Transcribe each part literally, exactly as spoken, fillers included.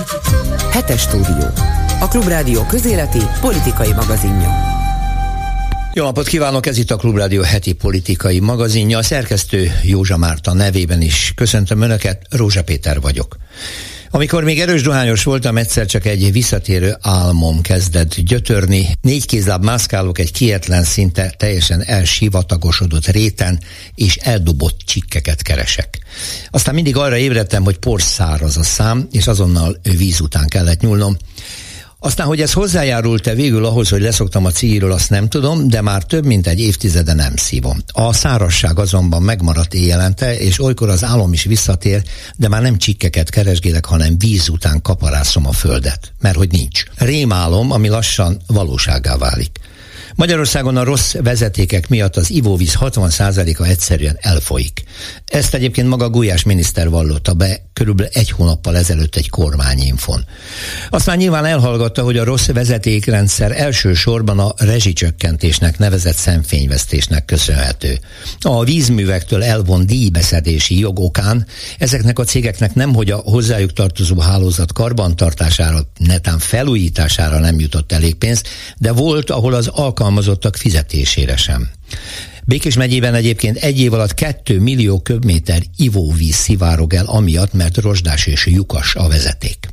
Hetes stúdió. A Klubrádió közéleti politikai magazinja. Jó napot kívánok, ez itt a Klubrádió heti politikai magazinja. A szerkesztő Józsa Márta nevében is köszöntöm Önöket, Rózsa Péter vagyok. Amikor még erős dohányos voltam, egyszer csak egy visszatérő álmom kezdett gyötörni. Négy kézláb mászkálok egy kietlen, szinte teljesen elsivatagosodott réten, és eldobott csikkeket keresek. Aztán mindig arra ébredtem, hogy porszáraz a szám, és azonnal víz után kellett nyúlnom. Aztán, hogy ez hozzájárult-e végül ahhoz, hogy leszoktam a cigiről, azt nem tudom, de már több mint egy évtizede nem szívom. A szárazság azonban megmaradt éjjelente, és olykor az álom is visszatér, de már nem csikkeket keresgélek, hanem víz után kaparászom a földet, mert hogy nincs. Rémálom, ami lassan valósággá válik. Magyarországon a rossz vezetékek miatt az ivóvíz hatvan százaléka egyszerűen elfolyik. Ezt egyébként maga Gulyás miniszter vallotta be körülbelül egy hónappal ezelőtt egy kormányinfon. Aztán nyilván elhallgatta, hogy a rossz vezetékrendszer elsősorban a rezsicsökkentésnek nevezett szemfényvesztésnek köszönhető. A vízművektől elvont díjbeszedési jog okán ezeknek a cégeknek nemhogy a hozzájuk tartozó hálózat karbantartására, netán felújítására nem jutott elég pénz, de volt, ahol az alkalmazottak fizetésére sem. Békés megyében egyébként egy év alatt két millió köbméter ivóvíz szivárog el amiatt, mert rozsdás és lyukas a vezeték.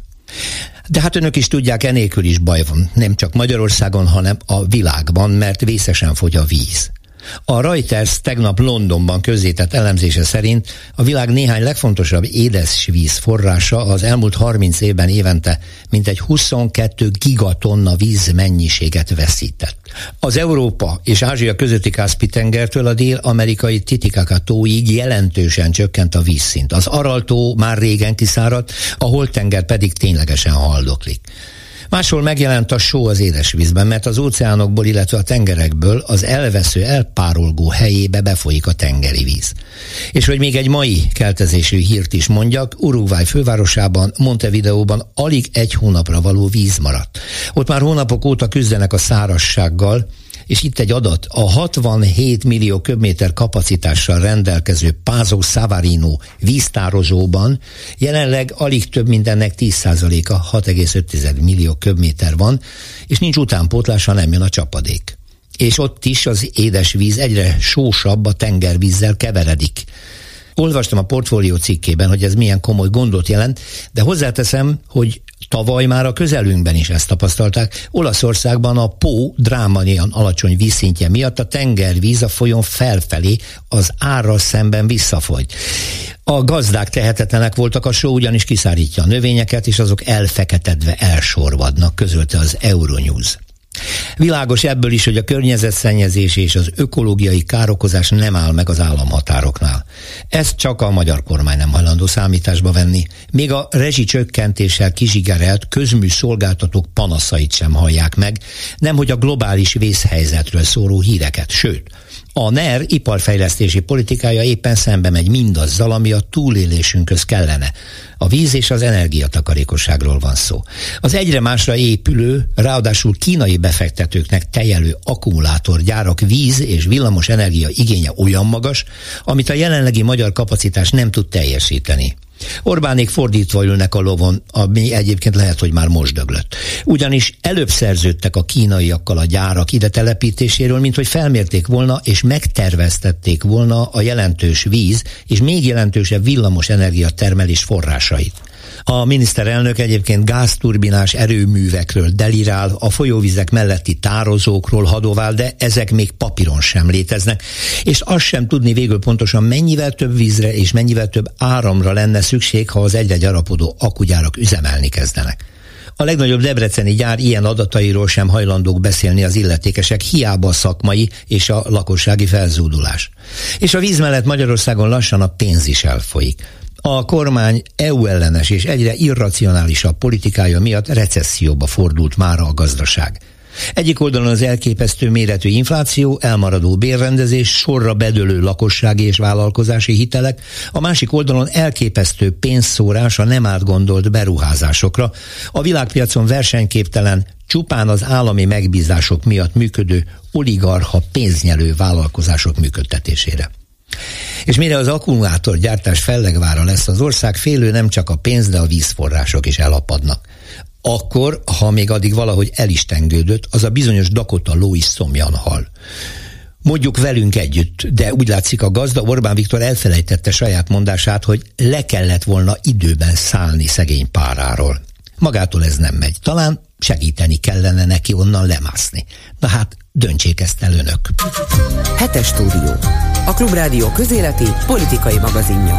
De hát önök is tudják, enélkül is baj van, nem csak Magyarországon, hanem a világban, mert vészesen fogy a víz. A Reuters tegnap Londonban közzétett elemzése szerint a világ néhány legfontosabb édesvíz forrása az elmúlt harminc évben évente mintegy huszonkettő gigatonna víz mennyiséget veszített. Az Európa és Ázsia közötti Kaszpi-tengertől a dél-amerikai Titicaca-tóig jelentősen csökkent a vízszint. Az Aral-tó már régen kiszáradt, a Holt-tenger pedig ténylegesen haldoklik. Máshol megjelent a só az édesvízben, mert az óceánokból, illetve a tengerekből az elvesző, elpárolgó helyébe befolyik a tengeri víz. És hogy még egy mai keltezésű hírt is mondjak, Uruguay fővárosában, Montevideóban alig egy hónapra való víz maradt. Ott már hónapok óta küzdenek a szárazsággal, és itt egy adat, a hatvanhét millió köbméter kapacitással rendelkező Pazo Savarino víztározóban jelenleg alig több mint ennek tíz százaléka, hat egész öt millió köbméter van, és nincs utánpótlás, ha nem jön a csapadék. És ott is az édesvíz egyre sósabb, a tengervízzel keveredik. Olvastam a Portfólió cikkében, hogy ez milyen komoly gondot jelent, de hozzáteszem, hogy tavaly már a közelünkben is ezt tapasztalták. Olaszországban a Pó drámaian alacsony vízszintje miatt a tengervíz a folyón felfelé az árral szemben visszafolyt. A gazdák tehetetlenek voltak, a só ugyanis kiszárítja a növényeket, és azok elfeketedve elsorvadnak, közölte az Euronews. Világos ebből is, hogy a környezetszennyezés és az ökológiai károkozás nem áll meg az államhatároknál. Ezt csak a magyar kormány nem hajlandó számításba venni. Még a rezsicsökkentéssel kizsigerelt közműszolgáltatók panaszait sem hallják meg, nemhogy a globális vészhelyzetről szóló híreket, sőt, a en e er iparfejlesztési politikája éppen szembe megy mindazzal, ami a túlélésünkhöz kellene. A víz és az energiatakarékosságról van szó. Az egyre másra épülő, ráadásul kínai befektetőknek tejelő akkumulátorgyárak víz és villamos energia igénye olyan magas, amit a jelenlegi magyar kapacitás nem tud teljesíteni. Orbánék fordítva ülnek a lovon, ami egyébként lehet, hogy már most döglött. Ugyanis előbb szerződtek a kínaiakkal a gyárak ide telepítéséről, mint hogy felmérték volna és megterveztették volna a jelentős víz és még jelentősebb villamos energia termelés forrásait. A miniszterelnök egyébként gázturbinás erőművekről delirál, a folyóvizek melletti tározókról hadovál, de ezek még papíron sem léteznek, és azt sem tudni végül pontosan mennyivel több vízre és mennyivel több áramra lenne szükség, ha az egyre gyarapodó akkugyárak üzemelni kezdenek. A legnagyobb debreceni gyár ilyen adatairól sem hajlandók beszélni az illetékesek, hiába a szakmai és a lakossági felzúdulás. És a víz mellett Magyarországon lassan a pénz is elfolyik. A kormány é u ellenes és egyre irracionálisabb politikája miatt recesszióba fordult mára a gazdaság. Egyik oldalon az elképesztő méretű infláció, elmaradó bérrendezés, sorra bedőlő lakossági és vállalkozási hitelek, a másik oldalon elképesztő pénzszórás a nem átgondolt beruházásokra, a világpiacon versenyképtelen, csupán az állami megbízások miatt működő oligarcha pénznyelő vállalkozások működtetésére. És mire az akkumulátorgyártás fellegvára lesz az ország, félő nem csak a pénz, de a vízforrások is elapadnak. Akkor, ha még addig valahogy el is tengődött, az a bizonyos Dakota Lewis szomjan hal. Mondjuk velünk együtt, de úgy látszik, a gazda Orbán Viktor elfelejtette saját mondását, hogy le kellett volna időben szállni szegény páráról. Magától ez nem megy. Talán segíteni kellene neki onnan lemászni. Na hát, döntsék ezt el önök. Hetes stúdió. A Klubrádió közéleti politikai magazinja.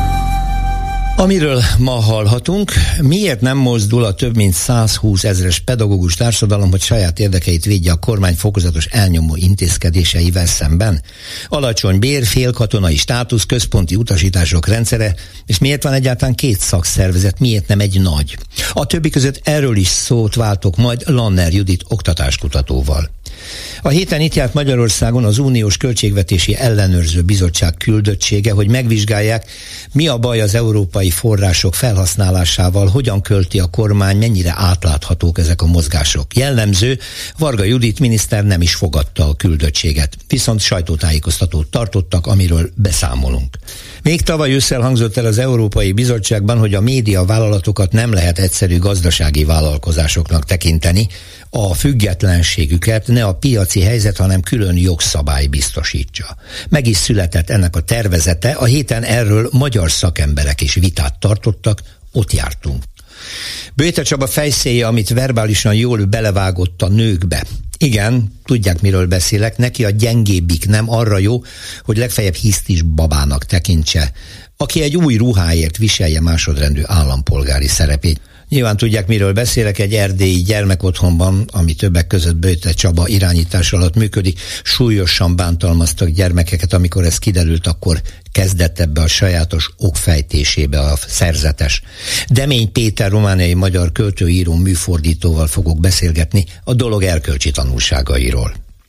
Amiről ma hallhatunk, miért nem mozdul a több mint százhúsz ezres pedagógus társadalom, hogy saját érdekeit védje a kormány fokozatos elnyomó intézkedéseivel szemben? Alacsony bér, félkatonai státusz, központi utasítások rendszere, és miért van egyáltalán két szakszervezet, miért nem egy nagy? A többi között erről is szót váltok majd Lanner Judit oktatáskutatóval. A héten itt járt Magyarországon az Uniós Költségvetési Ellenőrző Bizottság küldöttsége, hogy megvizsgálják, mi a baj az európai források felhasználásával, hogyan költi a kormány, mennyire átláthatók ezek a mozgások. Jellemző, Varga Judit miniszter nem is fogadta a küldöttséget, viszont sajtótájékoztatót tartottak, amiről beszámolunk. Még tavaly ősszel hangzott el az Európai Bizottságban, hogy a média vállalatokat nem lehet egyszerű gazdasági vállalkozásoknak tekinteni, a függetlenségüket ne a piaci helyzet, hanem külön jogszabály biztosítsa. Meg is született ennek a tervezete, a héten erről magyar szakemberek is vitát tartottak, ott jártunk. Böjte Csaba fejszéje, amit verbálisan jól belevágott a nőkbe. Igen, tudják, miről beszélek, neki a gyengébbik nem arra jó, hogy legfeljebb hisztis babának tekintse, aki egy új ruháért viselje másodrendű állampolgári szerepét. Nyilván tudják, miről beszélek, egy erdélyi gyermekotthonban, ami többek között Böjte Csaba irányítás alatt működik, súlyosan bántalmaztak gyermekeket, amikor ez kiderült, akkor kezdett ebbe a sajátos okfejtésébe a szerzetes. Demény Péter romániai magyar költőíró műfordítóval fogok beszélgetni a dolog erkölcsi tanulságairól.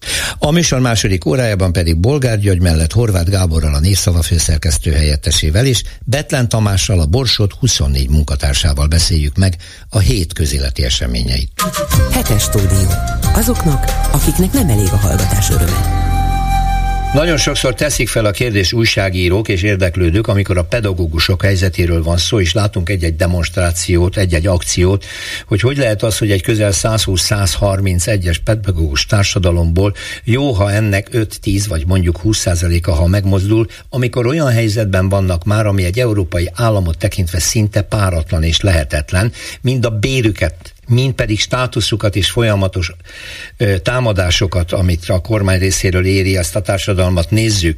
A műsor második órájában pedig Bolgár György mellett Horváth Gáborral, a Népszava főszerkesztő helyettesével és Betlen Tamással, a Borsod huszonnégy munkatársával beszéljük meg a hét közéleti eseményeit. Hetes stúdió. Azoknak, akiknek nem elég a hallgatás öröme. Nagyon sokszor teszik fel a kérdést újságírók és érdeklődők, amikor a pedagógusok helyzetéről van szó, és látunk egy-egy demonstrációt, egy-egy akciót, hogy hogy lehet az, hogy egy közel százhúsz-százharminc egyes pedagógus társadalomból jó, ha ennek öt-tíz vagy mondjuk húsz százaléka, ha megmozdul, amikor olyan helyzetben vannak már, ami egy európai államot tekintve szinte páratlan és lehetetlen, mind a bérüket, mind pedig státuszukat és folyamatos ö, támadásokat, amit a kormány részéről éri ezt a társadalmat, nézzük.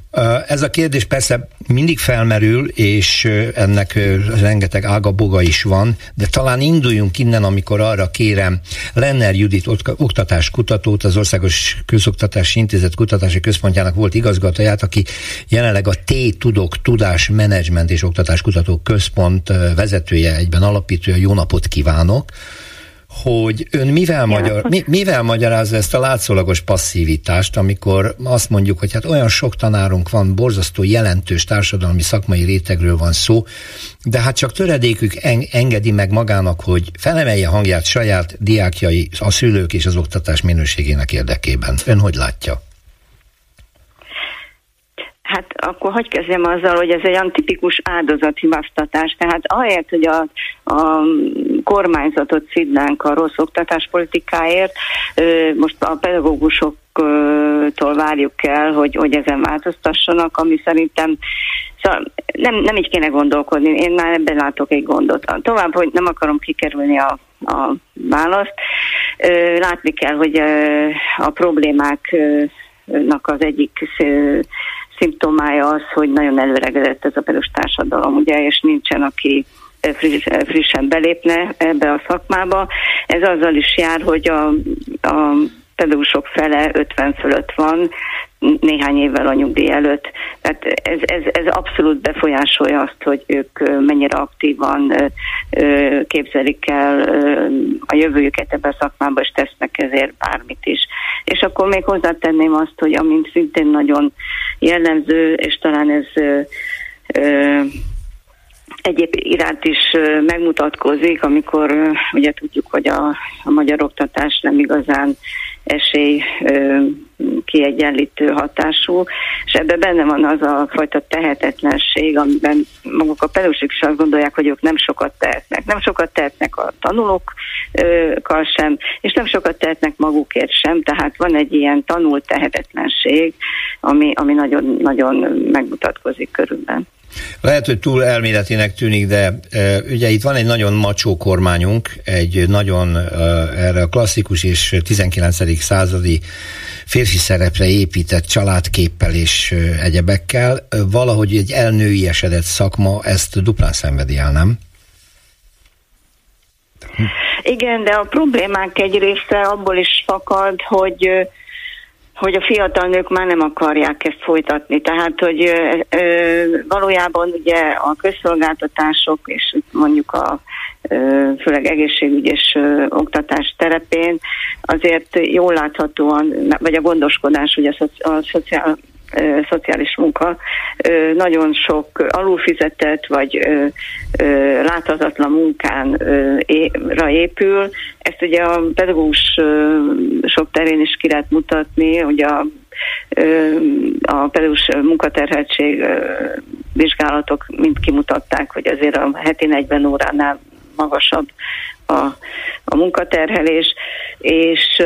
Ez a kérdés persze mindig felmerül, és ennek rengeteg ága-boga is van, de talán induljunk innen, amikor arra kérem Lanner Judit oktatáskutatót, az Országos Közoktatási Intézet Kutatási Központjának volt igazgatóját, aki jelenleg a T-Tudok Tudás Menedzsment és Oktatáskutató Központ vezetője, egyben alapítója. Jó napot kívánok! Hogy ön mivel, magyar, mi, mivel magyarázza ezt a látszólagos passzivitást, amikor azt mondjuk, hogy hát olyan sok tanárunk van, borzasztó jelentős társadalmi szakmai rétegről van szó, de hát csak töredékük en, engedi meg magának, hogy felemelje hangját saját diákjai, a szülők és az oktatás minőségének érdekében. Ön hogy látja? Hát akkor hogy kezdjem azzal, hogy ez egy olyan tipikus áldozathibáztatás. Tehát ahelyett, hogy a, a kormányzatot szidnánk a rossz oktatáspolitikáért, most a pedagógusoktól várjuk el, hogy, hogy ezen változtassanak, ami szerintem szóval nem, nem így kéne gondolkodni. Én már ebben látok egy gondot. Tovább, hogy nem akarom kikerülni a, a választ. Látni kell, hogy a problémáknak az egyik szimptomája az, hogy nagyon előregedett ez a pedagógus társadalom, ugye, és nincsen, aki friss, frissen belépne ebbe a szakmába. Ez azzal is jár, hogy a, a pedagógusok fele ötven fölött van, néhány évvel a nyugdíj előtt. Tehát ez, ez, ez abszolút befolyásolja azt, hogy ők mennyire aktívan képzelik el a jövőjüket ebben a szakmában, és tesznek ezért bármit is. És akkor még hozzátenném azt, hogy amint szintén nagyon jellemző, és talán ez egyéb iránt is megmutatkozik, amikor ugye tudjuk, hogy a, a magyar oktatás nem igazán esély kiegyenlítő hatású, és ebben benne van az a fajta tehetetlenség, amiben maguk a pedagógusok is azt gondolják, hogy ők nem sokat tehetnek. Nem sokat tehetnek a tanulókkal sem, és nem sokat tehetnek magukért sem, tehát van egy ilyen tanult tehetetlenség, ami, ami nagyon, nagyon megmutatkozik körülben. Lehet, hogy túl elméletinek tűnik, de e, ugye itt van egy nagyon macsó kormányunk, egy nagyon e, erre a klasszikus és tizenkilencedik századi férfi szerepre épített családképpel és e, egyebekkel. E, valahogy egy elnőiesedett szakma ezt duplán szenvedi el, nem? Igen, de a problémák egy része abból is fakad, hogy hogy a fiatal nők már nem akarják ezt folytatni. Tehát, hogy ö, ö, valójában ugye a közszolgáltatások és mondjuk a ö, főleg egészségügy és ö, oktatás terepén azért jól láthatóan, vagy a gondoskodás, ugye a, szoci, a szociál, ö, szociális munka ö, nagyon sok alulfizetett vagy ö, ö, láthatatlan munkánra épül. Ezt ugye a pedagógus sok terén is ki lehet mutatni, hogy a, a pedagógus munkaterheltség vizsgálatok mind kimutatták, hogy azért a heti negyven óránál magasabb a, a munkaterhelés, és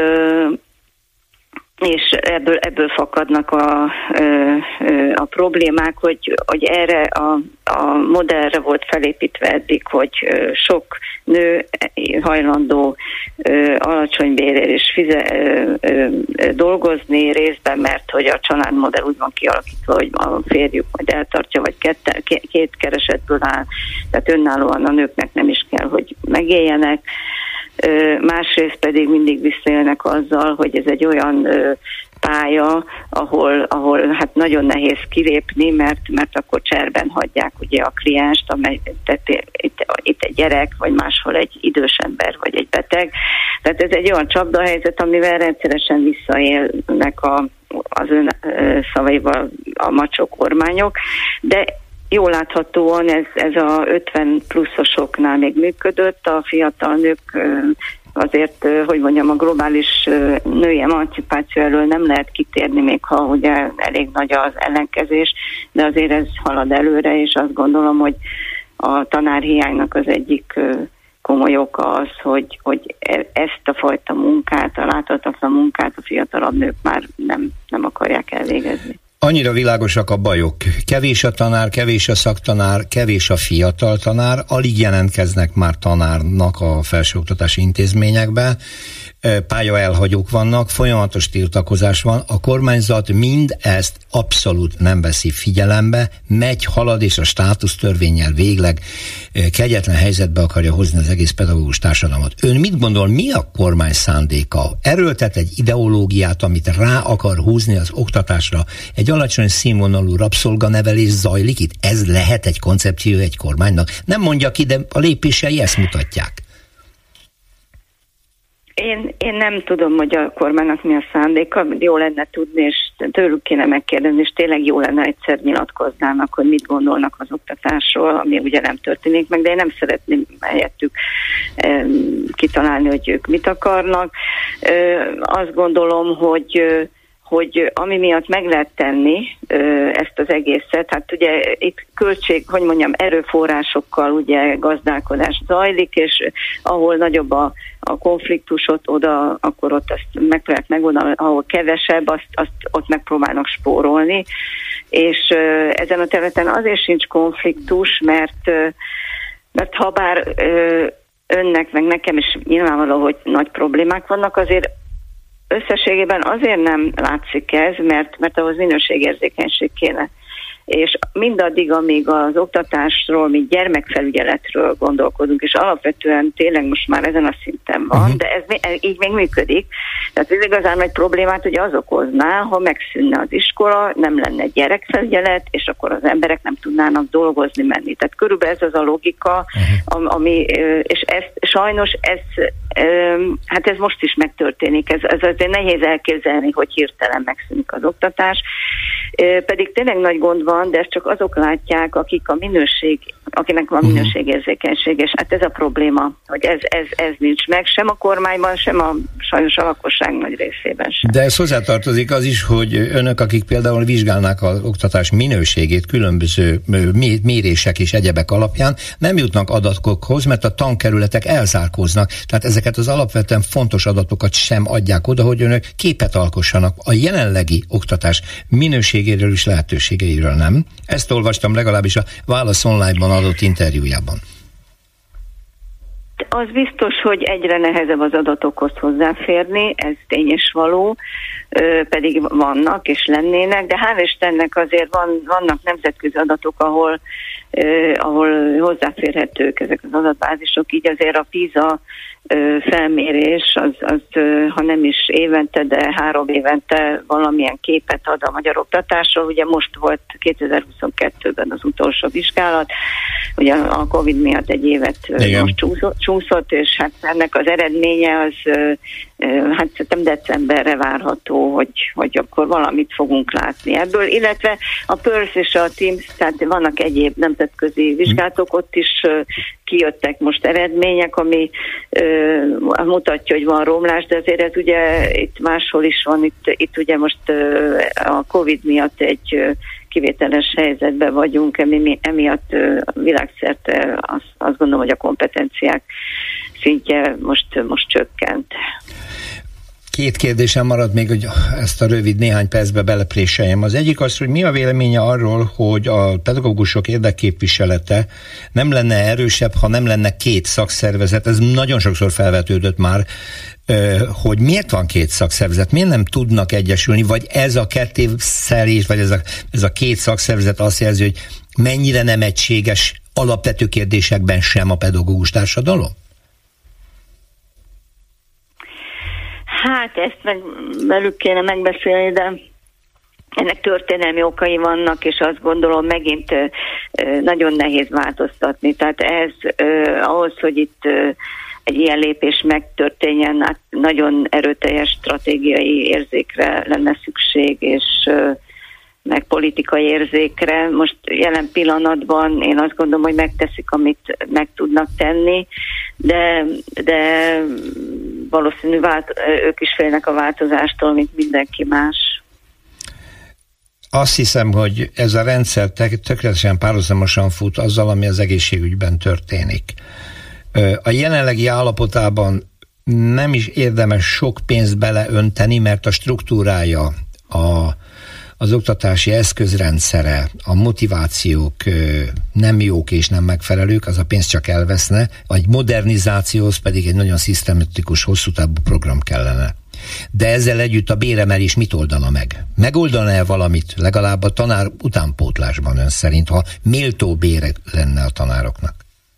és ebből, ebből fakadnak a, a problémák, hogy, hogy erre a, a modellre volt felépítve eddig, hogy sok nő hajlandó alacsony bérért is fize, dolgozni részben, mert hogy a családmodell úgy van kialakítva, hogy a férjük majd eltartja, vagy kette, két keresetből áll, tehát önállóan a nőknek nem is kell, hogy megéljenek. Másrészt pedig mindig visszaélnek azzal, hogy ez egy olyan pálya, ahol, ahol hát nagyon nehéz kilépni, mert, mert akkor cserben hagyják ugye a klienst, amely tehát itt, itt egy gyerek, vagy máshol egy idős ember, vagy egy beteg. Tehát ez egy olyan csapdahelyzet, amivel rendszeresen visszaélnek a, az ön szavaival a macsó kormányok, de jól láthatóan ez, ez a ötven pluszosoknál még működött, a fiatal nők azért, hogy mondjam, a globális női emancipáció elől nem lehet kitérni, még ha ugye elég nagy az ellenkezés, de azért ez halad előre, és azt gondolom, hogy a tanárhiánynak az egyik komoly oka az, hogy, hogy ezt a fajta munkát, a láthatatlan munkát a fiatalabb nők már nem, nem akarják elvégezni. Annyira világosak a bajok. Kevés a tanár, kevés a szaktanár, kevés a fiatal tanár, alig jelentkeznek már tanárnak a felsőoktatási intézményekbe, pályaelhagyók vannak, folyamatos tiltakozás van, a kormányzat mind ezt abszolút nem veszi figyelembe, megy, halad, és a státusztörvénnyel végleg kegyetlen helyzetbe akarja hozni az egész pedagógus társadalmat. Ön mit gondol, mi a kormány szándéka? Erőltet egy ideológiát, amit rá akar húzni az oktatásra, egy alacsony színvonalú rabszolganevelés zajlik itt? Ez lehet egy koncepció egy kormánynak? Nem mondja ki, de a lépései ezt mutatják. Én, én nem tudom, hogy a kormánynak mi a szándéka, jó lenne tudni, és tőlük kéne megkérdezni, és tényleg jó lenne egyszer nyilatkoznának, hogy mit gondolnak az oktatásról, ami ugye nem történik meg, de én nem szeretném helyettük e, kitalálni, hogy ők mit akarnak. E, azt gondolom, hogy hogy ami miatt meg lehet tenni ezt az egészet, hát ugye itt költség, hogy mondjam, erőforrásokkal ugye gazdálkodás zajlik, és ahol nagyobb a, a konfliktus, ott oda, akkor ott azt megpróbálják megoldani, ahol kevesebb, azt, azt ott megpróbálnak spórolni, és ezen a területen azért sincs konfliktus, mert, mert ha bár önnek, meg nekem is nyilvánvaló, hogy nagy problémák vannak, azért összességében azért nem látszik ez, mert, mert ahhoz minőségérzékenység kéne. És mindaddig, amíg az oktatásról, mint gyermekfelügyeletről gondolkodunk, és alapvetően tényleg most már ezen a szinten van, uh-huh. de ez, ez így még működik. Tehát ez igazán nagy problémát ugye az okozná, ha megszűnne az iskola, nem lenne gyerekfelügyelet, és akkor az emberek nem tudnának dolgozni, menni. Tehát körülbelül ez az a logika, uh-huh. ami, és ez sajnos ez, hát ez most is megtörténik. Ez, ez azért nehéz elképzelni, hogy hirtelen megszűnik az oktatás. Pedig tényleg nagy gond van, de ezt csak azok látják, akik a minőség, akinek van minőségérzékenység, és hát ez a probléma, hogy ez, ez, ez nincs meg, sem a kormányban, sem a sajnos a lakosság nagy részében sem. De ez hozzátartozik az is, hogy önök, akik például vizsgálnák az oktatás minőségét különböző mérések és egyebek alapján, nem jutnak adatokhoz, mert a tankerületek elzárkóznak. Tehát ezeket az alapvetően fontos adatokat sem adják oda, hogy önök képet alkossanak a jelenlegi oktatás minőségéről és lehetőségeiről, nem? Ezt olvastam legalábbis a Válasz Online-ban adott interjújában. Az biztos, hogy egyre nehezebb az adatokhoz hozzáférni, ez tény és való, pedig vannak és lennének, de hál' Istennek azért van, vannak nemzetközi adatok, ahol, ahol hozzáférhetők ezek az adatbázisok, így azért a PISA felmérés, az, az, ha nem is évente, de három évente valamilyen képet ad a magyar oktatásról. Ugye most volt kétezer-huszonkettőben az utolsó vizsgálat, ugye a Covid miatt egy évet igen. most csúszott, csúszott, és hát ennek az eredménye az hát szerintem decemberre várható, hogy, hogy akkor valamit fogunk látni ebből, illetve a Pearce és a TIMSS, tehát vannak egyéb nemzetközi vizsgálatok, ott is kijöttek most eredmények, ami uh, mutatja, hogy van romlás, de azért ez ugye itt máshol is van, itt, itt ugye most uh, a Covid miatt egy uh, kivételes helyzetben vagyunk, emi, emiatt uh, világszerte azt, azt gondolom, hogy a kompetenciák szintje most, most csökkent. Két kérdésem maradt még, hogy ezt a rövid néhány percbe belepréseljem. Az egyik az, hogy mi a véleménye arról, hogy a pedagógusok érdekképviselete nem lenne erősebb, ha nem lenne két szakszervezet. Ez nagyon sokszor felvetődött már, hogy miért van két szakszervezet, miért nem tudnak egyesülni, vagy ez a kettészerés, vagy ez a, ez a két szakszervezet azt jelzi, hogy mennyire nem egységes alapvető kérdésekben sem a pedagógus társadalom? Hát ezt meg velük kéne megbeszélni, de ennek történelmi okai vannak, és azt gondolom megint nagyon nehéz változtatni. Tehát ez ahhoz, hogy itt egy ilyen lépés megtörténjen, hát nagyon erőteljes stratégiai érzékre lenne szükség, és meg politikai érzékre. Most jelen pillanatban én azt gondolom, hogy megteszik, amit meg tudnak tenni, de, de valószínű vált, ők is félnek a változástól, mint mindenki más. Azt hiszem, hogy ez a rendszer tökéletesen párhuzamosan fut azzal, ami az egészségügyben történik. A jelenlegi állapotában nem is érdemes sok pénzt beleönteni, mert a struktúrája, a az oktatási eszközrendszere, a motivációk nem jók és nem megfelelők, az a pénz csak elveszne, egy modernizációhoz pedig egy nagyon szisztematikus, hosszú távú program kellene. De ezzel együtt a béremelés mit oldana meg? Megoldana-e valamit legalább a tanár utánpótlásban ön szerint, ha méltó bére lenne a tanároknak?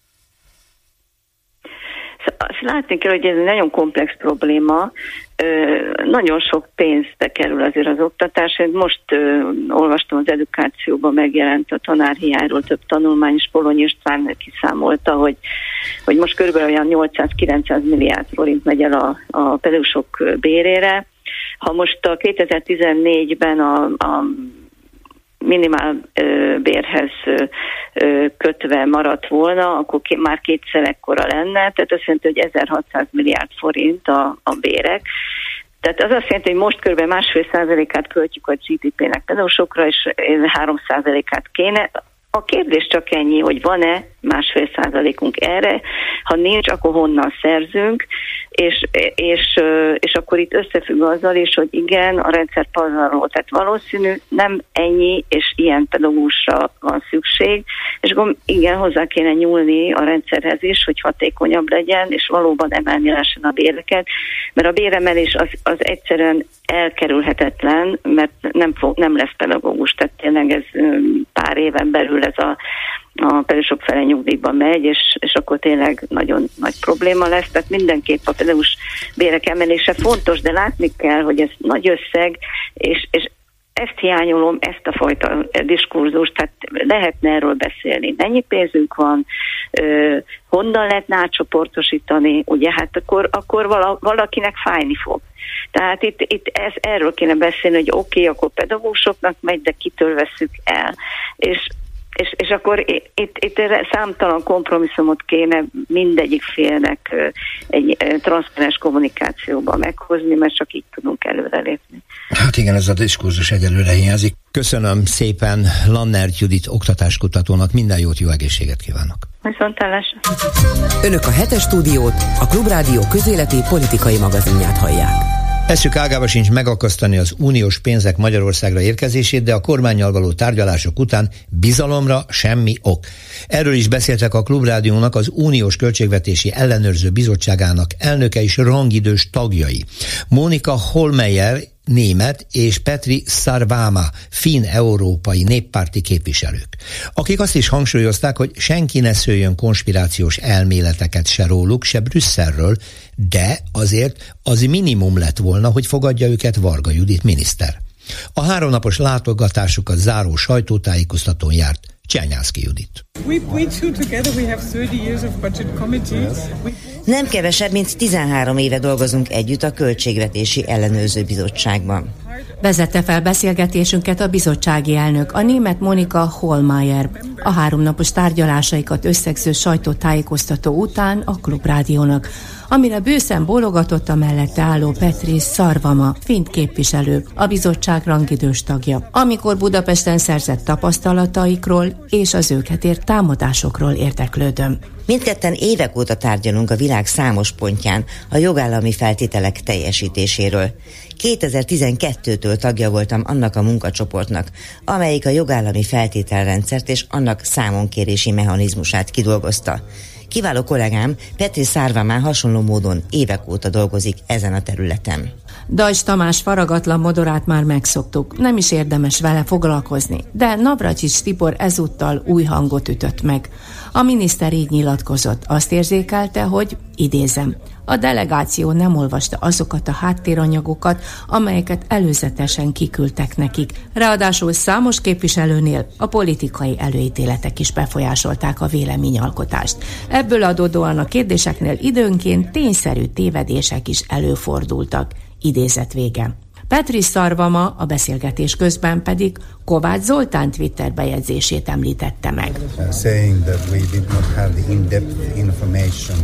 Azt látni kell, hogy ez egy nagyon komplex probléma, nagyon sok pénzbe kerül azért az oktatás. Most ö, olvastam az Edukációban, megjelent a tanárhiányról több tanulmány, és Polony István kiszámolta, hogy, hogy most körülbelül olyan nyolcszáz-kilencszáz milliárd forint megy el a, a pedagógusok bérére. Ha most a kétezer-tizennégyben a, a minimál ö, bérhez ö, kötve maradt volna, akkor ké, már kétszer ekkora lenne, tehát azt jelenti, hogy ezerhatszáz milliárd forint a, a bérek. Tehát az azt jelenti, hogy most kb. másfél százalékát költjük a gé dé pé-nek pedagógusokra, és három százalékát kéne. A kérdés csak ennyi, hogy van-e másfél százalékunk erre, ha nincs, akkor honnan szerzünk, és, és, és akkor itt összefügg azzal is, hogy igen, a rendszer pazarló, tehát valószínű nem ennyi és ilyen pedagógusra van szükség, és igen, hozzá kéne nyúlni a rendszerhez is, hogy hatékonyabb legyen, és valóban emelni lehessen a béreket, mert a béremelés az, az egyszerűen elkerülhetetlen, mert nem, fog, nem lesz pedagógus, tehát tényleg ez pár éven belül ez a, a pedagógusok fele nyugdíjba megy, és, és akkor tényleg nagyon nagy probléma lesz, tehát mindenképp a pedagógus bérek emelése fontos, de látni kell, hogy ez nagy összeg, és, és ezt hiányolom, ezt a fajta diskurzust, tehát lehetne erről beszélni. Mennyi pénzünk van, ö, honnan lehetne átcsoportosítani, ugye, hát akkor, akkor vala, valakinek fájni fog. Tehát itt, itt ez, erről kéne beszélni, hogy oké, okay, akkor pedagógusoknak megy, de kitől veszük el. És És, és akkor itt, itt számtalan kompromisszumot kéne mindegyik félnek egy transzparens kommunikációban meghozni, mert csak így tudunk előrelépni. Hát igen, ez a diskurzus egyelőre hiányzik. Köszönöm szépen Lannert Judit oktatáskutatónak, minden jót, jó egészséget kívánok. Viszontlátásra. Önök a Hetes Stúdiót, a Klubrádió közéleti politikai magazinját hallják. Eszük ágába sincs megakasztani az uniós pénzek Magyarországra érkezését, de a kormánnyal való tárgyalások után bizalomra semmi ok. Erről is beszéltek a Klubrádiónak az Uniós Költségvetési Ellenőrző Bizottságának elnöke és rangidős tagjai. Mónika Hohlmeier német és Petri Sarvamaa finn-európai néppárti képviselők, akik azt is hangsúlyozták, hogy senki ne szőjön konspirációs elméleteket se róluk, se Brüsszelről, de azért az minimum lett volna, hogy fogadja őket Varga Judit miniszter. A háromnapos látogatásukat záró sajtótájékoztatón járt Csernyánszky Judit. Nem kevesebb, mint tizenhárom éve dolgozunk együtt a Költségvetési Ellenőrző Bizottságban. Vezette fel beszélgetésünket a bizottsági elnök, a német Monika Hohlmeier. A háromnapos tárgyalásaikat összegző sajtótájékoztató után a Klubrádiónak, amire bőszen bólogatott a mellette álló Petri Sarvamaa, finn képviselő, a bizottság rangidős tagja, amikor Budapesten szerzett tapasztalataikról és az őket ért támadásokról érdeklődöm. Mindketten évek óta tárgyalunk a világ számos pontján a jogállami feltételek teljesítéséről. kétezer-tizenkettőtől tagja voltam annak a munkacsoportnak, amelyik a jogállami feltételrendszert és annak számonkérési mechanizmusát kidolgozta. Kiváló kollégám Petri Sarvamaa hasonló módon évek óta dolgozik ezen a területen. Dajcs Tamás faragatlan modorát már megszoktuk, nem is érdemes vele foglalkozni, de Navracsics Tibor ezúttal új hangot ütött meg. A miniszter így nyilatkozott, azt érzékelte, hogy, idézem, a delegáció nem olvasta azokat a háttéranyagokat, amelyeket előzetesen kiküldtek nekik. Ráadásul számos képviselőnél a politikai előítéletek is befolyásolták a véleményalkotást. Ebből adódóan a kérdéseknél időnként tényszerű tévedések is előfordultak. Idézet vége. Petri Sarvamaa a beszélgetés közben pedig Kovács Zoltán Twitter bejegyzését említette meg. Saying that we did not have the in-depth information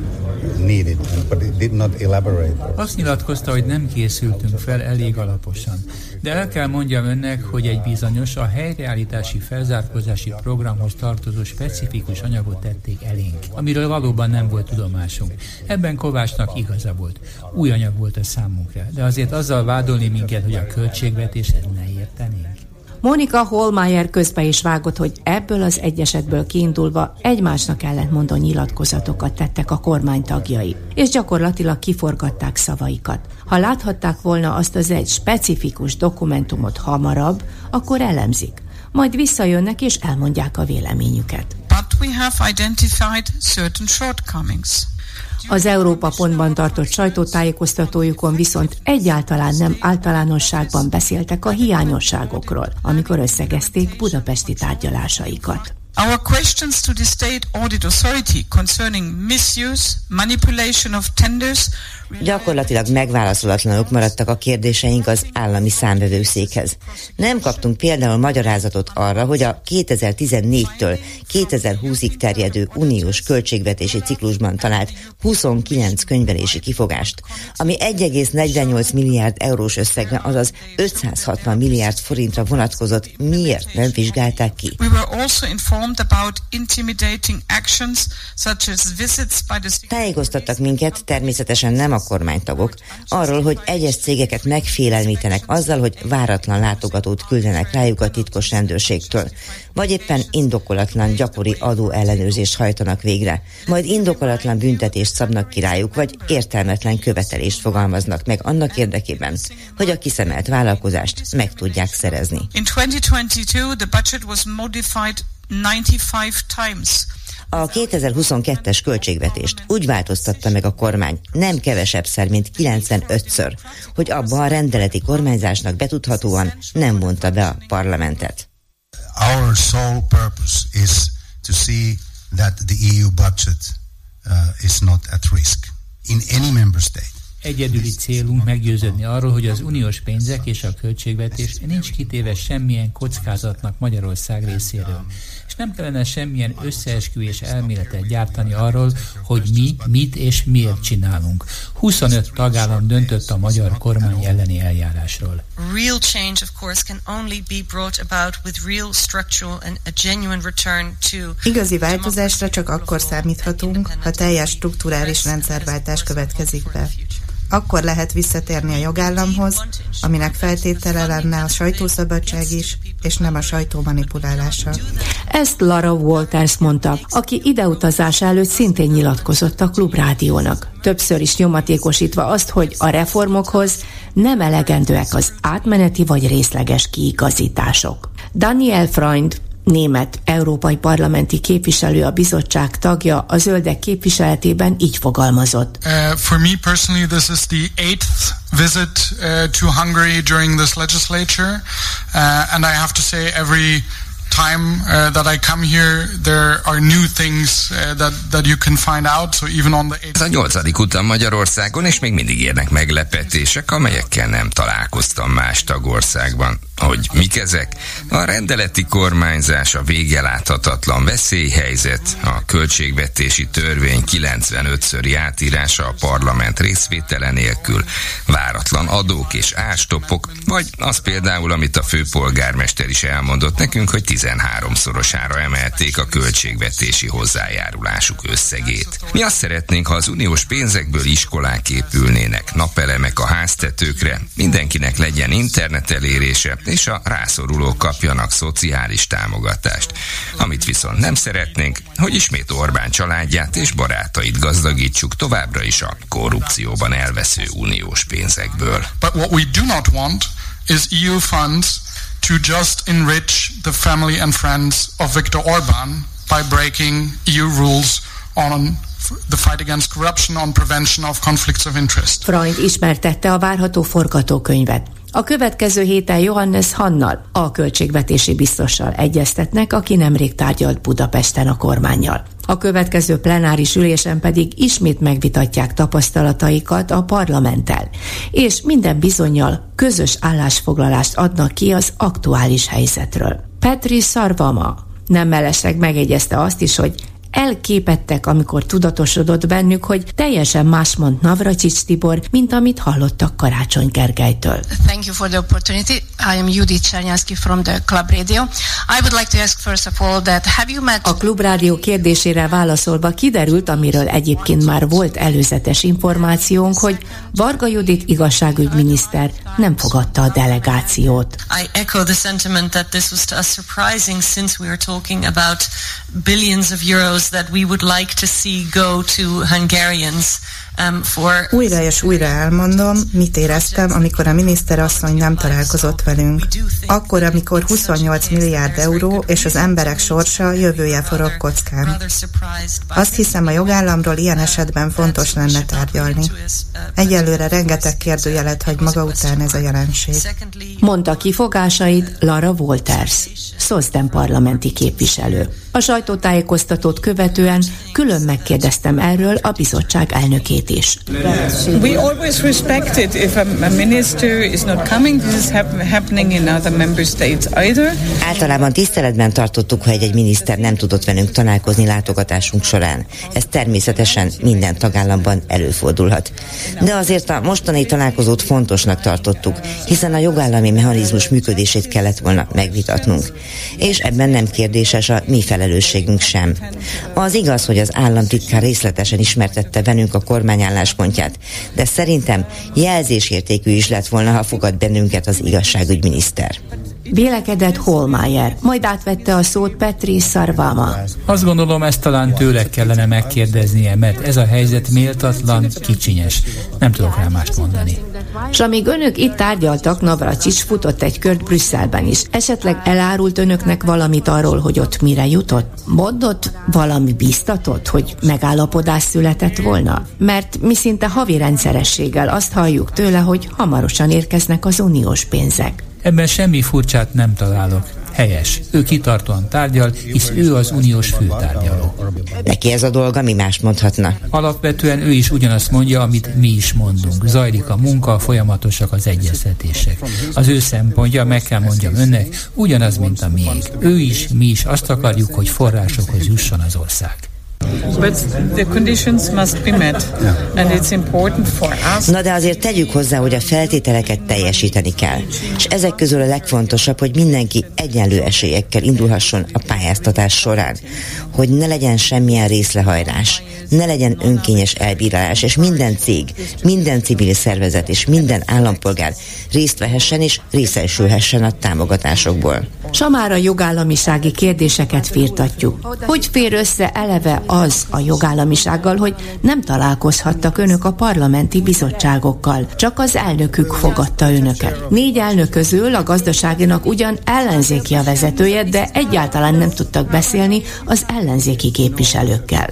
needed, but it did not elaborate. Azt nyilatkozta, hogy nem készültünk fel elég alaposan. De el kell mondjam önnek, hogy egy bizonyos, a helyreállítási felzárkózási programhoz tartozó specifikus anyagot tették elénk, amiről valóban nem volt tudomásunk. Ebben Kovácsnak igaza volt. Új anyag volt a számunkra, de azért azzal vádolni minket, hogy a költségvetéshez ne értenénk. Monika Hohlmeier közbe is vágott, hogy ebből az egyesekből kiindulva egymásnak ellentmondó nyilatkozatokat tettek a kormány tagjai, és gyakorlatilag kiforgatták szavaikat. Ha láthatták volna azt az egy specifikus dokumentumot hamarabb, akkor elemzik. Majd visszajönnek és elmondják a véleményüket. But we have identified certain shortcomings. Az Európa Pontban tartott sajtótájékoztatójukon viszont egyáltalán nem általánosságban beszéltek a hiányosságokról, amikor összegezték budapesti tárgyalásaikat. Our questions to the State Audit Authority concerning misuse, manipulation of tenders. Gyakorlatilag megválaszolatlanok maradtak a kérdéseink az állami számvevőszékhez. Nem kaptunk például magyarázatot arra, hogy a kétezer-tizennégytől kétezer-húszig terjedő uniós költségvetési ciklusban talált huszonkilenc könyvelési kifogást, ami egy egész negyvennyolc milliárd eurós összegre, azaz ötszázhatvan milliárd forintra vonatkozott, miért nem vizsgálták ki? We were also informed about intimidating actions such as visits by the... Tájékoztattak minket, természetesen nem a kormánytagok, arról, hogy egyes cégeket megfélelmítenek azzal, hogy váratlan látogatót küldenek rájuk a titkos rendőrségtől, vagy éppen indokolatlan gyakori adóellenőrzést hajtanak végre, majd indokolatlan büntetést szabnak ki rájuk, vagy értelmetlen követelést fogalmaznak meg annak érdekében, hogy a kiszemelt vállalkozást meg tudják szerezni. In twenty twenty-two the budget was modified ninety-five times. A kétezer-huszonkettes költségvetést úgy változtatta meg a kormány nem kevesebbszer, mint kilencvenötször, hogy abba a rendeleti kormányzásnak betudhatóan nem vonta be a parlamentet. Our sole purpose is to see that the E U budget uh, is not at risk in any member state. Egyedüli célunk meggyőződni arról, hogy az uniós pénzek és a költségvetés nincs kitéve semmilyen kockázatnak Magyarország részéről. És nem kellene semmilyen összeesküvés elméletet gyártani arról, hogy mi, mit és miért csinálunk. huszonöt tagállam döntött a magyar kormány elleni eljárásról. Real change, of course, can only be brought about with real structural and a genuine return to... Igazi változásra csak akkor számíthatunk, ha teljes strukturális rendszerváltás következik be. Akkor lehet visszatérni a jogállamhoz, aminek feltétele lenne a sajtószabadság is, és nem a sajtó manipulálása. Ezt Lara Walters mondta, aki ideutazás előtt szintén nyilatkozott a Klubrádiónak. Többször is nyomatékosítva azt, hogy a reformokhoz nem elegendőek az átmeneti vagy részleges kiigazítások. Daniel Freund, német európai parlamenti képviselő, a bizottság tagja, a Zöldek képviseletében így fogalmazott. Uh, for me personally, this is the eighth visit uh, to Hungary during this legislature, uh, and I have to say every time uh, that I come here, there are new things uh, that that you can find out. So even on the eighth... Ez a nyolcadik utam Magyarországon, és még mindig érnek meglepetések, amelyekkel nem találkoztam más tagországban. Hogy mik ezek? A rendeleti kormányzás, a végeláthatatlan veszélyhelyzet, a költségvetési törvény kilencvenötszöri átírása a parlament részvétele nélkül, váratlan adók és árstoppok, vagy az például, amit a főpolgármester is elmondott nekünk, hogy tizenháromszorosára emelték a költségvetési hozzájárulásuk összegét. Mi azt szeretnénk, ha az uniós pénzekből iskolák épülnének, napelemek a háztetőkre, mindenkinek legyen internet elérése, és a rászorulók kapjanak szociális támogatást. Amit viszont nem szeretnénk, hogy ismét Orbán családját és barátait gazdagítsuk továbbra is a korrupcióban elvesző uniós pénzekből. But what we do not want is E U funds to just enrich the family and friends of Viktor Orbán by breaking E U rules on the fight against corruption, on prevention of conflicts of interest. Freund ismertette a várható forgatókönyvet. A következő héten Johannes Hannal, a költségvetési biztossal egyeztetnek, aki nemrég tárgyalt Budapesten a kormánnyal. A következő plenáris ülésen pedig ismét megvitatják tapasztalataikat a parlamenttel, és minden bizonnyal közös állásfoglalást adnak ki az aktuális helyzetről. Petri Sarvama nem mellesleg megjegyezte azt is, hogy elképettek, amikor tudatosodott bennük, hogy teljesen más mond Navracsics Tibor, mint amit hallottak Karácsony Gergelytől. Thank you for the opportunity. I am Judith Czernyánszky from the Club Radio. I would like to ask first of all that have you met... A Klubrádió kérdésére válaszolva kiderült, amiről egyébként már volt előzetes információnk, hogy Varga Judit igazságügyminiszter nem fogadta a delegációt. I echo the sentiment that this was to us surprising since we are talking about billions of euros that we would like to see go to Hungarians. Um, for... Újra és újra elmondom, mit éreztem, amikor a miniszter asszony nem találkozott velünk. Akkor, amikor huszonnyolc milliárd euró és az emberek sorsa, jövője forog kockán. Azt hiszem, a jogállamról ilyen esetben fontos lenne tárgyalni. Egyelőre rengeteg kérdőjelet hagy maga után ez a jelenség. Mondta kifogásait Lara Walters, SZOSZDEM parlamenti képviselő. A sajtótájékoztatót követően külön megkérdeztem erről a bizottság elnökét is. We always respect it if a, a minister is not coming. This is happening in other member states either. Általában tiszteletben tartottuk, ha egy miniszter nem tudott velünk találkozni látogatásunk során. Ez természetesen minden tagállamban előfordulhat. De azért a mostani találkozót fontosnak tartottuk, hiszen a jogállami mechanizmus működését kellett volna megvitatnunk. És ebben nem kérdéses a mi felelősségünk sem. Az igaz, hogy az államtitkár részletesen ismertette velünk a kormány álláspontját, de szerintem jelzésértékű is lett volna, ha fogad bennünket az igazságügyminiszter. Vélekedett Hohlmeier, majd átvette a szót Petri Sarvama. Azt gondolom, ezt talán tőle kellene megkérdeznie, mert ez a helyzet méltatlan, kicsinyes. Nem tudok rá mást mondani. És amíg önök itt tárgyaltak, Navracsics futott egy kört Brüsszelben is. Esetleg elárult önöknek valamit arról, hogy ott mire jutott? Mondott valami biztatott, hogy megállapodás született volna? Mert mi szinte havi rendszerességgel azt halljuk tőle, hogy hamarosan érkeznek az uniós pénzek. Ebben semmi furcsát nem találok. Helyes. Ő kitartóan tárgyal, hisz ő az uniós főtárgyaló. Neki ez a dolga, mi más mondhatna? Alapvetően ő is ugyanazt mondja, amit mi is mondunk. Zajlik a munka, folyamatosak az egyeztetések. Az ő szempontja, meg kell mondjam önnek, ugyanaz, mint a miénk. Ő is, mi is azt akarjuk, hogy forrásokhoz jusson az ország. But the conditions must be met, and it's important for us. Na de azért tegyük hozzá, hogy a feltételeket teljesíteni kell. És ezek közül a legfontosabb, hogy mindenki egyenlő esélyekkel indulhasson a pályáztatás során. Hogy ne legyen semmilyen részlehajlás, ne legyen önkényes elbírálás, és minden cég, minden civil szervezet és minden állampolgár részt vehessen és részesülhessen a támogatásokból. S már a jogállamisági kérdéseket firtatjuk. Hogy fér össze eleve az a jogállamisággal, hogy nem találkozhattak önök a parlamenti bizottságokkal, csak az elnökük fogadta önöket. Négy elnök közül a gazdaságinak ugyan ellenzéki a vezetője, de egyáltalán nem tudtak beszélni az ellenzéki képviselőkkel.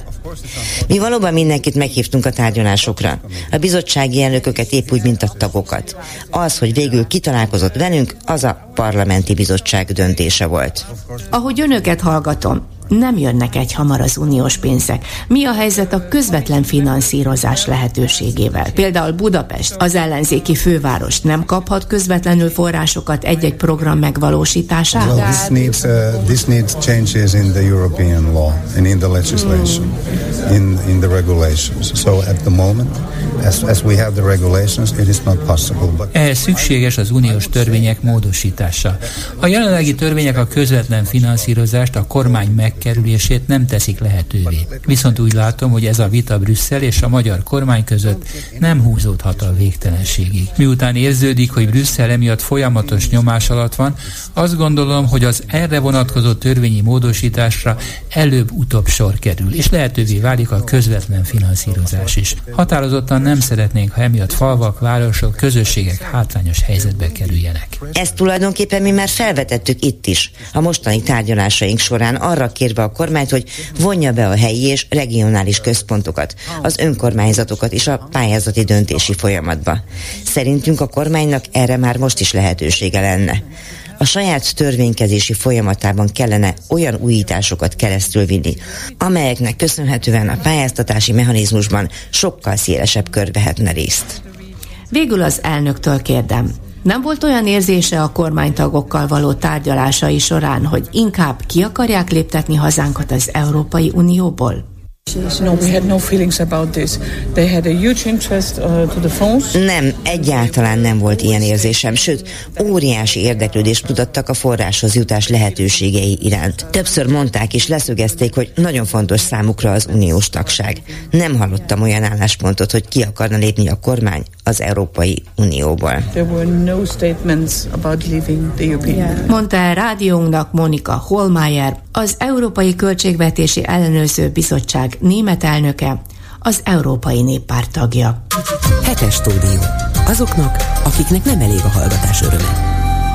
Mi valóban mindenkit meghívtunk a tárgyalásokra. A bizottsági elnököket épp úgy, mint a tagokat. Az, hogy végül kitalálkozott velünk, az a parlamenti bizottság döntése volt. Ahogy önöket hallgatom, nem jönnek egyhamar az uniós pénzek. Mi a helyzet a közvetlen finanszírozás lehetőségével? Például Budapest, az ellenzéki főváros nem kaphat közvetlenül forrásokat egy-egy program megvalósításához? Well, this needs, uh, this needs changes in the European law and in the legislation, in, in the regulations. So at the moment, as, as we have the regulations, it is not possible. But... Ehhez szükséges az uniós törvények módosítása. A jelenlegi törvények a közvetlen finanszírozást, a kormány megkerülését nem teszik lehetővé. Viszont úgy látom, hogy ez a vita Brüsszel és a magyar kormány között nem húzódhat a végtelenségig. Miután érződik, hogy Brüsszel emiatt folyamatos nyomás alatt van, azt gondolom, hogy az erre vonatkozó törvényi módosításra előbb-utóbb sor kerül, és lehetővé válik a közvetlen finanszírozás is. Határozottan nem szeretnénk, ha emiatt falvak, városok, közösségek hátrányos helyzetbe kerüljenek. Ezt tulajdonképpen mi már felvetettük itt is, a mostani tárgyalásaink során, arra kérve a kormányt, hogy vonja be a helyi és regionális központokat, az önkormányzatokat is a pályázati döntési folyamatba. Szerintünk a kormánynak erre már most is lehetősége lenne. A saját törvénykezési folyamatában kellene olyan újításokat keresztülvinni, amelyeknek köszönhetően a pályáztatási mechanizmusban sokkal szélesebb kör vehetne részt. Végül az elnöktől kérdem, nem volt olyan érzése a kormánytagokkal való tárgyalásai során, hogy inkább ki akarják léptetni hazánkat az Európai Unióból? No, we had no feelings about this. They had a huge interest uh, to the funds. Nem, egyáltalán nem volt ilyen érzésem, sőt, óriási érdeklődést mutattak a forráshoz jutás lehetőségei iránt. Többször mondták és leszögezték, hogy nagyon fontos számukra az uniós tagság. Nem hallottam olyan álláspontot, hogy ki akarna lépni a kormány az Európai Unióból. There were no statements about leaving the European Union. Mondta el rádiónknak Monika Hohlmeier, az Európai Költségvetési Ellenőrző Bizottság német elnöke, az Európai Néppárt tagja. Hetes stúdió. Azoknak, akiknek nem elég a hallgatás öröme.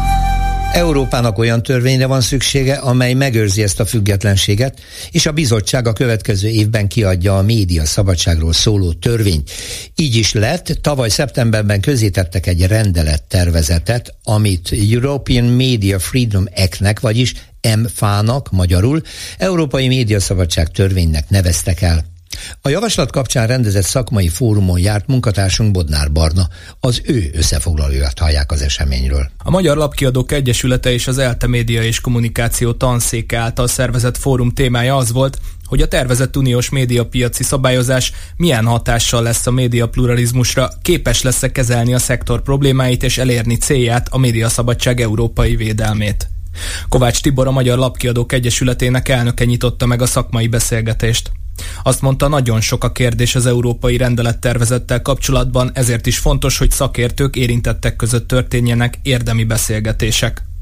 Európának olyan törvényre van szüksége, amely megőrzi ezt a függetlenséget, és a bizottság a következő évben kiadja a média szabadságról szóló törvényt. Így is lett, tavaly szeptemberben közzétettek egy rendelettervezetet, amit European Media Freedom Act-nek, vagyis em ef á-nak, magyarul, Európai Médiaszabadság törvénynek neveztek el. A javaslat kapcsán rendezett szakmai fórumon járt munkatársunk Bodnár Barna, az ő összefoglalóját hallják az eseményről. A Magyar Lapkiadók Egyesülete és az ELTE Média és Kommunikáció Tanszéke által szervezett fórum témája az volt, hogy a tervezett uniós médiapiaci szabályozás milyen hatással lesz a médiapluralizmusra, képes lesz-e kezelni a szektor problémáit és elérni célját, a médiaszabadság európai védelmét. Kovács Tibor, a Magyar Lapkiadók Egyesületének elnöke nyitotta meg a szakmai beszélgetést. Azt mondta, nagyon sok a kérdés az európai rendelettervezettel kapcsolatban, ezért is fontos, hogy szakértők, érintettek között történjenek érdemi beszélgetések.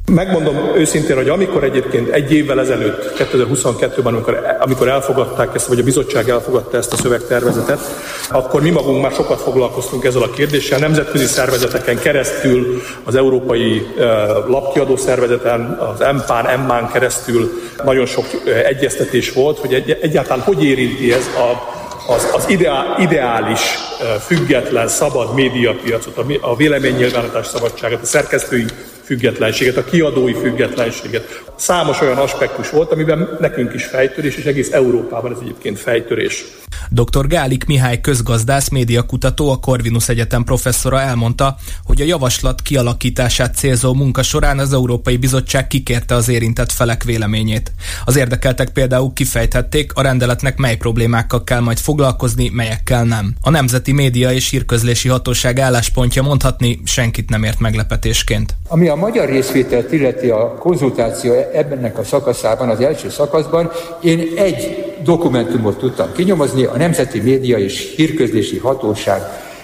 Megmondom őszintén, hogy amikor egyébként egy évvel ezelőtt, kétezer-huszonkettőben, amikor, amikor elfogadták ezt, vagy a bizottság elfogadta ezt a szövegtervezetet, akkor mi magunk már sokat foglalkoztunk ezzel a kérdéssel, nemzetközi szervezeteken keresztül, az Európai uh, Lapkiadó Szervezeten, az EMPÁN, EMMÁN keresztül nagyon sok uh, egyeztetés volt, hogy egy, egyáltalán hogy érinti ez a az, az ideál, ideális, független, szabad médiapiacot, a véleménynyilvánítás szabadságát, a szerkesztői függetlenséget, a kiadói függetlenséget. Számos olyan aspektus volt, amiben nekünk is fejtörés, és egész Európában ez egyébként fejtörés. doktor Gálik Mihály közgazdász, médiakutató, a Corvinus Egyetem professzora elmondta, hogy a javaslat kialakítását célzó munka során az Európai Bizottság kikérte az érintett felek véleményét. Az érdekeltek például kifejthették, a rendeletnek mely problémákkal kell majd foglalkozni, melyekkel nem. A Nemzeti Média és Hírközlési Hatóság álláspontja mondhatni senkit nem ért meglepetésként. Ami a magyar részvételt illeti a konzultáció ebbennek a szakaszában, az első szakaszban, én egy dokumentumot tudtam kinyomozni, a Nemzeti Média és Hírközlési Hatóság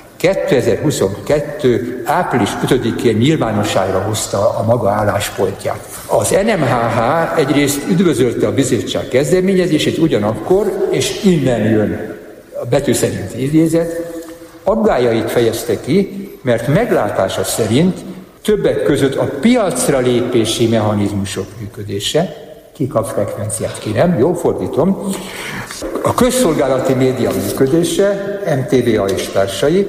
kétezer-huszonkettő április ötödikén nyilvánosságra hozta a maga álláspontját. Az en em há há egyrészt üdvözölte a bizottság kezdeményezését, ugyanakkor, és innen jön a betű szerint idézet, aggályait fejezte ki, mert meglátása szerint többek között a piacra lépési mechanizmusok működése, ki kap frekvenciát, ki nem, jó, fordítom, a közszolgálati média működése, em té vé á és társai,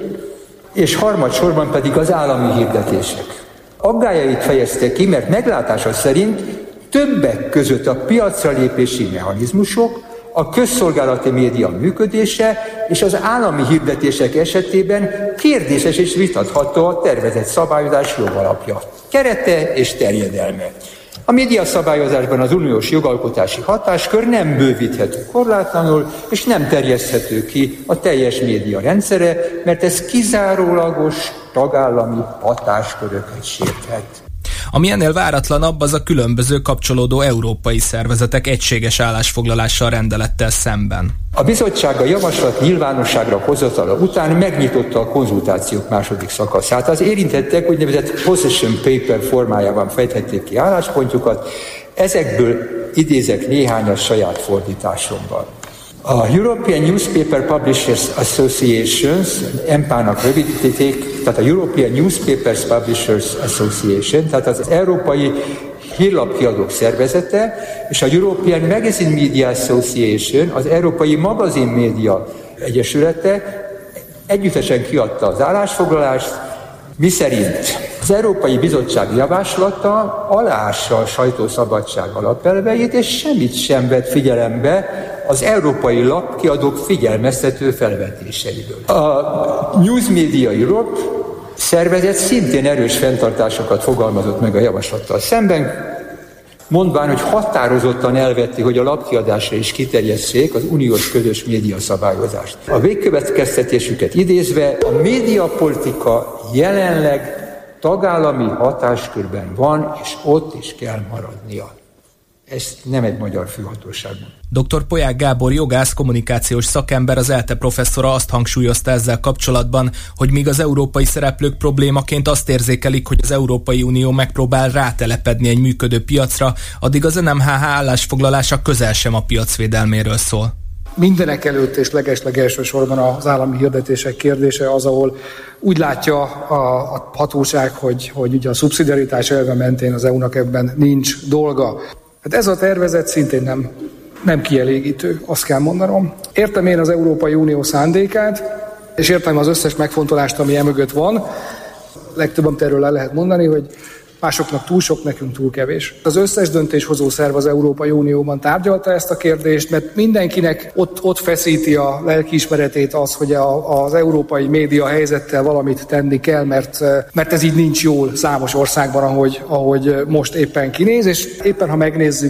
és harmadsorban pedig az állami hirdetések. Aggályait fejezte ki, mert meglátása szerint többek között a piacra lépési mechanizmusok, a közszolgálati média működése és az állami hirdetések esetében kérdéses és vitatható a tervezett szabályozás jogalapja, kerete és terjedelme. A médiaszabályozásban az uniós jogalkotási hatáskör nem bővíthető korlátlanul, és nem terjeszthető ki a teljes média rendszere, mert ez kizárólagos tagállami hatásköröket sérthet. Ami ennél váratlanabb, az a különböző kapcsolódó európai szervezetek egységes állásfoglalása a rendelettel szemben. A bizottság a javaslat nyilvánosságra hozatala után megnyitotta a konzultációk második szakaszát. Az érintettek úgynevezett position paper formájában fejthették ki álláspontjukat, ezekből idézek néhányat saját fordításomban. A European Newspaper Publishers Associations, EMPÁ-nak rövidíték, tehát a European Newspapers Publishers Association, tehát az Európai Hírlapkiadók Szervezete, és a European Magazine Media Association, az Európai Magazin Média Egyesülete együttesen kiadta az állásfoglalást, miszerint az Európai Bizottság javaslata aláássa a sajtószabadság alapelveit, és semmit sem vett figyelembe az európai lapkiadók figyelmeztető felvetéseiből. A News Media Europe szervezet szintén erős fenntartásokat fogalmazott meg a javaslattal szemben, mondván, hogy határozottan elvetti, hogy a lapkiadásra is kiterjesszék az uniós közös médiaszabályozást. A végkövetkeztetésüket idézve, a médiapolitika jelenleg tagállami hatáskörben van, és ott is kell maradnia. Ez nem egy magyar főhatóság. doktor Polyák Gábor jogász, kommunikációs szakember, az ELTE professzora azt hangsúlyozta ezzel kapcsolatban, hogy míg az európai szereplők problémaként azt érzékelik, hogy az Európai Unió megpróbál rátelepedni egy működő piacra, addig az en em há há állásfoglalása közel sem a piac védelméről szól. Mindenek előtt és legesleg elsősorban az állami hirdetések kérdése az, ahol úgy látja a, a hatóság, hogy, hogy ugye a szubszidiaritás elve mentén az é u-nak ebben nincs dolga. Hát ez a tervezet szintén nem, nem kielégítő, azt kell mondanom. Értem én az Európai Unió szándékát, és értem az összes megfontolást, ami emögött van. Legtöbb, amit erről le lehet mondani, hogy másoknak túl sok, nekünk túl kevés. Az összes döntéshozó szerv az Európai Unióban tárgyalta ezt a kérdést, mert mindenkinek ott, ott feszíti a lelkiismeretét az, hogy a, az európai média helyzettel valamit tenni kell, mert, mert ez így nincs jól számos országban, ahogy, ahogy most éppen kinéz, és éppen ha megnézzük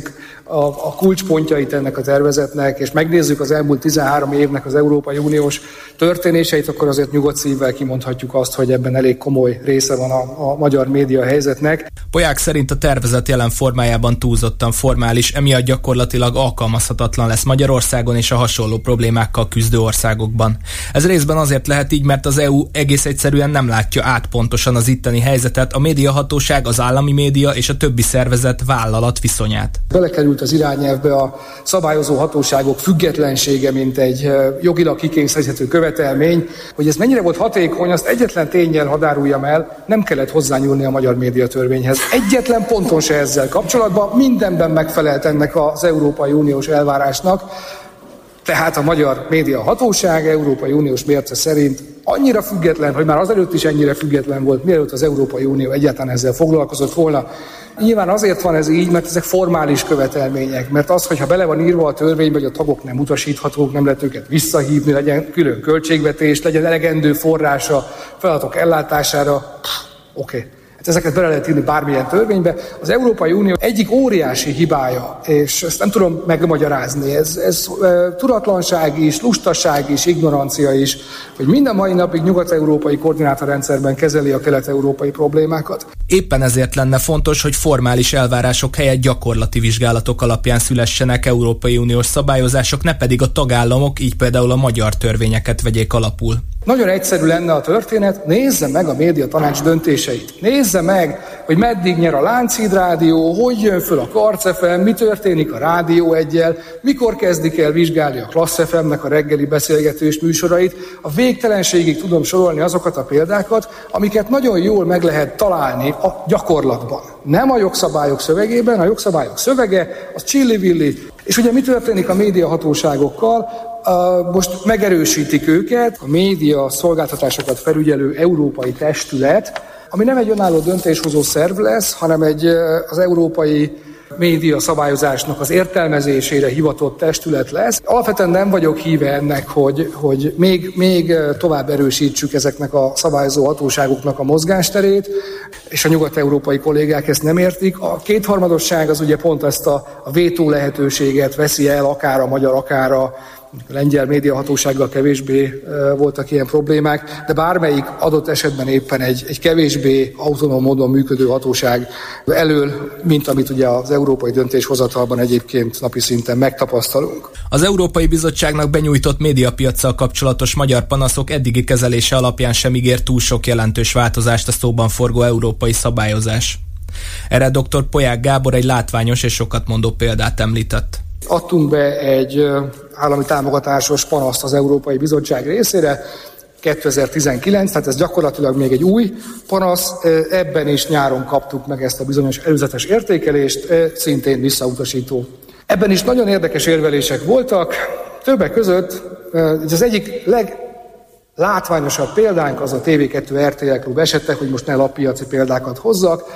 a, a kulcspontjait ennek a tervezetnek, és megnézzük az elmúlt tizenhárom évnek az Európai Uniós történéseit, akkor azért nyugodt szívvel kimondhatjuk azt, hogy ebben elég komoly része van a, a magyar média helyzetnek. Polyák szerint a tervezet jelen formájában túlzottan formális, emiatt gyakorlatilag alkalmazhatatlan lesz Magyarországon és a hasonló problémákkal küzdő országokban. Ez részben azért lehet így, mert az é u egész egyszerűen nem látja át pontosan az itteni helyzetet, a médiahatóság, az állami média és a többi szervezet vállalat viszonyát. Belekerült az irányelvbe a szabályozó hatóságok függetlensége, mint egy jogilag kikényszeríthető követelmény, hogy ez mennyire volt hatékony, azt egyetlen ténnyel hadáruljam el, nem kellett hozzányúlni a magyar médiatörvényhez. Egyetlen ponton se ezzel kapcsolatban, mindenben megfelelt ennek az Európai Uniós elvárásnak, tehát a magyar média hatóság Európai Uniós mérce szerint annyira független, hogy már azelőtt is ennyire független volt, mielőtt az Európai Unió egyáltalán ezzel foglalkozott volna. Nyilván azért van ez így, mert ezek formális követelmények, mert az, hogyha bele van írva a törvénybe, hogy a tagok nem utasíthatók, nem lehet őket visszahívni, legyen külön költségvetés, legyen elegendő forrása feladatok ellátására, oké. Okay. Ezeket bele lehet írni bármilyen törvénybe. Az Európai Unió egyik óriási hibája, és ezt nem tudom megmagyarázni, ez, ez e, tudatlanság is, lustaság is, ignorancia is, hogy minden mai napig nyugat-európai koordinátorrendszerben kezeli a kelet-európai problémákat. Éppen ezért lenne fontos, hogy formális elvárások helyett gyakorlati vizsgálatok alapján szülessenek Európai Uniós szabályozások, ne pedig a tagállamok, így például a magyar törvényeket vegyék alapul. Nagyon egyszerű lenne a történet, nézze meg a médiatanács döntéseit. Nézze meg, hogy meddig nyer a Lánchíd Rádió, hogy jön föl a Karc ef em, mi történik a Rádió egyel, mikor kezdik el vizsgálni a Klassz ef em-nek a reggeli beszélgetős műsorait. A végtelenségig tudom sorolni azokat a példákat, amiket nagyon jól meg lehet találni a gyakorlatban. Nem a jogszabályok szövegében, a jogszabályok szövege, az csillivilli. És ugye mi történik a médiahatóságokkal? Uh, most megerősítik őket, a média szolgáltatásokat felügyelő európai testület, ami nem egy önálló döntéshozó szerv lesz, hanem egy az európai média szabályozásnak az értelmezésére hivatott testület lesz. Alapvetően nem vagyok híve ennek, hogy, hogy még, még tovább erősítsük ezeknek a szabályozó hatóságoknak a mozgásterét, és a nyugat-európai kollégák ezt nem értik. A kétharmadosság az ugye pont ezt a, a vétó lehetőséget veszi el, akár a magyar, akár a a lengyel médiahatósággal kevésbé voltak ilyen problémák, de bármelyik adott esetben éppen egy, egy kevésbé autonóm módon működő hatóság elől, mint amit ugye az európai döntéshozatalban egyébként napi szinten megtapasztalunk. Az Európai Bizottságnak benyújtott médiapiaccal kapcsolatos magyar panaszok eddigi kezelése alapján sem ígér túl sok jelentős változást a szóban forgó európai szabályozás. Erre dr. Polyák Gábor egy látványos és sokat mondó példát említett. Adtunk be egy állami támogatásos panaszt az Európai Bizottság részére, kétezer-tizenkilenc, tehát ez gyakorlatilag még egy új panasz, ebben is nyáron kaptuk meg ezt a bizonyos előzetes értékelést, szintén visszautasító. Ebben is nagyon érdekes érvelések voltak, többek között az egyik leglátványosabb példánk az a té vé kettő er té el Klub esete, hogy most ne lappiaci példákat hozzak.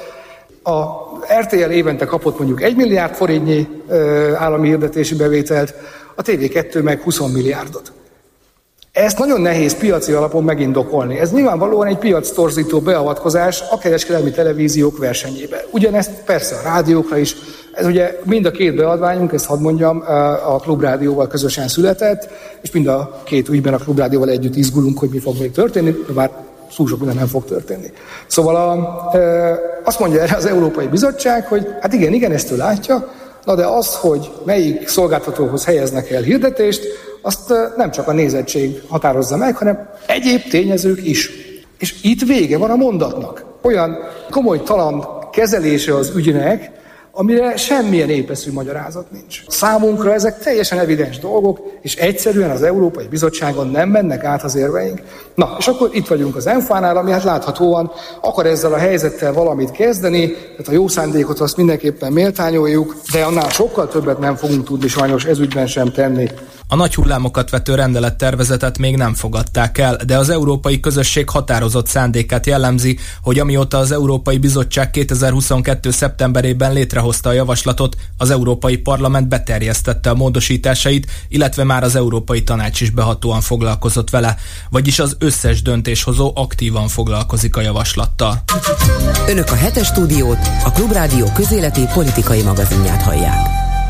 A er té el évente kapott mondjuk egy milliárd forintnyi ö, állami hirdetési bevételt, a té vé kettő meg húsz milliárdot. Ezt nagyon nehéz piaci alapon megindokolni. Ez nyilvánvalóan egy piac torzító beavatkozás a kereskedelmi televíziók versenyébe. Ugyanezt persze a rádiókra is. Ez ugye mind a két beadványunk, ezt hadd mondjam, a Klubrádióval közösen született, és mind a két ügyben a Klubrádióval együtt izgulunk, hogy mi fog még történni, de már túl sok minden nem fog történni. Szóval a, e, azt mondja erre az Európai Bizottság, hogy hát igen, igen, ezt ő látja, na de azt, hogy melyik szolgáltatóhoz helyeznek el hirdetést, azt nem csak a nézettség határozza meg, hanem egyéb tényezők is. És itt vége van a mondatnak. Olyan komolytalan kezelése az ügynek, amire semmilyen épeszű magyarázat nincs. Számunkra ezek teljesen evidens dolgok, és egyszerűen az Európai Bizottságon nem mennek át az érveink. Na, és akkor itt vagyunk az en fánál, ami hát láthatóan akar ezzel a helyzettel valamit kezdeni, tehát a jó szándékot azt mindenképpen méltányoljuk, de annál sokkal többet nem fogunk tudni sajnos ezügyben sem tenni. A nagy hullámokat vető rendelettervezetet még nem fogadták el, de az Európai Közösség határozott szándékát jellemzi, hogy amióta az Európai Bizottság kétezer-huszonkettő szeptemberében létrehozta a javaslatot, az Európai Parlament beterjesztette a módosításait, illetve már az Európai Tanács is behatóan foglalkozott vele, vagyis az összes döntéshozó aktívan foglalkozik a javaslattal. Önök a hetes stúdiót, a Klubrádió közéleti politikai magazinját hallják.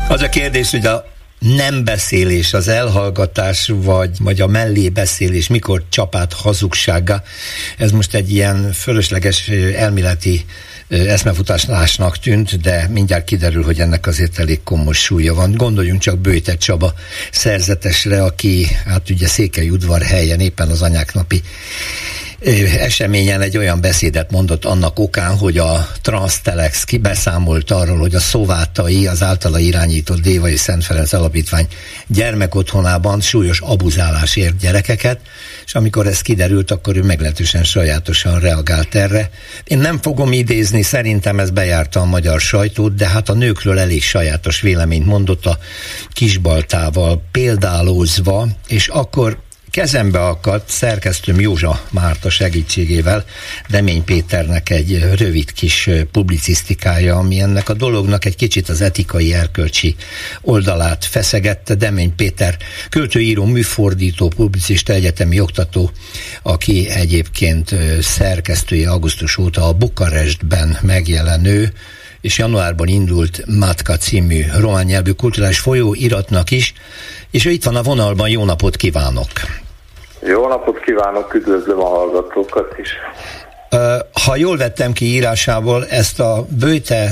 Az a kérdés, hogy a nem beszélés, az elhallgatás, vagy, vagy a mellébeszélés mikor csapát hazugsága, ez most egy ilyen fölösleges elméleti eszmefutásnak tűnt, de mindjárt kiderül, hogy ennek azért elég komoly súlya van. Gondoljunk csak Böjte Csaba szerzetesre, aki hát ugye Székelyudvarhelyen éppen az Anyák napi eseményen egy olyan beszédet mondott annak okán, hogy a Transtelex kibeszámolt arról, hogy a Szovátai, az általa irányított Dévai Szent Ferenc Alapítvány gyermekotthonában súlyos abuzálás ért gyerekeket, és amikor ez kiderült, akkor ő meglehetősen sajátosan reagált erre. Én nem fogom idézni, szerintem ez bejárta a magyar sajtót, de hát a nőkről elég sajátos véleményt mondott a Kisbaltával példálózva, és akkor kezembe akadt szerkesztőm Józsa Márta segítségével Demény Péternek egy rövid kis publicisztikája, ami ennek a dolognak egy kicsit az etikai, erkölcsi oldalát feszegette. Demény Péter költőíró, műfordító, publicista, egyetemi oktató, aki egyébként szerkesztője augusztus óta a Bukarestben megjelenő és januárban indult Matka című román nyelvű kulturális folyóiratnak is, és ő itt van a vonalban. Jó napot kívánok! Jó napot kívánok, üdvözlöm a hallgatókat is. Ha jól vettem ki írásából, ezt a Böjte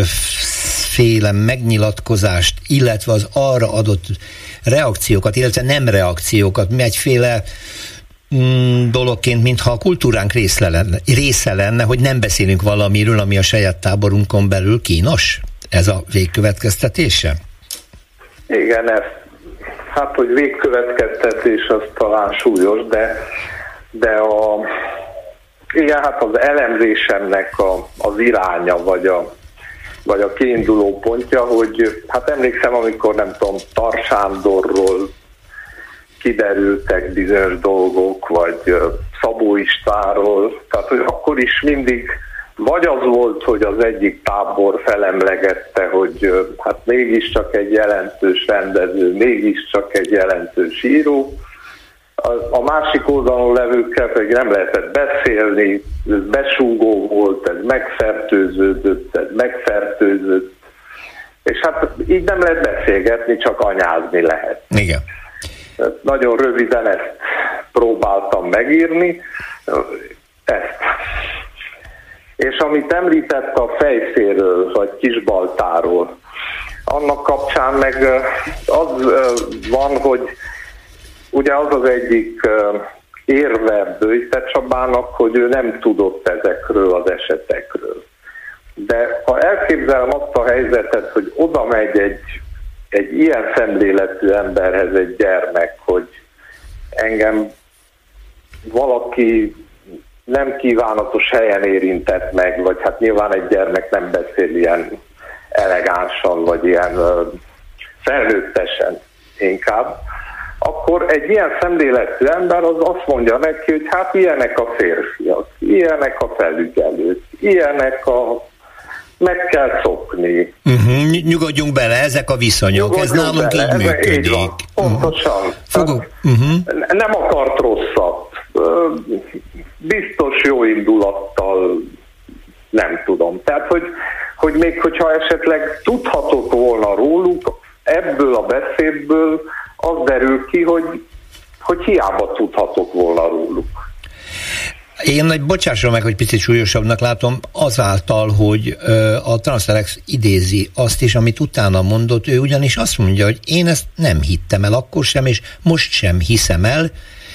féle megnyilatkozást, illetve az arra adott reakciókat, illetve nem reakciókat, egyféle dologként, mintha a kultúránk része lenne, része lenne, hogy nem beszélünk valamiről, ami a saját táborunkon belül kínos? Ez a végkövetkeztetése? Igen, ez, hát, hogy végkövetkeztetés az talán súlyos, de, de a, igen, hát az elemzésemnek a, az iránya, vagy a, vagy a kiinduló pontja, hogy hát emlékszem, amikor nem tudom, Tar Sándorról kiderültek bizonyos dolgok, vagy Szabó Istvánról, tehát hogy akkor is mindig vagy az volt, hogy az egyik tábor felemlegette, hogy hát mégiscsak egy jelentős rendező, mégiscsak egy jelentős író, a másik oldalon levőkkel pedig nem lehetett beszélni, ez besúgó volt, ez megfertőződött, ez megfertőzött, és hát így nem lehet beszélgetni, csak anyázni lehet. Igen. Nagyon röviden ezt próbáltam megírni, ezt. És amit említett a Fejszéről, vagy Kisbaltáról, annak kapcsán meg az van, hogy ugye az az egyik érve Böjte Csabának, hogy ő nem tudott ezekről az esetekről. De ha elképzelem azt a helyzetet, hogy oda megy egy egy ilyen szemléletű emberhez egy gyermek, hogy engem valaki nem kívánatos helyen érintett meg, vagy hát nyilván egy gyermek nem beszél ilyen elegánsan, vagy ilyen uh, felnőttesen inkább, akkor egy ilyen szemléletű ember az azt mondja neki, hogy hát ilyenek a férfiak, ilyenek a felügyelők, ilyenek a meg kell szokni. Uh-huh. Nyugodjunk bele, ezek a viszonyok, Nyugodjunk ez nálunk bele. Így működik. Így van. Pontosan. Fogok. Uh-huh. Nem akart rosszat. Biztos jó indulattal, nem tudom. Tehát, hogy, hogy még hogyha esetleg tudhatott volna róluk, ebből a beszédből az derül ki, hogy, hogy hiába tudhatok volna róluk. Én egy bocsásson meg, hogy picit súlyosabbnak látom, azáltal, hogy ö, a Transtelex idézi azt is, amit utána mondott, ő ugyanis azt mondja, hogy én ezt nem hittem el akkor sem, és most sem hiszem el.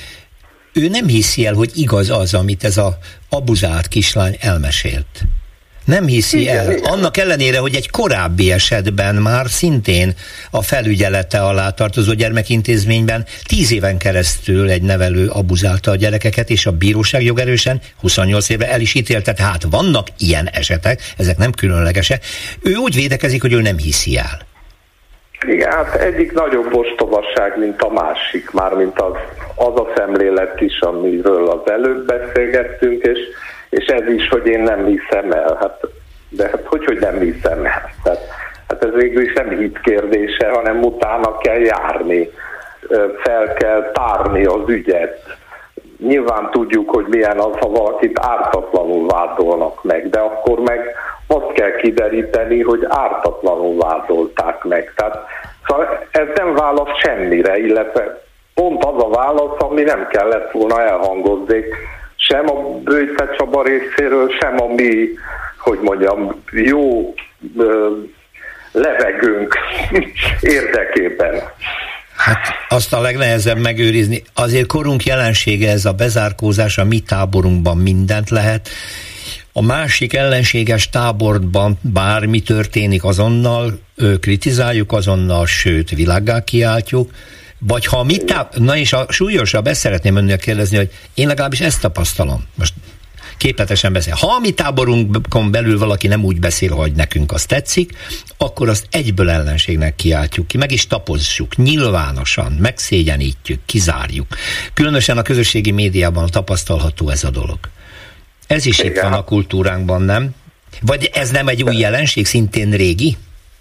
Ő nem hiszi el, hogy igaz az, amit ez a abuzált kislány elmesélt. Nem hiszi igen, el. Igen. Annak ellenére, hogy egy korábbi esetben már szintén a felügyelete alá tartozó gyermekintézményben tíz éven keresztül egy nevelő abuzálta a gyerekeket, és a bíróság jogerősen huszonnyolc évre el is ítélte. Tehát vannak ilyen esetek, ezek nem különlegesek. Ő úgy védekezik, hogy ő nem hiszi el. Igen, hát egyik nagyobb ostobasság, mint a másik, mármint az, az a szemlélet is, amiről az előbb beszélgettünk, és és ez is, hogy én nem hiszem el. Hát, de hát hogy, hogy nem hiszem el? Tehát, hát ez végül is nem hit kérdése, hanem utána kell járni, fel kell tárni az ügyet. Nyilván tudjuk, hogy milyen az, ha valakit ártatlanul vádolnak meg, de akkor meg azt kell kideríteni, hogy ártatlanul vádolták meg. Tehát szóval ez nem válasz semmire, illetve pont az a válasz, ami nem kellett volna elhangozni, sem a Böjte Csaba részéről, sem a mi, hogy mondjam, jó ö, levegőnk érdekében. Hát azt a legnehezebb megőrizni. Azért korunk jelensége ez a bezárkózás, a mi táborunkban mindent lehet. A másik ellenséges táborban bármi történik, azonnal ö, kritizáljuk, azonnal, sőt, világgá kiáltjuk. Vagy ha mi tá... Na és a súlyosabb, ezt szeretném önnél kérdezni, hogy én legalábbis ezt tapasztalom. Most képletesen beszél. Ha a mi táborunkon belül valaki nem úgy beszél, hogy nekünk az tetszik, akkor azt egyből ellenségnek kiáltjuk ki, meg is tapozzuk, nyilvánosan, megszégyenítjük, kizárjuk. Különösen a közösségi médiában tapasztalható ez a dolog. Ez is itt van a kultúránkban, nem? Vagy ez nem egy új jelenség, szintén régi?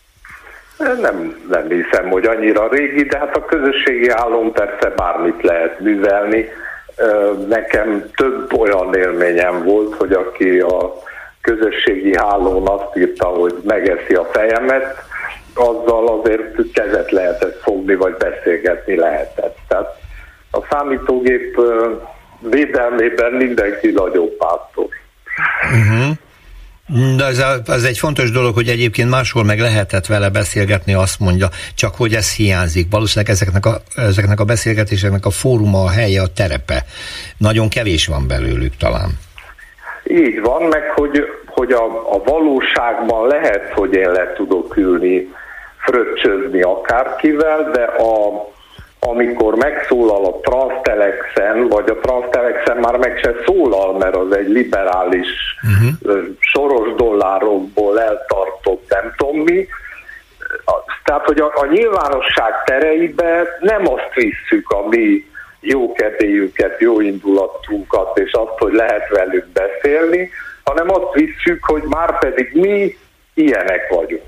Nem, nem hiszem, hogy annyira régi, de hát a közösségi hálón persze bármit lehet művelni. Nekem több olyan élményem volt, hogy aki a közösségi hálón azt írta, hogy megeszi a fejemet, azzal azért kezet lehetett fogni, vagy beszélgetni lehetett. Tehát a számítógép védelmében mindenki nagyobb pásztor. Uh-huh. De ez, a, ez egy fontos dolog, hogy egyébként máshol meg lehetett vele beszélgetni, azt mondja, csak hogy ez hiányzik. Valószínűleg ezeknek a, ezeknek a beszélgetéseknek a fóruma, a helye, a terepe. Nagyon kevés van belőlük talán. Így van, meg hogy, hogy a, a valóságban lehet, hogy én le tudok ülni, fröccsözni akárkivel, de a amikor megszólal a Transztelexen, vagy a Transztelexen már meg se szólal, mert az egy liberális uh-huh. soros dollárokból eltartott nem tudom mi. Tehát, hogy a, a nyilvánosság tereibe nem azt visszük a mi jó kedélyünket, jó indulatunkat, és azt, hogy lehet velük beszélni, hanem azt visszük, hogy már pedig mi ilyenek vagyunk.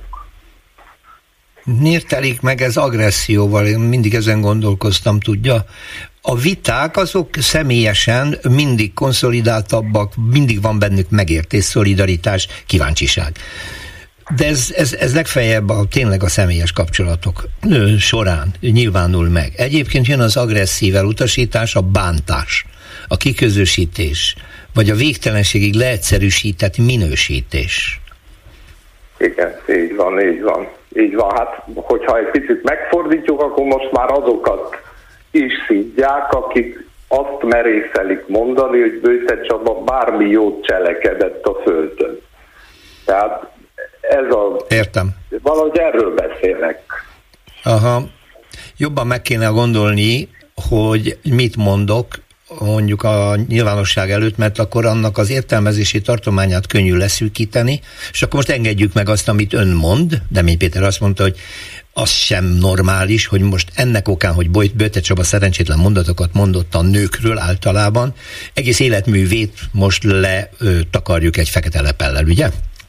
Miért telik meg ez agresszióval? Én mindig ezen gondolkoztam, tudja. A viták azok személyesen mindig konszolidáltabbak, mindig van bennük megértés, szolidaritás, kíváncsiság. De ez, ez, ez legfeljebb a, tényleg a személyes kapcsolatok során nyilvánul meg. Egyébként jön az agresszív elutasítás, a bántás, a kiközösítés, vagy a végtelenségig leegyszerűsített minősítés. Igen, így van, így van. Így van, hát hogyha egy picit megfordítjuk, akkor most már azokat is szidják, akik azt merészelik mondani, hogy Böjte Csaba bármi jót cselekedett a földön. Tehát ez a... Értem. Valahogy erről beszélek. Aha. Jobban meg kéne gondolni, hogy mit mondok, mondjuk a nyilvánosság előtt, mert akkor annak az értelmezési tartományát könnyű leszűkíteni, és akkor most engedjük meg azt, amit ön mond, Demény Péter azt mondta, hogy az sem normális, hogy most ennek okán, hogy Böjte Csaba szerencsétlen mondatokat mondott a nőkről általában, egész életművét most letakarjuk egy fekete lepellel, ugye?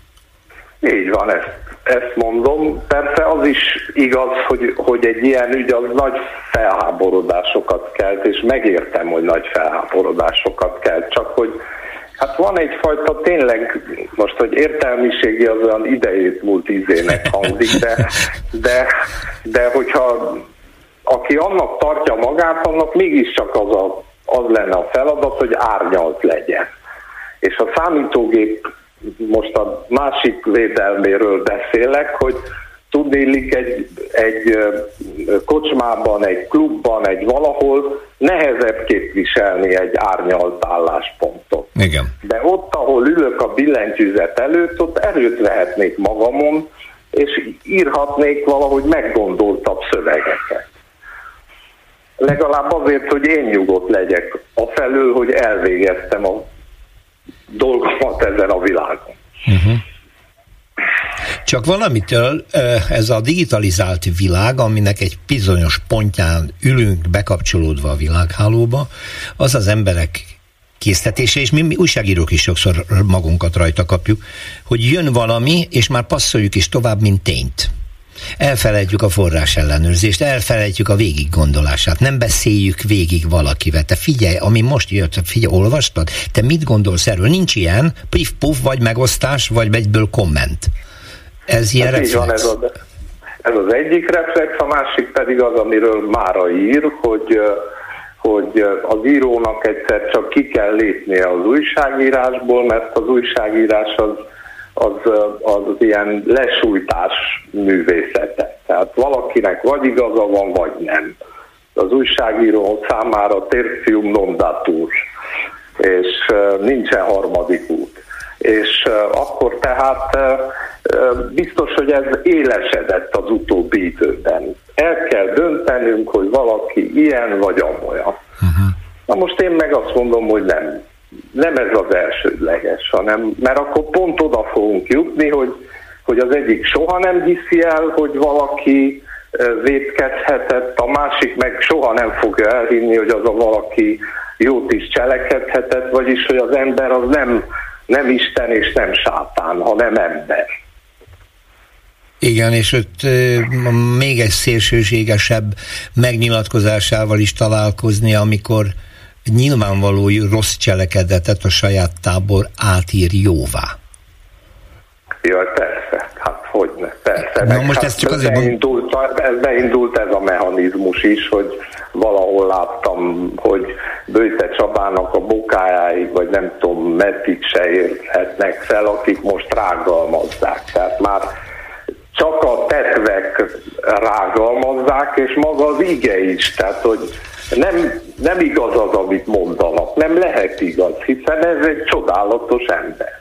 Így van, ezt, ezt mondom. Persze az is igaz, hogy, hogy egy ilyen ügy az nagy felháborodásokat kelt, és megértem, hogy nagy felháborodásokat kelt, csak hogy hát van egyfajta tényleg, most, hogy értelmiségi az olyan idejét múlt izének hangzik, de, de, de hogyha aki annak tartja magát, annak mégiscsak az, a, az lenne a feladat, hogy árnyalt legyen. És a számítógép, most a másik védelméről beszélek, hogy tudnélik egy, egy kocsmában, egy klubban, egy valahol nehezebb képviselni egy árnyalt álláspontot. Igen. De ott, ahol ülök a billentyűzet előtt, ott erőt vehetnék magamon, és írhatnék valahogy meggondoltabb szövegeket. Legalább azért, hogy én nyugodt legyek afelől, hogy elvégeztem a dolgomat ezen a világon. Uh-huh. Csak valamitől ez a digitalizált világ, aminek egy bizonyos pontján ülünk bekapcsolódva a világhálóba, az az emberek késztetése, és mi, mi újságírók is sokszor magunkat rajta kapjuk, hogy jön valami, és már passzoljuk is tovább, mint tényt. elfelejtjük a forrás ellenőrzést, elfelejtjük a végiggondolását, nem beszéljük végig valakivel. Te figyelj, ami most jött, figyelj, olvastad? Te mit gondolsz erről? Nincs ilyen, pif-puf, vagy megosztás, vagy egyből komment. Ez ilyen hát reflex. Van, ez, a, ez az egyik reflex, a másik pedig az, amiről Mára ír, hogy, hogy az írónak egyszer csak ki kell lépnie az újságírásból, mert az újságírás az, az, az ilyen lesújtás művészete. Tehát valakinek vagy igaza van, vagy nem. Az újságíró számára tertium non datur, és nincsen harmadik út. És akkor tehát biztos, hogy ez élesedett az utóbbi időben. El kell döntenünk, hogy valaki ilyen vagy amolyan. Uh-huh. Na most én meg azt mondom, hogy nem. Nem ez az elsődleges, hanem, mert akkor pont oda fogunk jutni, hogy, hogy az egyik soha nem hiszi el, hogy valaki vétkezhetett, a másik meg soha nem fogja elhinni, hogy az a valaki jót is cselekedhetett, vagyis, hogy az ember az nem, nem Isten és nem sátán, hanem ember. Igen, és ott e, még egy szélsőségesebb megnyilatkozásával is találkozni, amikor nyilvánvaló rossz cselekedetet a saját tábor átír jóvá. Jaj, persze, hát hogyne, persze. Na, most ez csak azért beindult, ez beindult ez a mechanizmus is, hogy valahol láttam, hogy Böjte Csabának a bokájáig, vagy nem tudom, meddig se érhetnek fel, akik most rágalmazzák. Tehát már csak a tetvek rágalmazzák, és maga az ige is, tehát hogy nem, nem igaz az, amit mondanak, nem lehet igaz, hiszen ez egy csodálatos ember.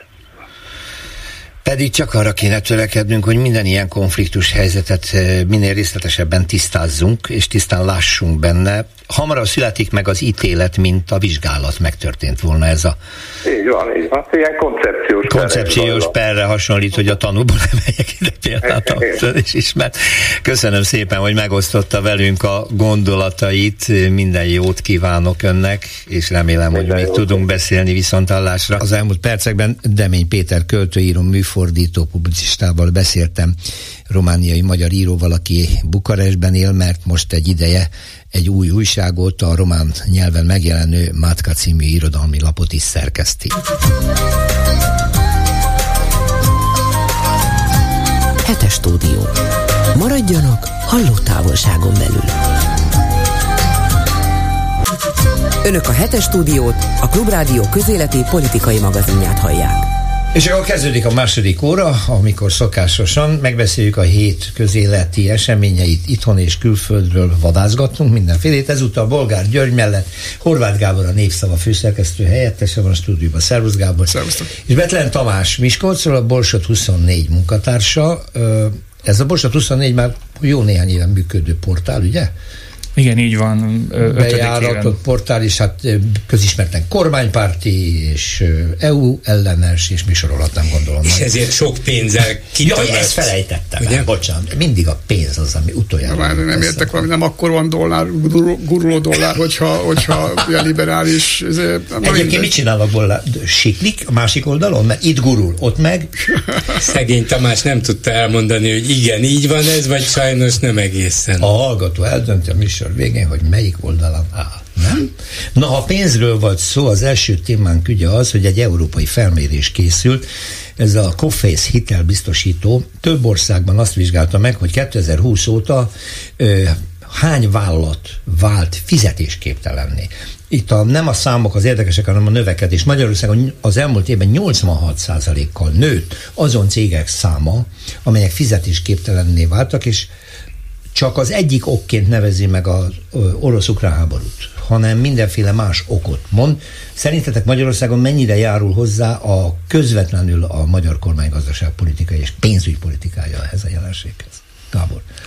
Pedig csak arra kéne törekednünk, hogy minden ilyen konfliktus helyzetet minél részletesebben tisztázzunk, és tisztán lássunk benne. Hamarabb születik meg az ítélet, mint a vizsgálat megtörtént volna ez a... Így van, így van. Ilyen koncepciós, koncepciós perre hasonlít, hogy a tanúból emeljek ide példát, és ismert. Köszönöm szépen, hogy megosztotta velünk a gondolatait, minden jót kívánok önnek, és remélem, minden hogy még tudunk beszélni viszonthallásra. Az elmúlt percekben Demény Péter költőíró, műfordító, publicistával beszéltem, romániai magyar íróval, aki Bukarestben él, mert most egy ideje egy új újságot, a román nyelven megjelenő Mátka című irodalmi lapot is szerkeszti. Hetes stúdió. Maradjanak hallótávolságon belül. Önök a Hetes stúdiót, a Klubrádió közéleti politikai magazinját hallják. És akkor kezdődik a második óra, amikor szokásosan megbeszéljük a hét közéleti eseményeit itthon és külföldről, vadászgatunk mindenfélét. Ezúttal Bolgár György mellett Horváth Gábor, a Népszava főszerkesztő helyettese van a stúdióban. Szervusz Gábor! Szervusztok! És Betlen Tamás Miskolcról, a Borsod huszonnégy munkatársa. Ez a Borsod huszonnégy már jó néhány éven működő portál, ugye? Igen, így van. Bejáratott portál, és hát közismerten kormánypárti, és é u ellenes, és mi sorolhatnám, gondolom. És ezért sok pénzzel kitömött. Jaj, ezt felejtettem el, bocsánat. Mindig a pénz az, ami utoljára. Már nem értek valami, nem akkor van dollár, guruló dollár, hogyha, hogyha ilyen liberális... Egyébként mit csinálnak dollár? Siklik a másik oldalon? Mert itt gurul, ott meg... Szegény Tamás nem tudta elmondani, hogy igen, így van ez, vagy sajnos nem egészen. A hallgató eldönti a műsor végén, hogy melyik oldalon áll. Nem? Na, ha pénzről volt szó, az első témánk ugye az, hogy egy európai felmérés készült. Ez a Coface hitelbiztosító több országban azt vizsgálta meg, hogy kétezer-húsz óta ö, hány vállalat vált fizetésképtelenné. Itt a, nem a számok az érdekesek, hanem a növekedés. Magyarországon az elmúlt évben nyolcvanhat százalékkal nőtt azon cégek száma, amelyek fizetésképtelenné váltak, és csak az egyik okként nevezi meg az orosz-ukrán háborút, hanem mindenféle más okot mond. Szerintetek Magyarországon mennyire járul hozzá a közvetlenül a magyar kormány gazdaságpolitikai és pénzügypolitikája ehhez a jelenséghez? Gábor.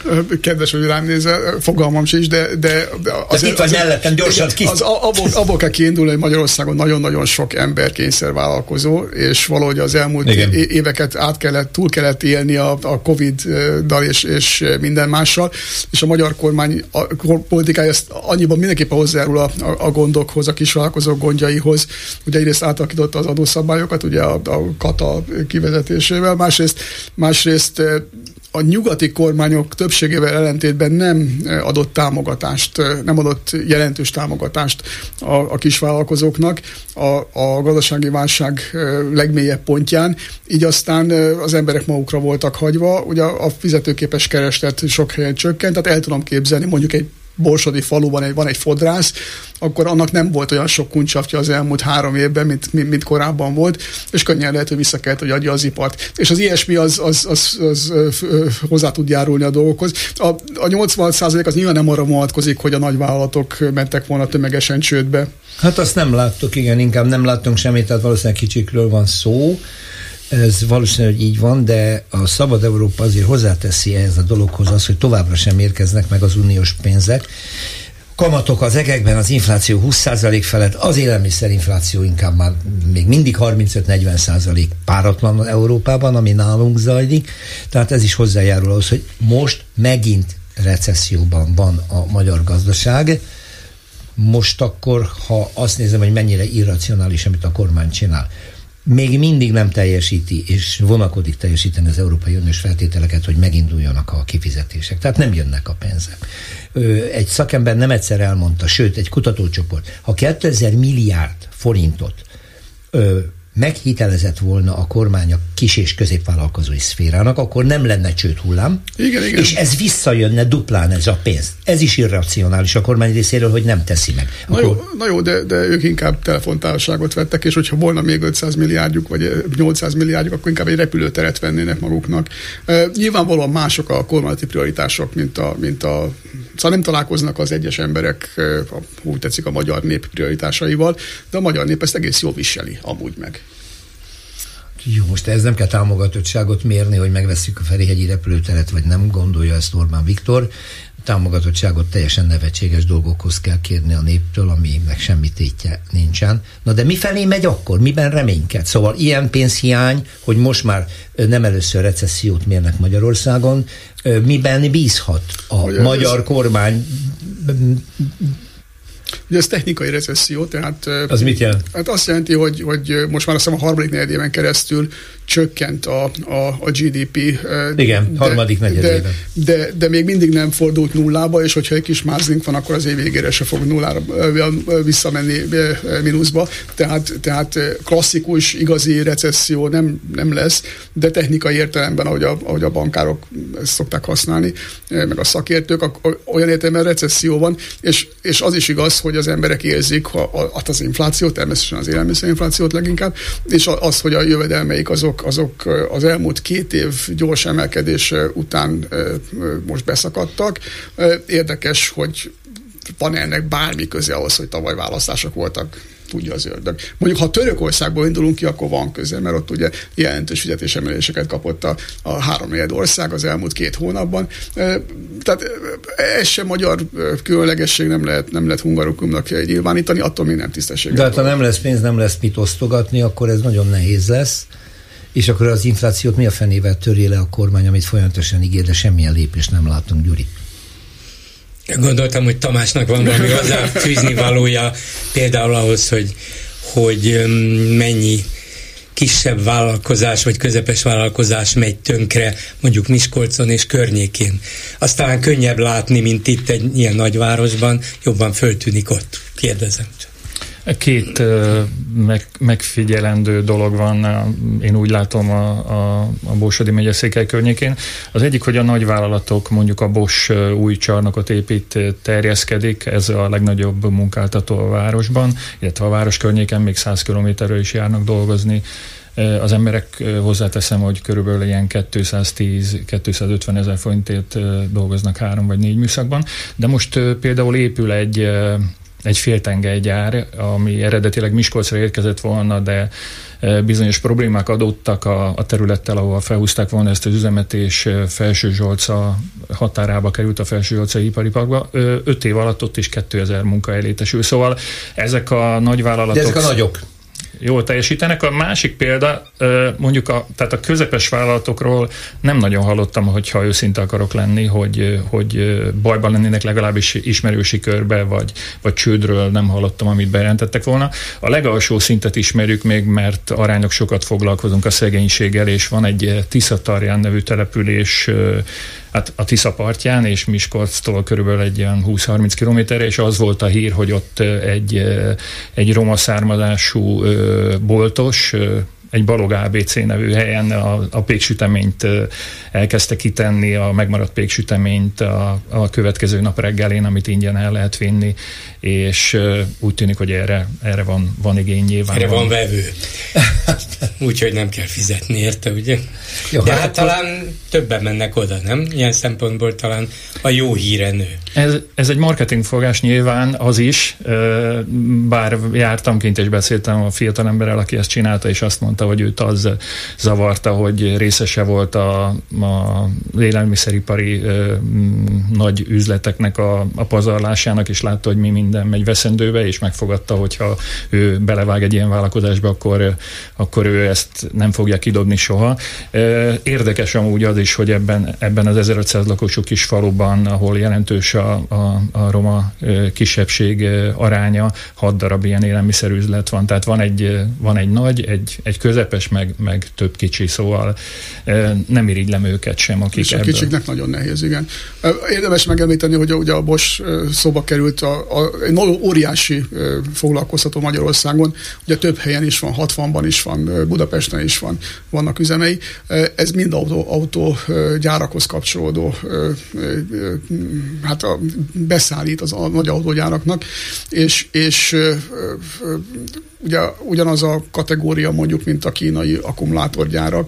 Kedves, hogy rám nézel, fogalmam sincs, de... de, de azért, itt vagy mellettem, gyorsan ki. Az, abból, abból kell kiindulni, hogy Magyarországon nagyon-nagyon sok ember kényszervállalkozó, és valahogy az elmúlt Igen. éveket át kellett, túl kellett élni a, a Covid-dal és, és minden mással, és a magyar kormány a politikája ezt annyiban mindenképpen hozzájárul a, a, a gondokhoz, a kisvállalkozók gondjaihoz. Ugye egyrészt átalakította az adószabályokat, ugye a, a kata kivezetésével, másrészt, másrészt a nyugati kormányok többségével ellentétben nem adott támogatást, nem adott jelentős támogatást a, a kisvállalkozóknak a, a gazdasági válság legmélyebb pontján, így aztán az emberek magukra voltak hagyva, ugye a fizetőképes kereslet sok helyen csökkent, tehát el tudom képzelni mondjuk egy borsodi faluban egy, van egy fodrász, akkor annak nem volt olyan sok kuncsafja az elmúlt három évben, mint, mint, mint korábban volt, és könnyen lehet, hogy vissza kellett, hogy adja az ipart. És az ilyesmi az, az, az, az, az hozzá tud járulni a dolgokhoz. A, a nyolcvan százalék az nyilván nem arra vonatkozik, hogy a nagyvállalatok mentek volna tömegesen csődbe. Hát azt nem láttuk, igen, inkább nem láttunk semmit, tehát valószínűleg kicsikről van szó. Ez valószínűleg így van, de a Szabad Európa azért hozzáteszi ehhez a dologhoz az, hogy továbbra sem érkeznek meg az uniós pénzek. Kamatok az egekben, az infláció húsz százalék felett, az élelmiszerinfláció inkább már még mindig harmincöt-negyven százalék páratlan Európában, ami nálunk zajlik. Tehát ez is hozzájárul ahhoz, hogy most megint recesszióban van a magyar gazdaság. Most akkor, ha azt nézem, hogy mennyire irracionális, amit a kormány csinál, még mindig nem teljesíti, és vonakodik teljesíteni az Európai Uniós feltételeket, hogy meginduljanak a kifizetések. Tehát nem jönnek a pénzek. Egy szakember nem egyszer elmondta, sőt, egy kutatócsoport, ha kétezer milliárd forintot ö, meghitelezett volna a kormány a kis- és középvállalkozói szférának, akkor nem lenne csődhullám, igen, igen. és ez visszajönne duplán ez a pénz. Ez is irracionális a kormány részéről, hogy nem teszi meg. Na, akkor... jó, na jó, de, de ők inkább telefontársaságot vettek, és hogyha volna még ötszáz milliárdjuk, vagy nyolcszáz milliárdjuk, akkor inkább egy repülőteret vennének maguknak. E, nyilvánvalóan mások a kormányzati prioritások, mint a, mint a szóval nem találkoznak az egyes emberek, úgy tetszik, a magyar nép prioritásaival, de a magyar nép ezt egész jól viseli, amúgy meg. Jó, most ez nem kell támogatottságot mérni, hogy megvesszük a Ferihegyi repülőteret, vagy nem, gondolja ezt Orbán Viktor. Támogatottságot teljesen nevetséges dolgokhoz kell kérni a néptől, aminek semmi tétje nincsen. Na de mifelé megy akkor? Miben reményked? Szóval ilyen pénzhiány, hogy most már nem először recessziót mérnek Magyarországon, miben bízhat a Ugye magyar ez... kormány? Ugye ez technikai recesszió, tehát... Az mit jelent? Hát azt jelenti, hogy, hogy most már azt hiszem a harmadik negyedében keresztül csökkent a, a, a gé dé pé. Igen, de, harmadik negyedében. De, de, de még mindig nem fordult nullába, és hogyha egy kis mázlink van, akkor az év végére se fog nullára visszamenni mínuszba. Tehát, tehát klasszikus, igazi recesszió nem, nem lesz, de technikai értelemben, ahogy a, ahogy a bankárok ezt szokták használni, meg a szakértők, olyan értelemben recesszió van, és, és az is igaz, hogy az emberek érzik az inflációt, természetesen az élelmiszerinflációt leginkább, és az, hogy a jövedelmeik azok, azok az elmúlt két év gyors emelkedés után most beszakadtak. Érdekes, hogy van ennek bármi köze ahhoz, hogy tavaly választások voltak, tudja az ördög. Mondjuk, ha Törökországból indulunk ki, akkor van köze, mert ott ugye jelentős fizetésemeléseket kapott a, a háromnegyed ország az elmúlt két hónapban. Tehát ez sem magyar különlegesség, nem lehet, nem lehet hungarokumnak nyilvánítani, attól még nem tisztességes. De hát, ha nem lesz pénz, nem lesz mit osztogatni, akkor ez nagyon nehéz lesz. És akkor az inflációt mi a fenével törje le a kormány, amit folyamatosan ígér, de semmilyen lépést nem látunk, Gyuri? Gondoltam, hogy Tamásnak van valami hozzáfűzni valója, például ahhoz, hogy, hogy mennyi kisebb vállalkozás, vagy közepes vállalkozás megy tönkre, mondjuk Miskolcon és környékén. Azt talán könnyebb látni, mint itt egy ilyen nagyvárosban, jobban föltűnik ott. Kérdezem csak. Két uh, meg, megfigyelendő dolog van, én úgy látom a, a, a Borsodi megyeszékhely környékén. Az egyik, hogy a nagyvállalatok, mondjuk a Bosch új csarnokot épít, terjeszkedik, ez a legnagyobb munkáltató a városban, illetve a város környéken még száz kilométerről is járnak dolgozni. Az emberek, hozzáteszem, hogy körülbelül ilyen kétszáztíz-kétszázötven ezer forintért dolgoznak három vagy négy műszakban, de most például épül egy egy féltengelygyár, ami eredetileg Miskolcra érkezett volna, de bizonyos problémák adottak a, a területtel, ahol felhúzták volna ezt az üzemet, és Felsőzsolca határába került, a Felsőzsolcai ipari parkba. Öt év alatt ott is kétezer munkahely létesül. Szóval ezek a nagyvállalatok... De ezek a nagyok. Jól teljesítenek. A másik példa, mondjuk a, tehát a közepes vállalatokról nem nagyon hallottam, hogyha őszinte akarok lenni, hogy, hogy bajban lennének legalábbis ismerősi körbe, vagy, vagy csődről nem hallottam, amit bejelentettek volna. A legalsó szintet ismerjük még, mert arányok sokat foglalkozunk a szegénységgel, és van egy Tiszatarján nevű település, hát a Tisza partján, és Miskolctól körülbelül egy ilyen húsz-harminc kilométerre, és az volt a hír, hogy ott egy, egy roma származású boltos, egy Balog á bé cé nevű helyen a, a péksüteményt elkezdte kitenni, a megmaradt péksüteményt a, a következő nap reggelén, amit ingyen el lehet vinni, és úgy tűnik, hogy erre, erre van, van igény nyilván. Erre van vevő. Úgyhogy nem kell fizetni érte, ugye? Jó, de hát, hát talán többen mennek oda, nem? Ilyen szempontból talán a jó híre nő. Ez, ez egy marketingfogás nyilván, az is, bár jártam kint és beszéltem a fiatalemberrel, aki ezt csinálta, és azt mondta, hogy őt az zavarta, hogy részese volt a, a élelmiszeripari ö, nagy üzleteknek a, a pazarlásának, és látta, hogy mi minden megy veszendőbe, és megfogadta, hogyha ő belevág egy ilyen vállalkozásba, akkor, akkor ő ezt nem fogja kidobni soha. Érdekes amúgy az is, hogy ebben, ebben az ezerötszáz lakosú kis faluban, ahol jelentős a, a, a roma kisebbség aránya, hat darab ilyen élelmiszerüzlet van. Tehát van egy, van egy nagy, egy, egy közepes, meg, meg több kicsi, szóval nem irigylem őket sem, akik és a ebből... kicsiknek nagyon nehéz, igen. Érdemes megemlíteni, hogy ugye a Bosch szóba került a, a, egy óriási foglalkoztató Magyarországon, ugye több helyen is van, hatvanban is van, Budapesten is van, vannak üzemei. Ez mind autó, autógyárakhoz kapcsolódó, hát a, beszállít az a nagy autógyáraknak, és, és ugye ugyanaz a kategória mondjuk, mint a kínai akkumulátorgyárak.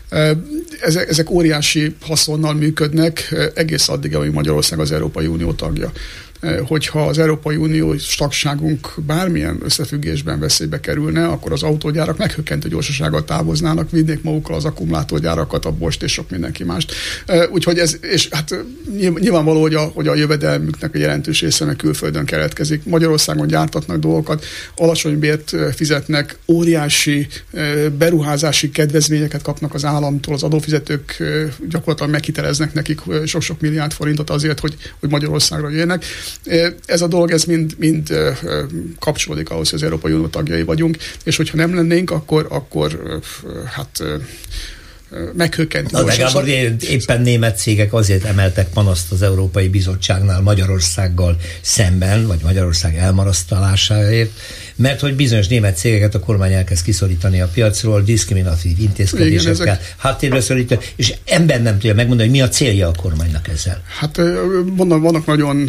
Ezek, ezek óriási haszonnal működnek egész addig, amíg Magyarország az Európai Unió tagja. Hogyha az Európai Uniós tagságunk bármilyen összefüggésben veszélybe kerülne, akkor az autógyárak meghökkentő gyorsasággal távoznának, vinnék magukkal az akkumulátorgyárakat, a Bosch és sok mindenki mást. Úgyhogy ez, és hát nyilvánvaló, hogy a, hogy a jövedelmüknek a jelentős része meg külföldön keletkezik. Magyarországon gyártatnak dolgokat, alacsony bért fizetnek, óriási beruházási kedvezményeket kapnak az államtól, az adófizetők gyakorlatilag meghiteleznek nekik sok-sok milliárd forintot azért, hogy, hogy Magyarországra jöjjenek. Ez a dolog, ez mind, mind kapcsolódik ahhoz, hogy az Európai Unió tagjai vagyunk, és hogyha nem lennénk, akkor, akkor hát meghökkenti. Na, legalább éppen német cégek azért emeltek panaszt az Európai Bizottságnál Magyarországgal szemben, vagy Magyarország elmarasztalásáért, mert hogy bizonyos német cégeket a kormány elkezd kiszorítani a piacról, diszkriminatív intézkedésekkel, háttérbe szorítani, és ember nem tudja megmondani, hogy mi a célja a kormánynak ezzel. Hát mondom, vannak nagyon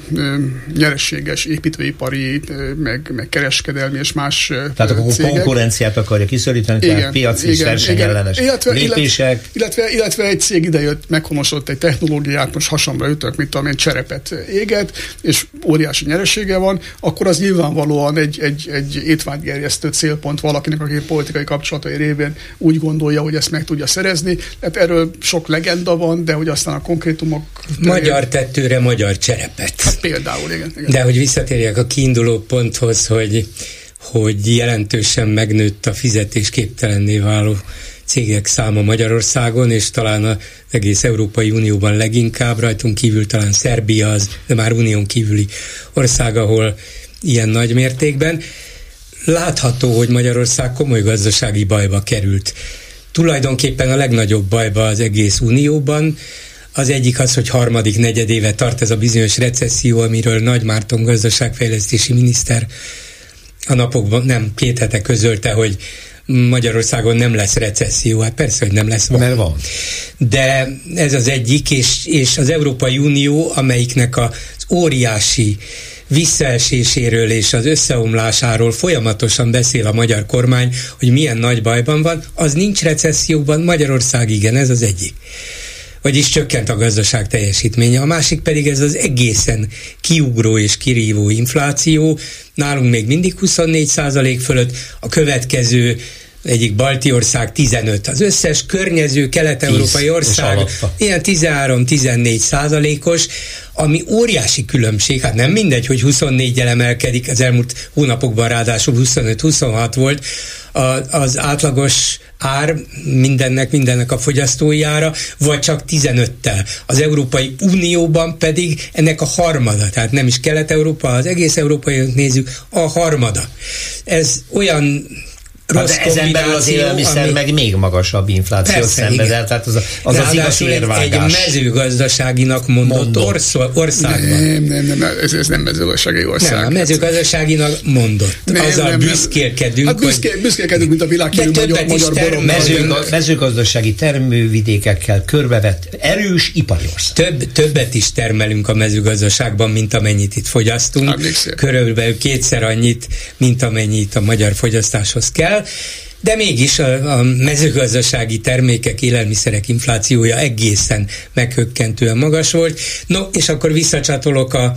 nyereséges építőipari, meg, meg kereskedelmi és más tehát akkor cégek. Konkurenciát akarja kiszorítani, igen, tehát piaci és versenyellenes lépések. Illetve, illetve egy cég idejött, meghonosodott egy technológiát, most hasamra ütök, mint amilyen cserepet éget, és óriási nyeresége van, akkor az nyilvánvalóan egy, egy, egy étvágygerjesztő célpont valakinek, aki politikai kapcsolatai révén úgy gondolja, hogy ezt meg tudja szerezni. Hát erről sok legenda van, de hogy aztán a konkrétumok... Magyar tettőre magyar cserepet. Hát például, igen, igen. De hogy visszatérjek a kiinduló ponthoz, hogy, hogy jelentősen megnőtt a fizetésképtelenné váló cégek száma Magyarországon, és talán az egész Európai Unióban leginkább, rajtunk kívül talán Szerbia az, de már unión kívüli ország, ahol ilyen nagy mértékben. Látható, hogy Magyarország komoly gazdasági bajba került. Tulajdonképpen a legnagyobb bajba az egész Unióban. Az egyik az, hogy harmadik negyedéve tart ez a bizonyos recesszió, amiről Nagy Márton gazdaságfejlesztési miniszter a napokban, nem, két hete közölte, hogy Magyarországon nem lesz recesszió. Hát persze, hogy nem lesz. Van. Mert van. De ez az egyik, és, és az Európai Unió, amelyiknek az óriási visszaeséséről és az összeomlásáról folyamatosan beszél a magyar kormány, hogy milyen nagy bajban van, az nincs recesszióban, Magyarország igen, ez az egyik. vagyis csökkent a gazdaság teljesítménye. A másik pedig ez az egészen kiugró és kirívó infláció, nálunk még mindig huszonnégy százalék fölött, a következő egyik balti ország tizenöt. Az összes környező kelet-európai ország ilyen tizenhárom-tizennégy százalékos, ami óriási különbség, hát nem mindegy, hogy huszonnégyel emelkedik, az elmúlt hónapokban ráadásul huszonöt-huszonhat volt a, az átlagos ár mindennek, mindennek a fogyasztói ára, vagy csak tizenöttel. Az Európai Unióban pedig ennek a harmada, tehát nem is Kelet-Európa, az egész Európai nézzük, a harmada. Ez olyan rossz de ezen belül az élelmiszer ami... meg még magasabb inflációt szenved el, tehát az, az, az igazi érvágás. Egy mezőgazdaságinak mondott, mondott. Orsz, országban. Nem, nem, nem, ez, ez nem mezőgazdasági ország. Nem, a mezőgazdaságinak mondott. Nem, Azzal nem, büszkélkedünk. Hát büszké, hogy... büszkélkedünk, mint a világhírű magyar, magyar borom. Mezőg, mezőgazdasági termővidékekkel körbevett erős ipari ország. Több, többet is termelünk a mezőgazdaságban, mint amennyit itt fogyasztunk. Körülbelül kétszer annyit, mint amennyit a magyar fogyasztáshoz kell. De mégis a, a mezőgazdasági termékek, élelmiszerek inflációja egészen meghökkentően magas volt. No, és akkor visszacsatolok a,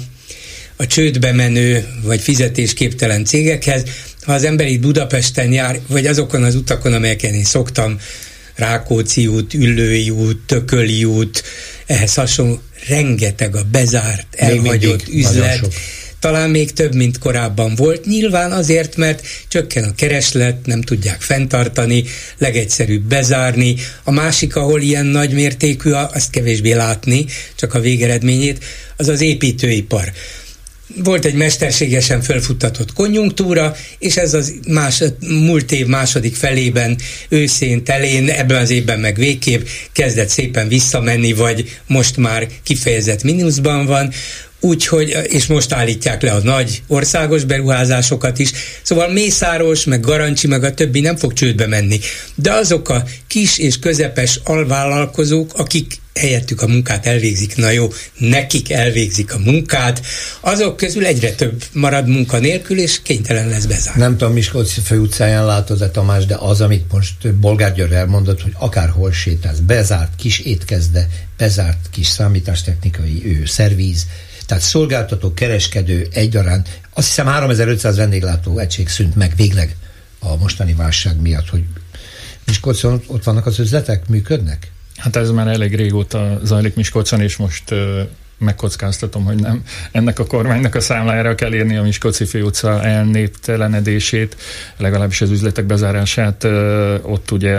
a csődbe menő, vagy fizetésképtelen cégekhez. Ha az ember itt Budapesten jár, vagy azokon az utakon, amelyeken én szoktam, Rákóczi út, Üllői út, Tököli út, ehhez hasonló, rengeteg a bezárt, elhagyott üzlet, talán még több, mint korábban volt. Nyilván azért, mert csökken a kereslet, nem tudják fenntartani, legegyszerűbb bezárni. A másik, ahol ilyen nagy mértékű, azt kevésbé látni, csak a végeredményét, az az építőipar. Volt egy mesterségesen felfuttatott konjunktúra, és ez az más, múlt év második felében, őszén, telén, ebben az évben meg végképp kezdett szépen visszamenni, vagy most már kifejezett mínuszban van. Úgyhogy, és most állítják le a nagy országos beruházásokat is, szóval Mészáros, meg Garancsi, meg a többi nem fog csődbe menni. De azok a kis és közepes alvállalkozók, akik helyettük a munkát elvégzik, na jó, nekik elvégzik a munkát, azok közül egyre több marad munka nélkül, és kénytelen lesz bezárni. Nem tudom, Miskolci főutcáján látod-e, Tamás, de az, amit most Bolgár György elmondott, hogy akárhol sétálsz, bezárt kis étkezde, bezárt kis számítástechnikai ő, szervíz, tehát szolgáltató, kereskedő egyaránt, azt hiszem háromezer-ötszáz vendéglátó egység szűnt meg végleg a mostani válság miatt, hogy Miskolcon ott vannak az üzletek, működnek? Hát ez már elég régóta zajlik Miskolcon, és most uh, megkockáztatom, hogy nem ennek a kormánynak a számlájára kell érni a Miskolci főutca elnéptelenedését, legalábbis az üzletek bezárását. Uh, ott ugye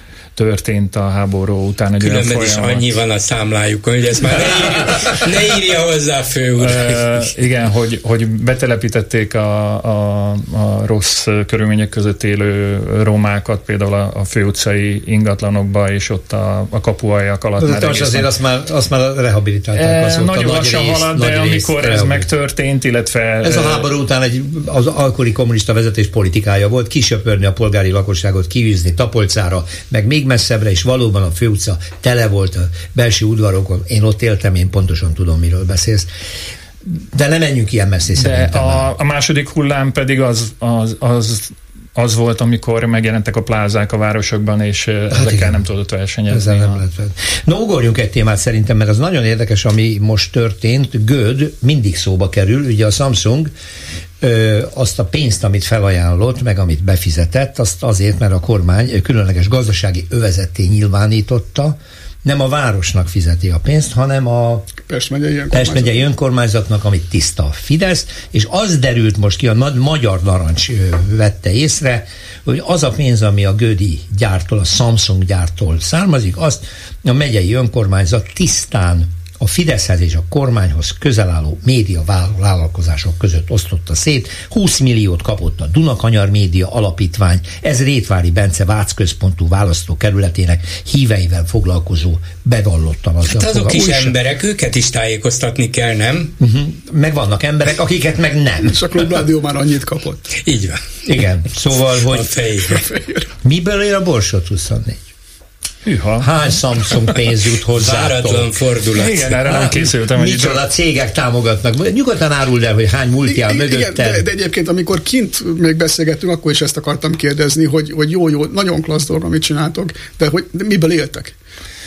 történt a háború után egy olyan folyamat. Különben is annyi van a számlájukon, hogy ezt már ne írja, ne írja hozzá fő úr. Uh, igen, hogy, hogy betelepítették a, a, a rossz körülmények között élő romákat például a, a főutcai ingatlanokba, és ott a, a kapualjak alatt. De már azért azt már, azt már rehabilitálták. Az nagyon lassan halad, de amikor ez megtörtént, illetve... Ez a háború után egy, az akkori kommunista vezetés politikája volt, kisöpörni a polgári lakosságot, kiűzni Tapolcára, meg még messzebbre, és valóban a főutca tele volt a belső udvarokon. Én ott éltem, én pontosan tudom, miről beszélsz. De nem menjünk ilyen messzé szerintem. A, a második hullám pedig az, az, az, az volt, amikor megjelentek a plázák a városokban, és hát ezekkel igen, nem tudott versenyezni. Nem lehet. No, ugorjunk egy témát szerintem, mert az nagyon érdekes, ami most történt. Göd mindig szóba kerül, ugye a Samsung Ö, azt a pénzt, amit felajánlott, meg amit befizetett, azt azért, mert a kormány különleges gazdasági övezetté nyilvánította, nem a városnak fizeti a pénzt, hanem a Pest megyei önkormányzat. Pest megyei önkormányzatnak, amit tiszta a Fidesz, és az derült most ki, a nagy magyar narancs vette észre, hogy az a pénz, ami a gödi gyártól, a Samsung gyártól származik, azt a megyei önkormányzat tisztán a Fideszhez és a kormányhoz közel álló média vállalkozások között osztotta szét. húsz milliót kapott a Dunakanyar Média Alapítvány, ez Rétvári Bence Vác központú választókerületének híveivel foglalkozó bevallottan. Az hát azok is emberek, őket is tájékoztatni kell, nem? Uh-huh. Meg vannak emberek, akiket meg nem. És a Klubrádió már annyit kapott. Így van. Igen, szóval, hogy a fejre. Miből ér a Borsot huszonnégy? Hűha. Hány Samsung pénz jut hozzá? Váratlan fordulat. Igen, erre nem készültem. Micsoda cégek támogatnak. Nyugodtan áruld el, hogy hány multi áll mögötted. De, de egyébként, amikor kint még beszélgettünk, akkor is ezt akartam kérdezni, hogy, hogy jó, jó, nagyon klassz dolog, amit csináltok, de hogy de miből éltek?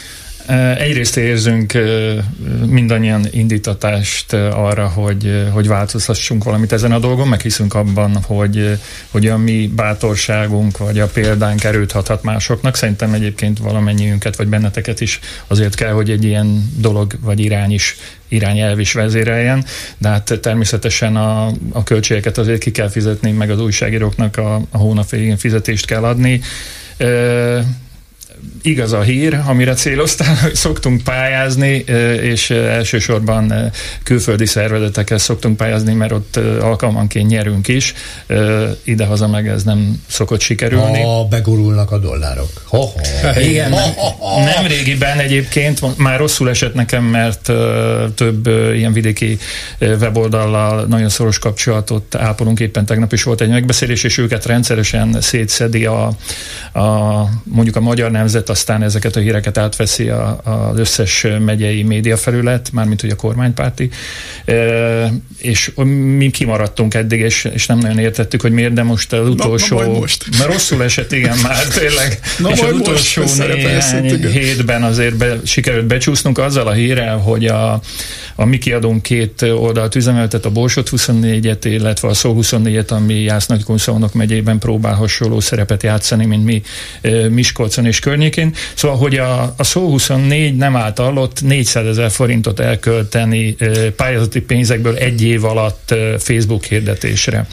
Egyrészt érzünk mindannyian indítatást arra, hogy, hogy változtassunk valamit ezen a dolgon, meg hiszünk abban, hogy, hogy a mi bátorságunk vagy a példánk erőt hathat másoknak. Szerintem egyébként valamennyiünket vagy benneteket is azért kell, hogy egy ilyen dolog vagy irány is irányelv is vezéreljen, de hát természetesen a, a költségeket azért ki kell fizetni, meg az újságíróknak a, a hónap végén fizetést kell adni. E, Igaz a hír, amire céloztál, hogy szoktunk pályázni, és elsősorban külföldi szervezetekhez szoktunk pályázni, mert ott alkalmanként nyerünk is. Idehaza meg ez nem szokott sikerülni. Ha begurulnak a dollárok. Ha, ha. Igen, nem régiben egyébként, már rosszul esett nekem, mert több ilyen vidéki weboldallal nagyon szoros kapcsolatot ápolunk, éppen tegnap is volt egy megbeszélés, és őket rendszeresen szétszedi a, a mondjuk a Magyar Nemzet, aztán ezeket a híreket átveszi a, az összes megyei médiafelület, mármint hogy a kormánypárti, e, és mi kimaradtunk eddig, és, és nem nagyon értettük, hogy miért, de most az utolsó... Na, na most. Mert rosszul esett, igen, már tényleg. Na, és az utolsó néhány hétben azért be, sikerült becsúsznunk azzal a hírrel, hogy a, a mi kiadónk két oldalt üzemeltet, a Borsod huszonnégyet, illetve a Szó huszonnégyet, ami Jász-Nagykun-Szolnok megyében próbál hasonló szerepet játszani, mint mi Miskolcon és környékén. Szóval, hogy a, a Szó huszonnégy nem által ott négyszázezer forintot elkölteni pályázati pénzekből egy év alatt Facebook hirdetésre.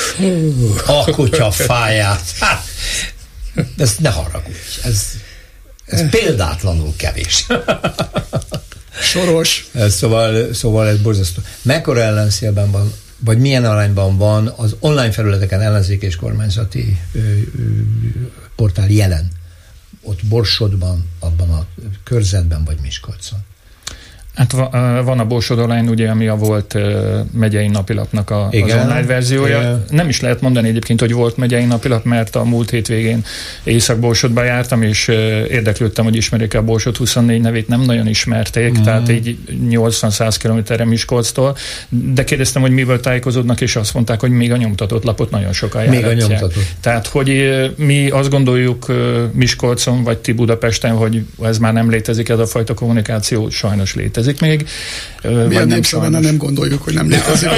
A kutya fáját! Hát, ez ne haragudj, ez, ez példátlanul kevés. Soros. Szóval, szóval ez borzasztó. Mekkora ellenszélben van, vagy milyen arányban van az online felületeken ellenzék és kormányzati ö, ö, portál jelen? Ott Borsodban, abban a körzetben, vagy Miskolcon? Hát van a Borsod Online, ugye, ami a volt megyei napilapnak a, az online verziója. Igen. Nem is lehet mondani egyébként, hogy volt megyei napilap, mert a múlt hétvégén Észak-Borsodban jártam, és érdeklődtem, hogy ismerik-e a Borsod huszonnégy nevét, nem nagyon ismerték, mm. tehát így nyolcvan-száz kilométerre Miskolctól, de kérdeztem, hogy miből tájékozódnak, és azt mondták, hogy még a nyomtatott lapot nagyon sokan járatják. Még a nyomtatott. Tehát, hogy mi azt gondoljuk Miskolcon, vagy ti Budapesten, hogy ez már nem létezik, ez a fajta kommunikáció, sajnos létezik még. Milyen népszavannal nem gondoljuk, hogy nem létezik.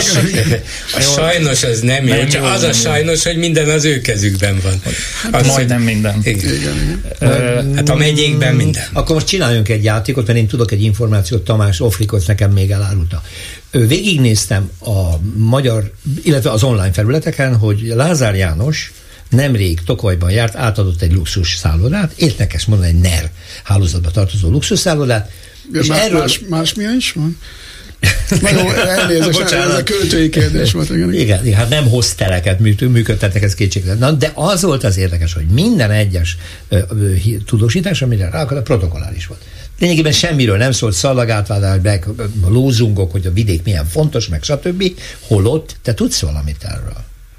A sajnos az nem jó, csak az a sajnos, hogy minden az ő kezükben van. Az, majdnem minden. Igen. Igen, igen. Hát a megyékben minden. Akkor most csináljunk egy játékot, mert én tudok egy információt, Tamás Ofrikoc nekem még elárulta. Végignéztem a magyar, illetve az online felületeken, hogy Lázár János nemrég Tokajban járt, átadott egy luxus szállodát, érdekes mondani, egy NER hálózatba tartozó luxus szállodát, és más, erről... más, más milyen is van? Na jó, elnézést, ez a költői kérdés volt. Igen, igen, igen, hát nem hosteleket működtetnek, ez kétségtelen. De az volt az érdekes, hogy minden egyes ö, ö, tudósítás, amire rá akar, protokollális volt. Lényegében semmiről nem szólt, szalagátvádás, lózungok, hogy a vidék milyen fontos, meg stb. Holott te tudsz valamit erről.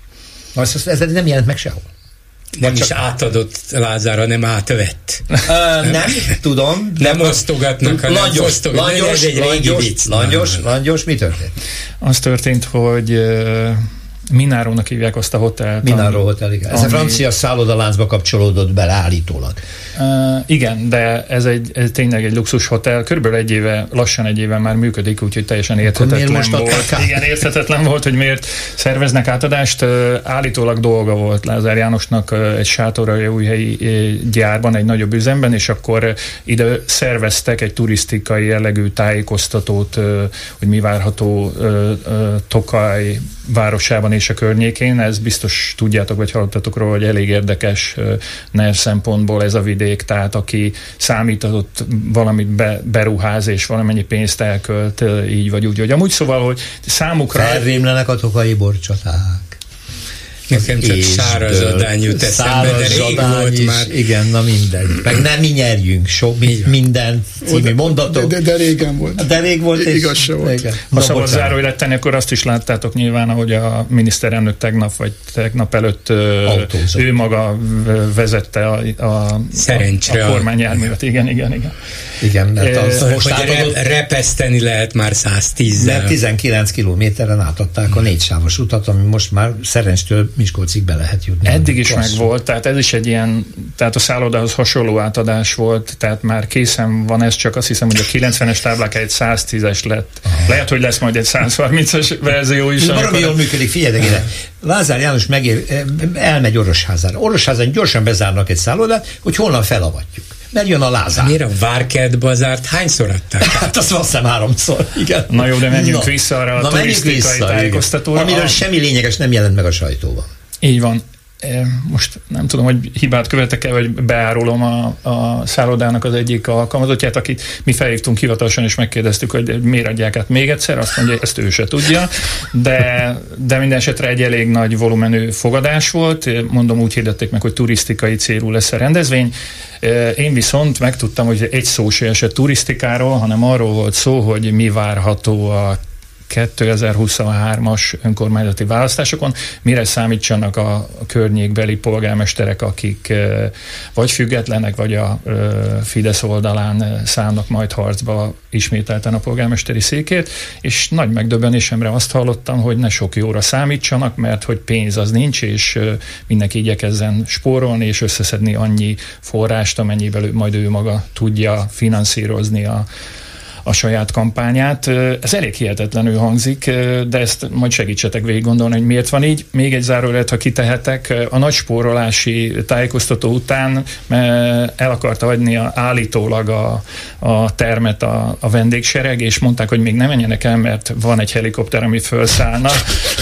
Azt, ez nem jelent meg sehol. Nem is átadott Lázár, hanem átvett. Uh, nem, tudom. Nem, nem osztogatnak, hanem langyos, osztogatnak. Langyos, ez egy langyos, régi vicc. langyos, langyos, mi történt? Az történt, hogy uh, Minárónak hívják azt a hotelt. Mináró Hotel, igen. Ez ami... a francia szállodaláncba kapcsolódott bele állítólag. Uh, igen, de ez egy ez tényleg egy luxus hotel. Körülbelül egy éve, lassan egy éve már működik, úgyhogy teljesen érthetetlen volt. Igen, érthetetlen volt, hogy miért szerveznek átadást. Uh, állítólag dolga volt Lázár Jánosnak uh, egy sátoraljaújhelyi uh, gyárban, egy nagyobb üzemben, és akkor uh, ide szerveztek egy turisztikai jellegű tájékoztatót, uh, hogy mi várható uh, uh, Tokaj városában és a környékén. Ez biztos tudjátok, vagy hallottatok róla, hogy elég érdekes uh, NER szempontból ez a vidék, tehát aki számított valamit be, beruház és valamennyi pénzt elkölt uh, így vagy úgy, hogy amúgy szóval, hogy számukra... Felrémlenek a tokaji borcsaták. Nekem csak szárazadány jut eszembe, de rég volt már. Igen, na mindegy. Meg nem mi nyerjünk sok, mi, minden című mondatok. De, de, de régen volt. De rég volt. I, igaz se volt. Igen. Ha szabad zárójelet tenni, akkor azt is láttátok nyilván, ahogy a miniszterelnök tegnap, vagy tegnap előtt autózott. Ő maga vezette a, a, Szerencsre a, a kormányjárművet. Igen, igen, igen. Igen, mert az e, most átadott, repeszteni lehet már száztízzel. Mert tizenkilenc kilométeren átadták a négysávos utat, ami most már szerencsétől Miskolcig be lehet jutni. Eddig is meg volt, tehát ez is egy ilyen, tehát a szállodához hasonló átadás volt, tehát már készen van ez, csak azt hiszem, hogy a kilencvenes táblák egy száztízes lett. Aha. Lehet, hogy lesz majd egy százharmincas verzió is. Valami jól működik, figyelj, de Lázár János megér, elmegy Orosházára. Orosházán gyorsan bezárnak egy szállodát, hogy holnap felavatjuk. Mert jön a Lázár. Miért a Várkert bazárt hányszor adták? Hát azt azt hiszem háromszor, igen. Na jó, de menjünk na, vissza arra a turisztikai tájékoztatóra. Amiről a... semmi lényeges nem jelent meg a sajtóban. Így van. Most nem tudom, hogy hibát követek el, vagy beárulom a, a szállodának az egyik alkalmazottját, akit mi felhívtunk hivatalosan, és megkérdeztük, hogy miért adják át még egyszer, azt mondja, ezt ő se tudja, de, de minden esetre egy elég nagy volumenű fogadás volt, mondom, úgy hirdették meg, hogy turisztikai célú lesz a rendezvény. Én viszont megtudtam, hogy egy szó se esett turisztikáról, hanem arról volt szó, hogy mi várható a kétezer-huszonhármas önkormányzati választásokon, mire számítsanak a, a környékbeli polgármesterek, akik e, vagy függetlenek, vagy a e, Fidesz oldalán szállnak majd harcba ismételten a polgármesteri székét, és nagy megdöbbenésemre azt hallottam, hogy ne sok jóra számítsanak, mert hogy pénz az nincs, és e, mindenki igyekezzen spórolni, és összeszedni annyi forrást, amennyivel majd ő maga tudja finanszírozni a a saját kampányát. Ez elég hihetetlenül hangzik, de ezt majd segítsetek végig gondolni, hogy miért van így. Még egy zárójelet, ha kitehetek, a nagy spórolási tájékoztató után el akarta adni a, állítólag a, a termet a, a vendégsereg, és mondták, hogy még nem menjenek el, mert van egy helikopter, ami felszállna,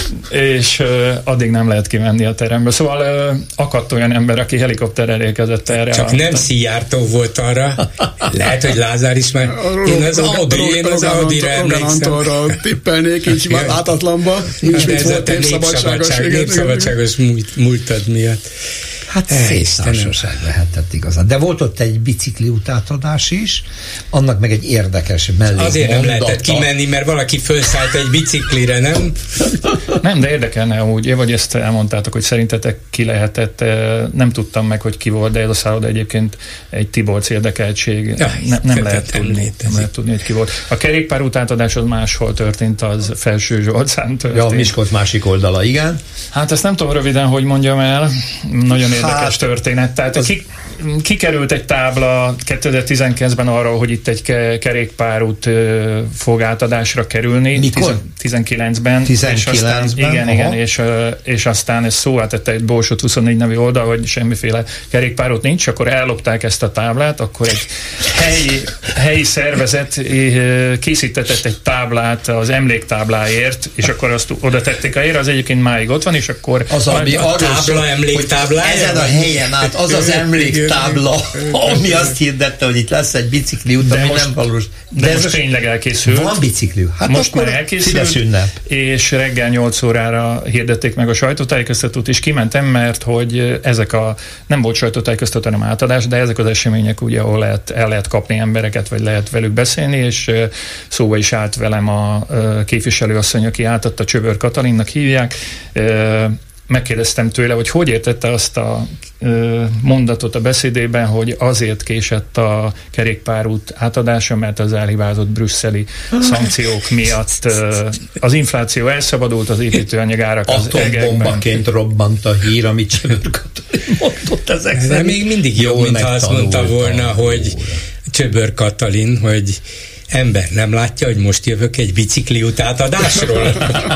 és addig nem lehet kimenni a teremből. Szóval akadt olyan ember, aki helikopterrel érkezett erre. Csak a, nem Szijjártó volt arra. Lehet, hogy Lázár is már. Én az Audi, én az Audira emlékszem. Antonra tippelnék, így látatlanba. Nincs mit volt népszabadságos, népszabadságos múltad miatt. Hát szép társaság lehetett igazán. De volt ott egy bicikli utátadás is, annak meg egy érdekes mellék. Azért nem lehetett kimenni, mert valaki felszállt egy biciklire, nem? Nem, de érdekelne úgy, vagy ezt elmondtátok, hogy szerintetek ki lehetett, nem tudtam meg, hogy ki volt, de ez a szálloda egyébként egy Tiborcs érdekeltség. Ja, ne, nem, lehet tudni, nem lehet tudni, hogy ki volt. A kerékpár utátadás az máshol történt, az Felső Zsolcán történt. Ja, a Miskolc másik oldala, igen. Hát ezt nem tudom röviden, hogy mondjam el. Nagyon érdekes hát, történet. Tehát az... ki, kikerült egy tábla kétezer-tizenkilencben arról, hogy itt egy ke- kerékpárút uh, fog átadásra kerülni. Mikor? tizenkilencben. tizenkilencben? És aztán, igen, igen, és, uh, és aztán ez szóvá tette egy Borsod huszonnégy nevű oldal, hogy semmiféle kerékpárút nincs, akkor ellopták ezt a táblát, akkor egy helyi, helyi szervezet uh, készítetett egy táblát az emléktábláért, és akkor azt oda tették a helyre, az egyébként máig ott van, és akkor az, ami a tábla emléktáblája? Ezen a helyen át az az emléktábla, ami azt hirdette, hogy itt lesz egy bicikliút, ami most, nem valós. De, de most, most tényleg elkészült. Van bicikliút. Hát most már elkészült, és reggel nyolc órára hirdették meg a sajtótájékoztatót, és kimentem, mert hogy ezek a, nem volt sajtótájékoztató, hanem átadás, de ezek az események, ugye, ahol lehet, el lehet kapni embereket, vagy lehet velük beszélni, és szóba is állt velem a képviselőasszony, aki átadta, Csöbör Katalinnak hívják. Megkérdeztem tőle, hogy hogy értette azt a ö, mondatot a beszédében, hogy azért késett a kerékpárút átadása, mert az elhibázott brüsszeli szankciók miatt ö, az infláció elszabadult, az építőanyagárak az egekben. Atombombaként robbant a hír, amit Csöbör Katalin mondott ezek szerint. De még mindig jobb, mint ha azt mondta volna, hogy Csöbör Katalin, hogy ember nem látja, hogy most jövök egy bicikliút átadásról.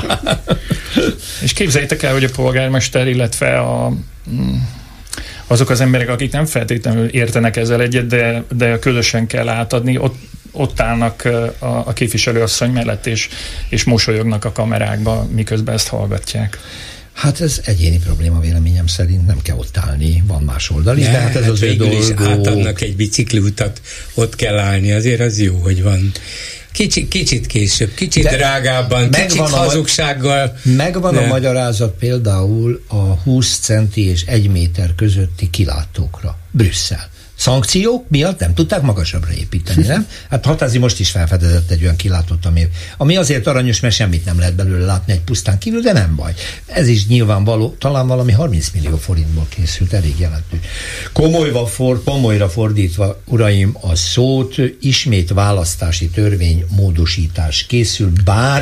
És képzeljétek el, hogy a polgármester, illetve a, azok az emberek, akik nem feltétlenül értenek ezzel egyet, de, de közösen kell átadni, ott, ott állnak a, a képviselőasszony mellett, és, és mosolyognak a kamerákba, miközben ezt hallgatják. Hát ez egyéni probléma véleményem szerint, nem kell ott állni, van más oldal is, de, de hát ez hát az ő dolgok. Átadnak egy bicikliutat, ott kell állni, azért az jó, hogy van. Kicsit, kicsit később, kicsit de drágábban, kicsit hazugsággal. Megvan de... a magyarázat például a húsz centi és egy méter közötti kilátókra. Brüsszel. Szankciók miatt nem tudták magasabbra építeni, nem? Hát Hatázi most is felfedezett egy olyan kilátót, ami, ami azért aranyos, mert semmit nem lehet belőle látni egy pusztán kívül, de nem baj. Ez is nyilvánvaló, talán valami harminc millió forintból készült, elég jelentős. Komolyra, for, komolyra fordítva, uraim, a szót, ismét választási törvény módosítás készül, bár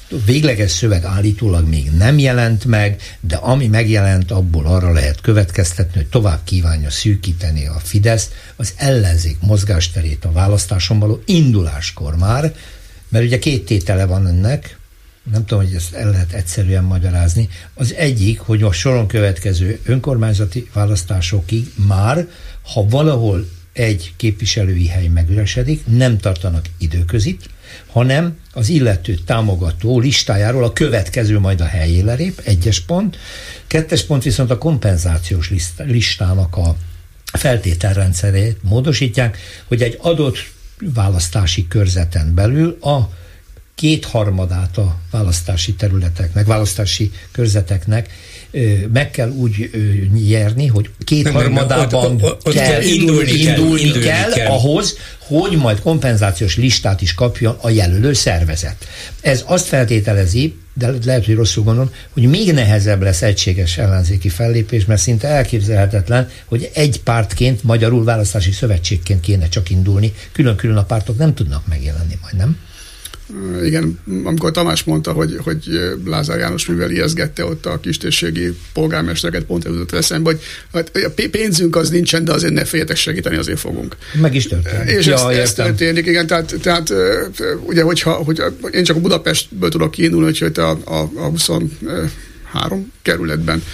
végleges szöveg állítólag még nem jelent meg, de ami megjelent, abból arra lehet következtetni, hogy tovább kívánja szűkíteni a Fidesz az ellenzék mozgásterét a választáson való induláskor már, mert ugye két tétele van ennek, nem tudom, hogy ezt el lehet egyszerűen magyarázni. Az egyik, hogy a soron következő önkormányzati választásokig már, ha valahol egy képviselői hely megüresedik, nem tartanak időközit, hanem az illető támogató listájáról a következő majd a helyére lép, egyes pont. Kettes pont viszont a kompenzációs listának a feltételrendszerét módosítják, hogy egy adott választási körzeten belül a kétharmadát a választási területeknek, választási körzeteknek meg kell úgy nyerni, hogy kétharmadában kell, indulni, indulni, indulni kell, kell ahhoz, hogy majd kompenzációs listát is kapjon a jelölő szervezet. Ez azt feltételezi, de lehet, hogy rosszul gondolom, hogy még nehezebb lesz egységes ellenzéki fellépés, mert szinte elképzelhetetlen, hogy egy pártként, magyarul választási szövetségként kéne csak indulni, külön-külön a pártok nem tudnak megjelenni majd, nem? Igen, amikor Tamás mondta, hogy, hogy Lázár János mivel ijeszgette ott a kistérségi polgármestereket, pont ez jutott eszembe, hogy hát a pénzünk az nincsen, de azért ne féljetek, segíteni, azért fogunk. Meg is történik. És ja, ez, ez történik, igen, tehát, tehát ugye, hogyha hogy én csak a Budapestből tudok kiindulni, hogy a, a, a huszonhárom kerületben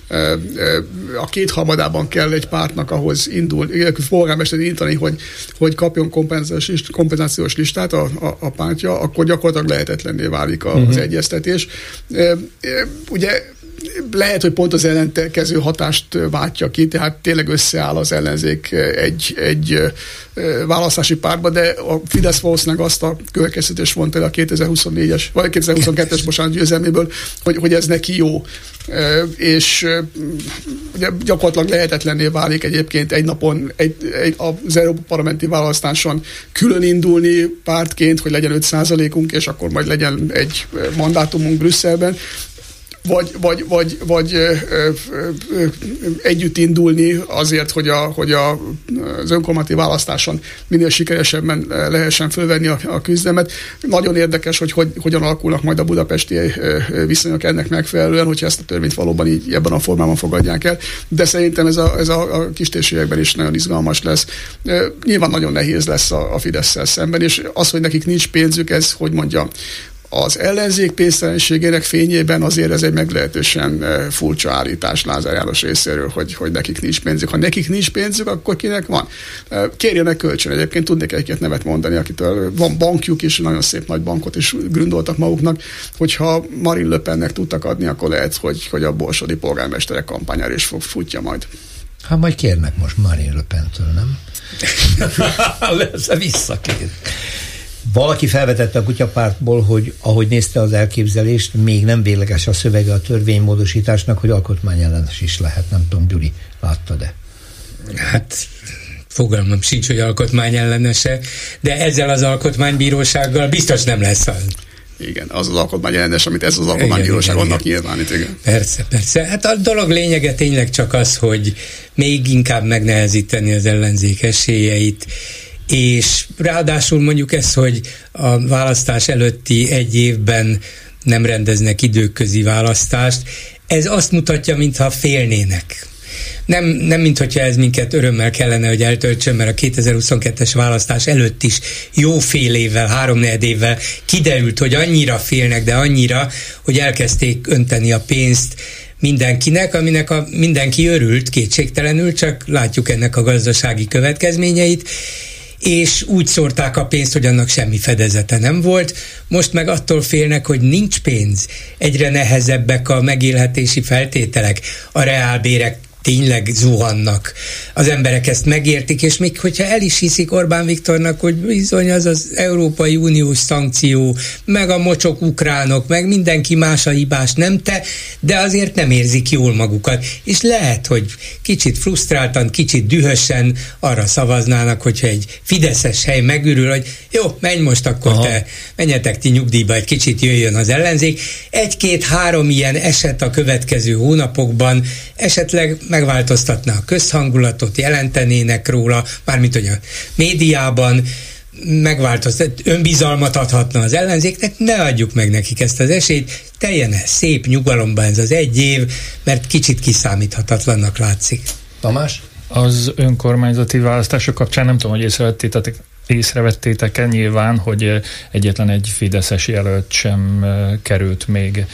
a kétharmadában kell egy pártnak ahhoz indul, polgármester indítani, hogy, hogy kapjon kompenzációs, kompenzációs listát a, a, a pártja, akkor gyakorlatilag lehetetlenné válik az uh-huh. egyeztetés. Ugye lehet, hogy pont az ellenkező hatást váltja ki, tehát tényleg összeáll az ellenzék egy, egy választási pártba, de a Fidesz valószínűleg azt a következtetés vonta el a kétezer-huszonnégyes, vagy kétezer-huszonkettes bocsánat győzelméből, hogy, hogy ez neki jó. És ugye gyakorlatilag lehetetlenné válik egyébként egy napon egy, egy, az Európa Parlamenti választáson külön indulni pártként, hogy legyen öt százalékunk, és akkor majd legyen egy mandátumunk Brüsszelben, vagy, vagy, vagy, vagy ö, ö, ö, együtt indulni azért, hogy, a, hogy a, az önkormányzati választáson minél sikeresebben lehessen fölvenni a, a küzdelmet. Nagyon érdekes, hogy, hogy hogyan alakulnak majd a budapesti viszonyok ennek megfelelően, hogyha ezt a törvényt valóban így ebben a formában fogadják el. De szerintem ez a, ez a, a kistérségekben is nagyon izgalmas lesz. Nyilván nagyon nehéz lesz a, a Fidesszel szemben, és az, hogy nekik nincs pénzük, ez, hogy mondjam, az ellenzék pénztelenségének fényében azért ez egy meglehetősen furcsa állítás Lázár János részéről, hogy, hogy nekik nincs pénzük. Ha nekik nincs pénzük, akkor kinek van? Kérjenek kölcsön. Egyébként tudnék egy-két nevet mondani, akitől van bankjuk is, nagyon szép nagy bankot is gründoltak maguknak, hogyha Marine Le Pennek tudtak adni, akkor lehet, hogy, hogy a borsodi polgármesterek kampányára is fog futja majd. Hát majd kérnek most Marine Le Pentől, nem? Lesz visszakér. Valaki felvetette a kutyapártból, hogy ahogy nézte az elképzelést, még nem végleges a szövege a törvénymódosításnak, hogy alkotmányellenes is lehet. Nem tudom, Gyuri, láttad-e? Hát fogalmam sincs, hogy alkotmányellenese, de ezzel az alkotmánybírósággal biztos nem lesz az. Igen, az az alkotmányellenes, amit ez az alkotmánybíróság annak nyilvánít, igen. Persze, persze. Hát a dolog lényege tényleg csak az, hogy még inkább megnehezíteni az ellenzék esélyeit, és ráadásul mondjuk ez, hogy a választás előtti egy évben nem rendeznek időközi választást, ez azt mutatja, mintha félnének. Nem, nem mint hogyha ez minket örömmel kellene, hogy eltöltsön, mert a kétezer-huszonkettes választás előtt is jó fél évvel, háromnegyed évvel kiderült, hogy annyira félnek, de annyira, hogy elkezdték önteni a pénzt mindenkinek, aminek a, mindenki örült kétségtelenül, csak látjuk ennek a gazdasági következményeit, és úgy szórták a pénzt, hogy annak semmi fedezete nem volt. Most meg attól félnek, hogy nincs pénz. Egyre nehezebbek a megélhetési feltételek, a reálbérek tényleg zuhannak. Az emberek ezt megértik, és még hogyha el is hiszik Orbán Viktornak, hogy bizony az az Európai Uniós szankció, meg a mocsok ukránok, meg mindenki más a hibás, nem te, de azért nem érzik jól magukat. És lehet, hogy kicsit frusztráltan, kicsit dühösen arra szavaznának, hogyha egy fideszes hely megürül, hogy jó, menj most akkor Aha. te, menjetek ti nyugdíjba, egy kicsit jöjjön az ellenzék. Egy-két-három ilyen eset a következő hónapokban esetleg megváltoztatná a közhangulatot, jelentenének róla, mármint hogy a médiában, megváltoztat, önbizalmat adhatna az ellenzéknek, ne adjuk meg nekik ezt az esélyt, teljen el szép nyugalomban ez az egy év, mert kicsit kiszámíthatatlannak látszik. Tamás? Az önkormányzati választások kapcsán nem tudom, hogy észrevettétek, észrevettétek-e nyilván, hogy egyetlen egy fideszes jelölt sem került még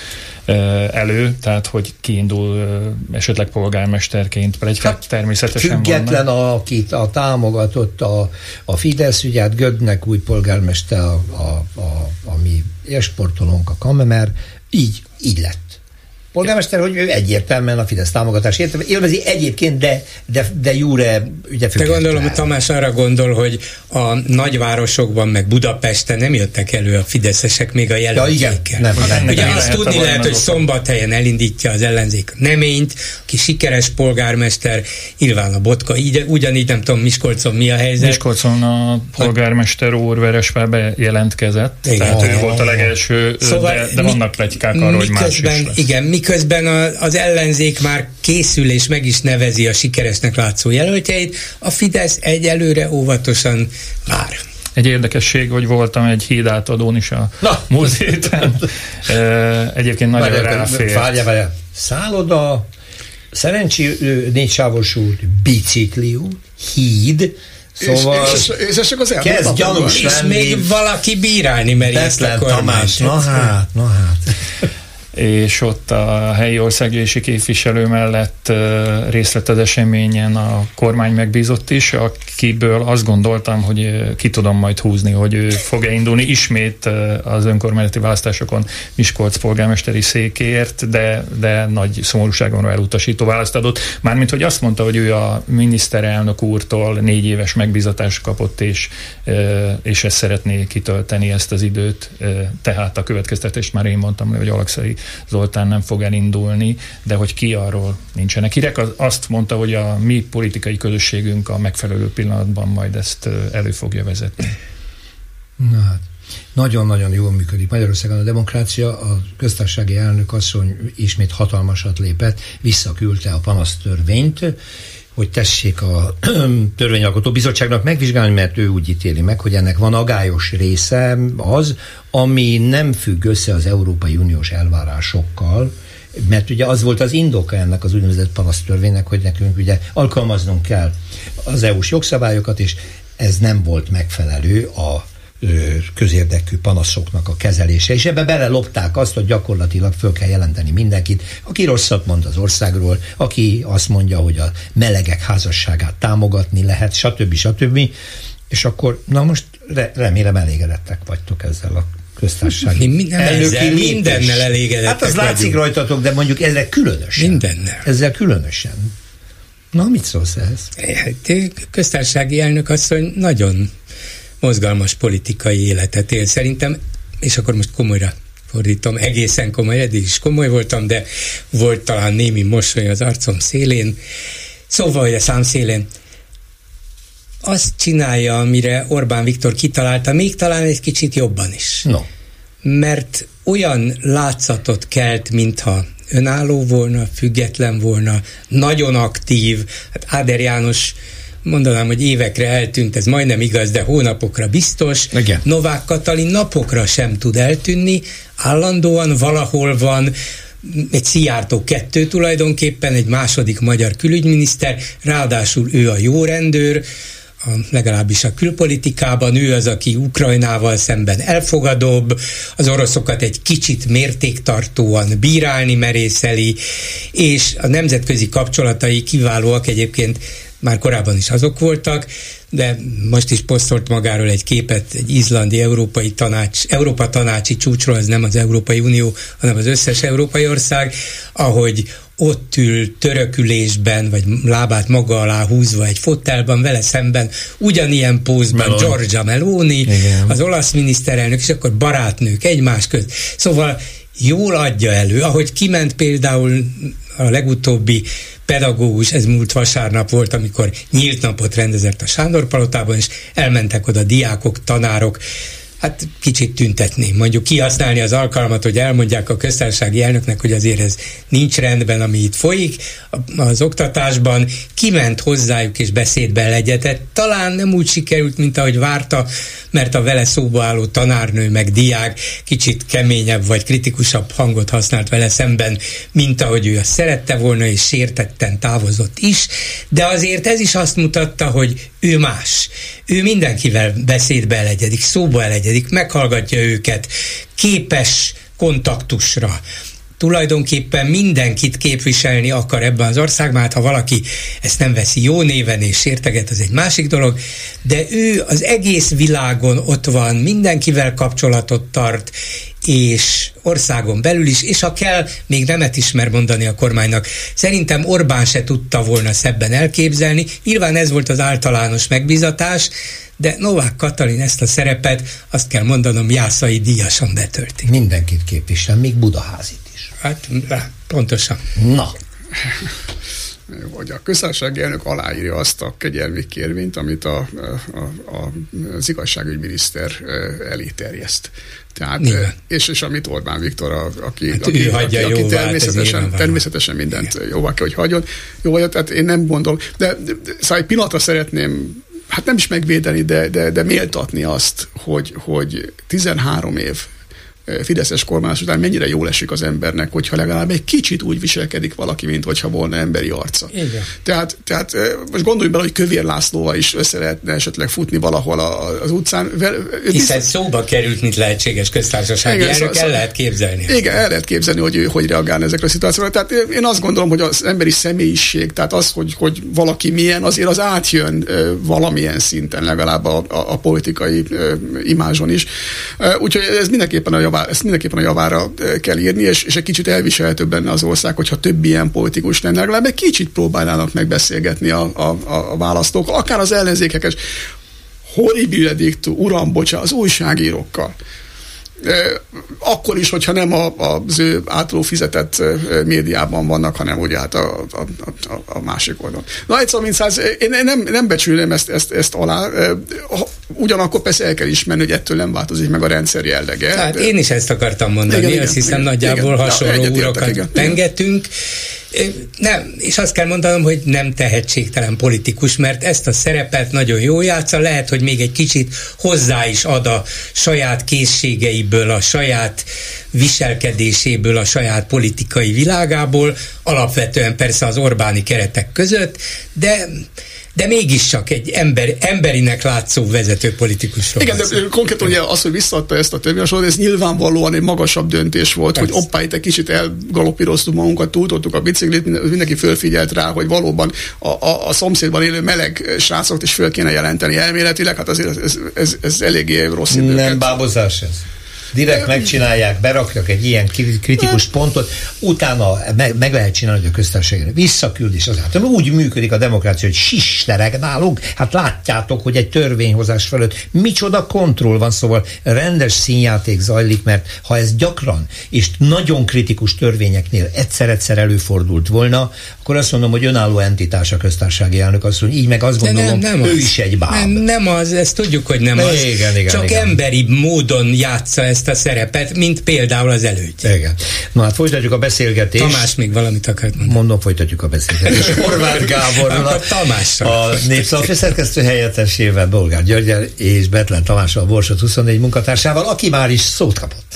elő, tehát hogy kiindul esetleg polgármesterként, plegykák hát, természetesen független, vannak. Akit a támogatott a, a Fidesz, ugye hát Gödnek új polgármester, a, a, a, a mi élsportolónk, a Kamemer, így, így lett. Polgármester, hogy ő egyértelműen a Fidesz támogatásért élvezi egyébként, de, de, de júre ugye Te gondolom, hogy Tamás arra gondol, hogy a nagyvárosokban, meg Budapesten nem jöttek elő a fideszesek még a jelöltjékkel. Ja, nem, nem, ugye nem, azt nem, tudni lehet, hogy Szombathelyen elindítja az ellenzék Neményt, aki sikeres polgármester, nyilván a Botka, így, ugyanígy nem tudom, Miskolcon mi a helyzet. Miskolcon a polgármester úr Veresvábe jelentkezett, igen, tehát ő volt a legelső, szóval de, de vannak pletykák arról, hogy más is lesz. Igen, miközben az ellenzék már készül és meg is nevezi a sikeresnek látszó jelöltjeit, a Fidesz egyelőre óvatosan vár. Egy érdekesség, hogy voltam egy hídátadón is a múlt héten. Egyébként nagyon várjál, ráfért. Várjál, várjál. Szálloda, szerencsi négysávos út, bicikli út, híd, szóval és, és, és, és kezd gyanús lenni. És még valaki bírálni meri ezt a kormányt. Na hát, na hát. És ott a helyi országgyűlési képviselő mellett részt vett az eseményen a kormány megbízott is, akiből azt gondoltam, hogy ki tudom majd húzni, hogy ő fog-e indulni ismét az önkormányzati választásokon Miskolc polgármesteri székéért, de, de nagy szomorúságon elutasító választ adott. Mármint, hogy azt mondta, hogy ő a miniszterelnök úrtól négy éves megbízatást kapott, és, és ezt szeretné kitölteni ezt az időt. Tehát a következtetést már én mondtam, hogy Alexei Zoltán nem fog elindulni, de hogy ki, arról nincsenek hírek. Azt mondta, hogy a mi politikai közösségünk a megfelelő pillanatban majd ezt elő fogja vezetni. Na hát, nagyon-nagyon jól működik Magyarországon a demokrácia. A köztársasági elnök asszony ismét hatalmasat lépett, visszaküldte a panasztörvényt, hogy tessék a törvényalkotó bizottságnak megvizsgálni, mert ő úgy ítéli meg, hogy ennek van agályos része az, ami nem függ össze az Európai Uniós elvárásokkal, mert ugye az volt az indoka ennek az úgynevezett panasztörvénynek, hogy nekünk ugye alkalmaznunk kell az é u-s jogszabályokat, és ez nem volt megfelelő a közérdekű panaszoknak a kezelése, és ebbe belelopták azt, hogy gyakorlatilag föl kell jelenteni mindenkit, aki rosszat mond az országról, aki azt mondja, hogy a melegek házasságát támogatni lehet, stb. stb. És akkor, na most remélem elégedettek vagytok ezzel a köztársasági mi, ezzel mindennel elégedettek. Hát az látszik vagyunk rajtatok, de mondjuk ezzel különösen. Mindennel. Ezzel különösen. Na, mit szólsz ehhez? Köztársasági elnök asszony nagyon mozgalmas politikai életet él szerintem, és akkor most komolyra fordítom, egészen komoly, eddig is komoly voltam, de volt talán némi mosoly az arcom szélén, szóval, hogy a számszélén azt csinálja, amire Orbán Viktor kitalálta, még talán egy kicsit jobban is. No. Mert olyan látszatot kelt, mintha önálló volna, független volna, nagyon aktív, hát Áder János mondanám, hogy évekre eltűnt, ez majdnem igaz, de hónapokra biztos. Igen. Novák Katalin napokra sem tud eltűnni, állandóan valahol van, egy Szijjártó kettő tulajdonképpen, egy második magyar külügyminiszter, ráadásul ő a jó rendőr, a, legalábbis a külpolitikában ő az, aki Ukrajnával szemben elfogadóbb, az oroszokat egy kicsit mértéktartóan bírálni merészeli, és a nemzetközi kapcsolatai kiválóak, egyébként már korábban is azok voltak, de most is posztolt magáról egy képet egy izlandi európai tanács, Európa tanácsi csúcsról, ez nem az Európai Unió, hanem az összes európai ország, ahogy ott ül törökülésben, vagy lábát maga alá húzva egy fotelban, vele szemben ugyanilyen pózban Meloni. Giorgia Meloni, igen, az olasz miniszterelnök, és akkor barátnők egymás közt. Szóval jól adja elő, ahogy kiment például a legutóbbi pedagógus, ez múlt vasárnap volt, amikor nyílt napot rendezett a Sándor Palotában, és elmentek oda diákok, tanárok, hát kicsit tüntetni, mondjuk kihasználni az alkalmat, hogy elmondják a köztársasági elnöknek, hogy azért ez nincs rendben, ami itt folyik az oktatásban, kiment hozzájuk és beszédben legyetett. Talán nem úgy sikerült, mint ahogy várta, mert a vele szóba álló tanárnő meg diák kicsit keményebb vagy kritikusabb hangot használt vele szemben, mint ahogy ő azt szerette volna, és sértetten távozott is, de azért ez is azt mutatta, hogy ő más. Ő mindenkivel beszédbe elegyedik, szóba elegyedik, meghallgatja őket, képes kontaktusra. Tulajdonképpen mindenkit képviselni akar ebben az országban, hát ha valaki ezt nem veszi jó néven és sérteget, az egy másik dolog, de ő az egész világon ott van, mindenkivel kapcsolatot tart, és országon belül is, és ha kell, még nemet ismer mondani a kormánynak. Szerintem Orbán se tudta volna szebben elképzelni, nyilván ez volt az általános megbízatás, de Novák Katalin ezt a szerepet, azt kell mondanom, Jászai díjasan betölti. Mindenkit képvisel, még Budaházit is. Hát, pontosan. Na. Hogy a köztársasági elnök aláírja azt a kegyelmi kérvényt, amit a, a, a, az igazságügyminiszter elé terjeszt. Tehát, és, és amit Orbán Viktor, a, aki, hát aki, aki, aki természetesen, természetesen mindent igen. jóvá kell, hogy hagyjon. Jó, tehát én nem gondolom. De, de, de szóval egy pillanatra szeretném, hát nem is megvédeni, de, de, de méltatni azt, hogy, hogy tizenhárom év fideszes kormányzás után mennyire jól esik az embernek, hogyha legalább egy kicsit úgy viselkedik valaki, mint hogyha volna emberi arca. Igen. Tehát, tehát most gondoljunk bele, hogy Kövér Lászlóval is össze lehetne esetleg futni valahol az utcán. Hiszen szóba került, mint lehetséges köztársasági elnök, el szóval, lehet képzelni. Igen, el lehet képzelni, hogy ő hogy reagálna ezekre a szituációkra. Tehát én azt gondolom, hogy az emberi személyiség, tehát az, hogy, hogy valaki milyen, azért az átjön valamilyen szinten, legalább a, a, a politikai imázson is. Úgyhogy ez mindenképpen a ezt mindenképpen a javára kell írni, és, és egy kicsit elviselhetőbb lenne az ország, hogyha több ilyen politikus lenne, legalább egy kicsit próbálnának megbeszélgetni a, a, a választók, akár az ellenzékek, horribile dictu, uram, bocsá, az újságírókkal. Akkor is, hogyha nem a, az ő általó fizetett médiában vannak, hanem ugye hát a, a, a, a másik oldalon. Na, egy szó, mint száz, én nem, nem becsülném ezt, ezt, ezt alá. Ugyanakkor persze el kell ismerni, hogy ettől nem változik meg a rendszer jellege. Hát én is ezt akartam mondani, igen, azt hiszem igen, nagyjából igen, hasonló ja, urakat igen, pengetünk. Nem, és azt kell mondanom, hogy nem tehetségtelen politikus, mert ezt a szerepet nagyon jól játsza, lehet, hogy még egy kicsit hozzá is ad a saját készségeiből, a saját viselkedéséből, a saját politikai világából, alapvetően persze az Orbáni keretek között, de de mégiscsak egy ember, emberinek látszó vezető politikusról. Igen, de konkrétan ugye az, hogy visszaadta ezt a törvényjavaslatot, ez nyilvánvalóan egy magasabb döntés volt, persze. Hogy oppá, itt egy kicsit elgalopíroztuk magunkat, túltoltuk a biciklit, mindenki fölfigyelt rá, hogy valóban a, a, a szomszédban élő meleg srácokat is föl kéne jelenteni elméletileg, hát azért ez, ez, ez eléggé rossz időket. Nem bábozás ez. Direkt megcsinálják, berakják egy ilyen kritikus pontot, utána meg, meg lehet csinálni, hogy a köztársaságra visszaküldés az által. Úgy működik a demokrácia, hogy sistereg nálunk. Hát látjátok, hogy egy törvényhozás fölött micsoda kontroll van, szóval rendes színjáték zajlik, mert ha ez gyakran és nagyon kritikus törvényeknél egyszer-egyszer előfordult volna, akkor azt mondom, hogy önálló entitás a köztársasági elnök, azt mondja, így meg azt gondolom, nem, nem ő az. Is egy báb. Nem, nem az, ezt tudjuk, hogy nem az. Igen, igen, csak igen. Emberi módon játsza ezt a szerepet, mint például az elődje. Igen. Na hát folytatjuk a beszélgetést. Tamás még valamit akart mondani. Mondom, folytatjuk a beszélgetést. Horváth Gáborral, a Népszava szerkesztő helyettesével, Bolgár Györgyel és Betlen Tamással, a Borsod huszonnégy munkatársával, aki már is szót kapott.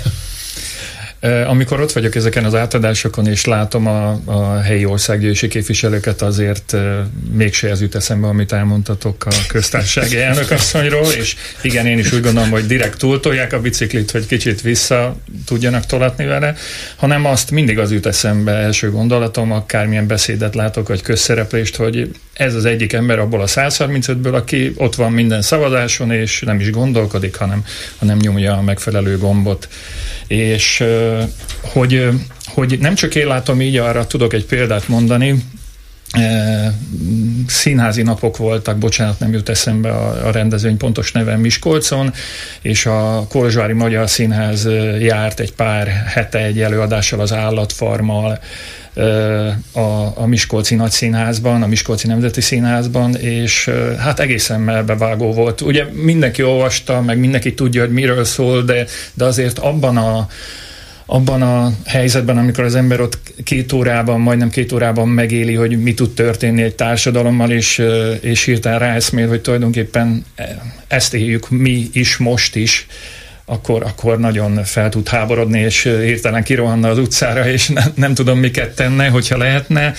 Amikor ott vagyok ezeken az átadásokon, és látom a, a helyi országgyűlési képviselőket, azért mégse ez jut eszembe, amit elmondtatok a köztársasági elnökasszonyról, és igen, én is úgy gondolom, hogy direkt túltolják a biciklit, hogy kicsit vissza tudjanak tolatni vele, hanem azt mindig az jut eszembe első gondolatom, akármilyen beszédet látok, vagy közszereplést, hogy ez az egyik ember abból a száz harmincötből, aki ott van minden szavazáson, és nem is gondolkodik, hanem, hanem nyomja a megfelelő gombot. És hogy, hogy nem csak én látom így, arra tudok egy példát mondani, színházi napok voltak, bocsánat, nem jut eszembe a, a rendezvény pontos neve, Miskolcon, és a Kolozsvári Magyar Színház járt egy pár hete egy előadással az Állatfarmmal, a, a Miskolci Nagyszínházban, a Miskolci Nemzeti Színházban, és hát egészen melbevágó volt. Ugye mindenki olvasta, meg mindenki tudja, hogy miről szól, de, de azért abban a abban a helyzetben, amikor az ember ott két órában, majdnem két órában megéli, hogy mi tud történni egy társadalommal, és, és hirtelen ráeszmél, hogy tulajdonképpen ezt éljük mi is, most is, akkor, akkor nagyon fel tud háborodni, és hirtelen kirohanna az utcára, és ne, nem tudom, miket tenne, hogyha lehetne.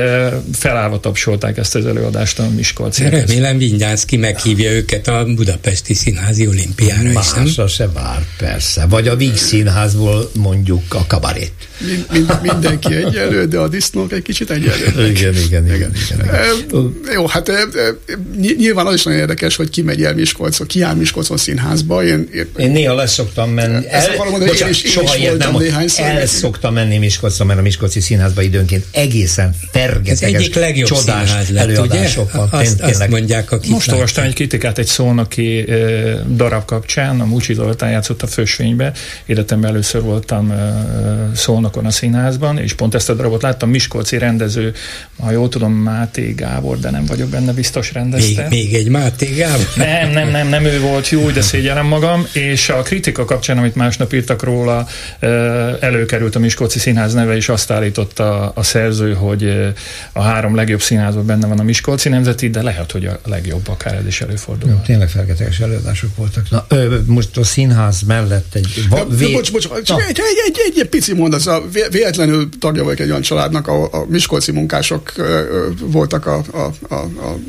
Felállva tapsolták ezt az előadást a Miskolci. Remélem Vinyánszky meghívja őket a Budapesti Színházi Olimpiára. Másra se vár, persze. Vagy a Víg Színházból mondjuk a kabarét. Mind, mind, mindenki egyenlő, de a disznók egy kicsit egyenlő. Igen, igen, igen. igen, igen. E, jó, hát e, nyilván az is nagyon érdekes, hogy ki megy el Miskolcon, ki áll Miskolcon színházba. Én, én, én néha lesz szoktam menni. El, mondani, bocsánat, én is, soha én is nem, el szoktam menni Miskolcra, mert a Miskolci Színházba időnként egészen fergeteges, csodás előadások van. Azt, azt mondják, akik most olvastam egy kritikát egy szolnoki e, darab kapcsán, a Mucsi Zoltán játszott a Fösvénybe. Életemben először voltam e, Szolnokon a színházban, és pont ezt a darabot láttam. Miskolci rendező, ha jól tudom, Máté Gábor, de nem vagyok benne biztos rendezte. Még, még egy Máté Gábor? Nem, nem, nem, nem ő volt, jó, de szégyellem magam, és a kritika kapcsán, amit másnap írtak róla, előkerült a Miskolci Színház neve, és azt állította a szerző, hogy a három legjobb színházban benne van a Miskolci Nemzeti, de lehet, hogy a legjobb, akár ez is előfordul. Jó, tényleg fergeteges előadások voltak. Na, ö, most a színház mellett egy... Va, vé... Bocs, bocs, csak egy, egy, egy, egy, egy pici mondat, a véletlenül tagja vagyok egy olyan családnak, a, a miskolci munkások voltak a, a, a, a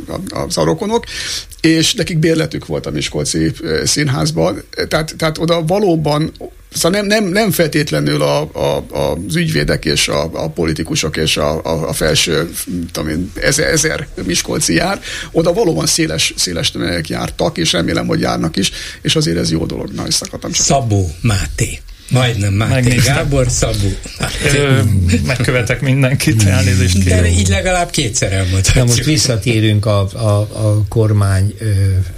az arokonok, és nekik bérletük volt a Miskolci Színházban, tehát, tehát oda valóban, szóval nem, nem, nem feltétlenül a, a, az ügyvédek és a, a politikusok és a, a, a felső tudom, ezer, ezer miskolci jár, oda valóban széles, széles tömegek jártak, és remélem, hogy járnak is, és azért ez jó dolog. Na, szakadtam csak. Szabó Máté. Majdnem Máté Gábor, Szabó. Ö, megkövetek mindenkit, elnézést kérem. De így legalább kétszer elmondhatjuk. Na most visszatérünk a, a, a kormány ö,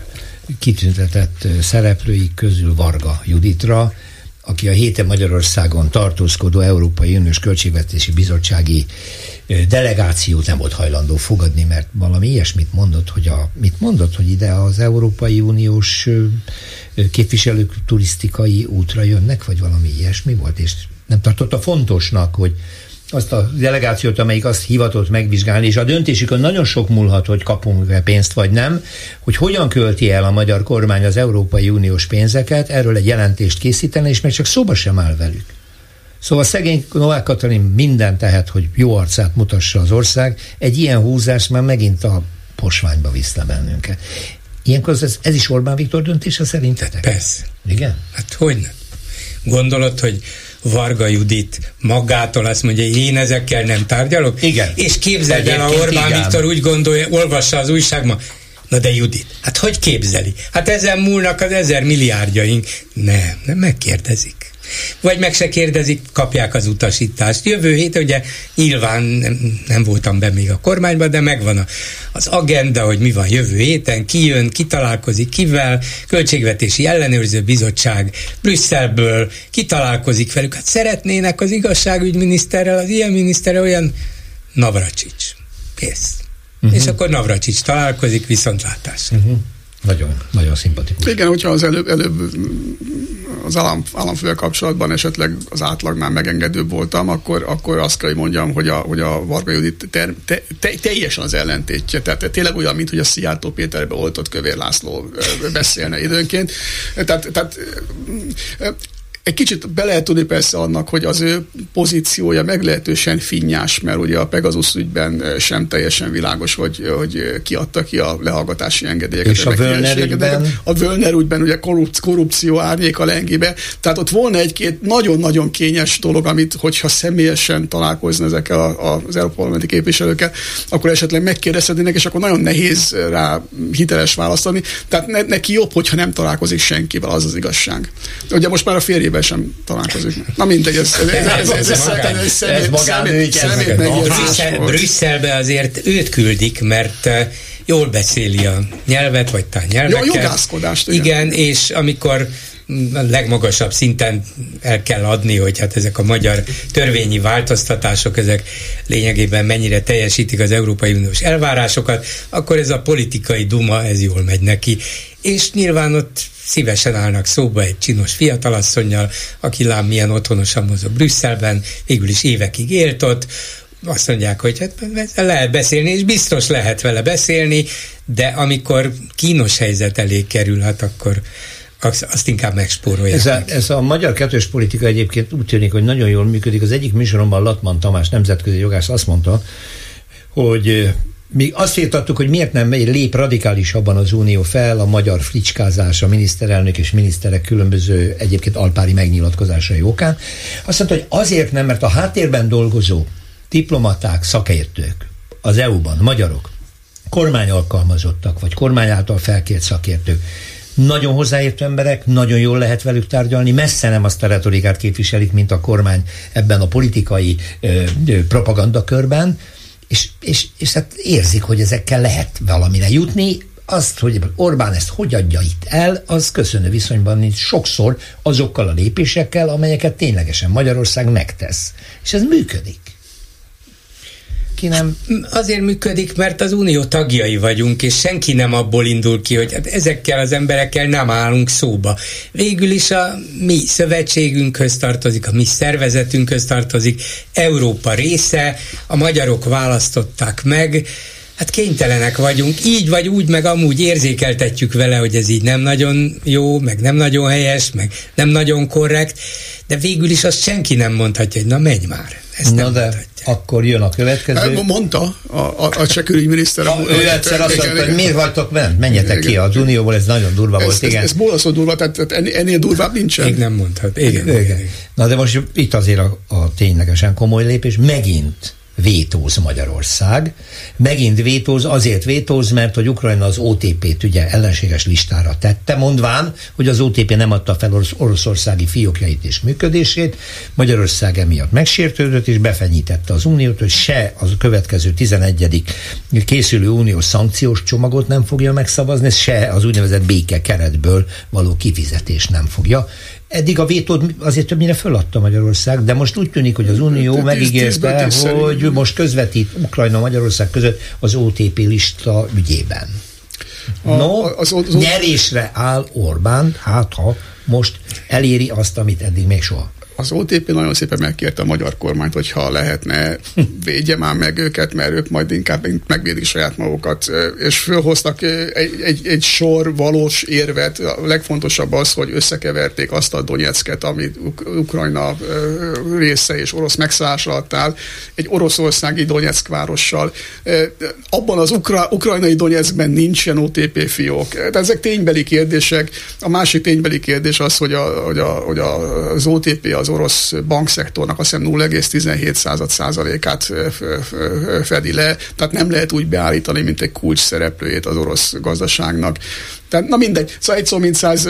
kitüntetett szereplői közül Varga Juditra, aki a héten Magyarországon tartózkodó Európai Uniós Költségvetési Bizottsági delegációt nem volt hajlandó fogadni, mert valami ilyesmit mondott, hogy a, mit mondott, hogy ide az Európai Uniós képviselők turisztikai útra jönnek, vagy valami ilyesmi volt, és nem tartotta fontosnak, hogy azt a delegációt, amelyik azt hivatott megvizsgálni, és a döntésükön nagyon sok múlhat, hogy kapunk-e pénzt, vagy nem, hogy hogyan költi el a magyar kormány az Európai Uniós pénzeket, erről egy jelentést készíteni, és még csak szóba sem áll velük. Szóval szegény Novák Katalin mindent tehet, hogy jó arcát mutassa az ország, egy ilyen húzás már megint a posványba viszne bennünket. Ilyenkor ez, ez is Orbán Viktor döntése szerintetek? Persze. Igen? Hát hogyne. Gondolod, hogy Varga Judit magától azt mondja, hogy én ezekkel nem tárgyalok? Igen. És képzeld el, ha Orbán igen. Viktor úgy gondolja, olvassa az újságban, na de Judit, hát hogy képzeli? Hát ezen múlnak az ezer milliárdjaink. Nem, nem megkérdezik. Vagy meg se kérdezik, kapják az utasítást. Jövő hét, ugye nyilván nem, nem voltam be még a kormányban, de megvan a, az agenda, hogy mi van jövő héten, ki jön, ki találkozik kivel, Költségvetési Ellenőrző Bizottság Brüsszelből, ki találkozik velük. Hát szeretnének az igazságügyminiszterrel, az ilyen miniszterrel olyan Navracsics. Kész. Uh-huh. És akkor Navracsics találkozik, viszontlátásra. Uh-huh. Nagyon, nagyon szimpatikus. Igen, hogyha az előbb, előbb az állam, államfővel kapcsolatban esetleg az átlagnál megengedőbb voltam, akkor, akkor azt kell, hogy mondjam, hogy a, hogy a Varga Judit te, te, te, teljesen az ellentétje. Tehát tényleg olyan, mint hogy a Szijjártó Péterbe oltott Kövér László beszélne időnként. Tehát, tehát egy kicsit be lehet tudni persze annak, hogy az ő pozíciója meglehetősen finnyás, mert ugye a Pegasus ügyben sem teljesen világos, hogy, hogy kiadta ki a lehallgatási engedélyeket. És a Völner ügyben? A Völner ügyben ugye korrupció árnyék a lengébe. Tehát ott volna egy-két nagyon-nagyon kényes dolog, amit, hogyha személyesen találkozna ezekkel a, a, az Európai Parlamenti képviselőkkel, akkor esetleg megkérdezhetnének, és akkor nagyon nehéz rá hiteles választ adni. Tehát ne, neki jobb, hogyha nem találkozik senkivel, az az igazság. Ugye most már a férjével sem találkozik. Na mindegy, ez, ez, ez, ez, ez, ez, ez magánügy. Brüsszelbe azért őt küldik, mert jól beszéli a nyelvet, vagy talán nyelveket. Jó, jogászkodást. Igen, és amikor legmagasabb szinten el kell adni, hogy hát ezek a magyar törvényi változtatások, ezek lényegében mennyire teljesítik az Európai Uniós elvárásokat, akkor ez a politikai duma, ez jól megy neki. És nyilván ott szívesen állnak szóba egy csinos fiatalasszonnyal, aki lám milyen otthonosan mozog Brüsszelben, végül is évekig élt ott, azt mondják, hogy hát lehet beszélni, és biztos lehet vele beszélni, de amikor kínos helyzet elé kerül, hát akkor azt inkább megspórolják. Ez a, ez a magyar kettős politika egyébként úgy tűnik, hogy nagyon jól működik. Az egyik műsoromban Latman Tamás nemzetközi jogász azt mondta, hogy mi azt firtattuk, hogy miért nem lép radikálisabban az Unió fel a magyar fricskázás, a miniszterelnök és miniszterek különböző egyébként alpári megnyilatkozásai okán. Azt mondta, hogy azért nem, mert a háttérben dolgozó diplomaták, szakértők az é u-ban, magyarok, kormányalkalmazottak, vagy kormány által felkért szakértők, nagyon hozzáértő emberek, nagyon jól lehet velük tárgyalni, messze nem azt a retorikát képviselik, mint a kormány ebben a politikai ö, ö, propagandakörben, és, és, és hát érzik, hogy ezekkel lehet valamire jutni. Azt, hogy Orbán ezt hogy adja itt el, az köszönő viszonyban nincs sokszor azokkal a lépésekkel, amelyeket ténylegesen Magyarország megtesz. És ez működik. Nem... Azért működik, mert az unió tagjai vagyunk, és senki nem abból indul ki, hogy hát ezekkel az emberekkel nem állunk szóba. Végül is a mi szövetségünkhöz tartozik, a mi szervezetünkhöz tartozik, Európa része, a magyarok választották meg, hát kénytelenek vagyunk, így vagy úgy, meg amúgy érzékeltetjük vele, hogy ez így nem nagyon jó, meg nem nagyon helyes, meg nem nagyon korrekt, de végül is azt senki nem mondhatja, hogy na menj már. Ezt na nem de mondhatja. Akkor jön a következő. Mondta a, a, a cseh külügyminiszter. Ő egyszer azt mondta, hogy miért vagytok bent? Menjetek ki az Unióból, ez nagyon durva ez, volt. Ez, igen. ez bolaszul durva, tehát ennél durvább nincsen. Még nem mondhat. Igen, igen. igen. Na de most itt azért a, a ténylegesen komoly lépés, megint vétóz Magyarország. Megint vétóz, azért vétóz, mert hogy Ukrajna az o té pét ugye ellenséges listára tette, mondván, hogy az o té pé nem adta fel orosz, oroszországi fiókjait és működését. Magyarország emiatt megsértődött, és befenyítette az uniót, hogy se az következő tizenegyedik készülő uniós szankciós csomagot nem fogja megszavazni, se az úgynevezett béke keretből való kifizetést nem fogja. Eddig a vétót azért többnyire föladta Magyarország, de most úgy tűnik, hogy az Unió megígérte, hogy most közvetít Ukrajna-Magyarország között az o té pé lista ügyében. A, no, az, az, az, nyerésre áll Orbán, hát ha most eléri azt, amit eddig még soha. Az o té pé nagyon szépen megkérte a magyar kormányt, hogyha lehetne, védje már meg őket, mert ők majd inkább megvédik saját magukat, és fölhoztak egy, egy, egy sor valós érvet. A legfontosabb az, hogy összekeverték azt a Donyecket, amit Ukrajna része és orosz megszállás alatt áll, egy oroszországi Donyeck várossal. Abban az ukra, ukrajnai Donyeckben nincsen o té pé fiók. Tehát ezek ténybeli kérdések. A másik ténybeli kérdés az, hogy, a, hogy, a, hogy a, az o té pé az orosz bankszektornak azt hiszem nulla egész tizenhét százalékát fedi le, tehát nem lehet úgy beállítani, mint egy kulcs szereplőjét az orosz gazdaságnak. Tehát, na mindegy, szóval egy szó mint száz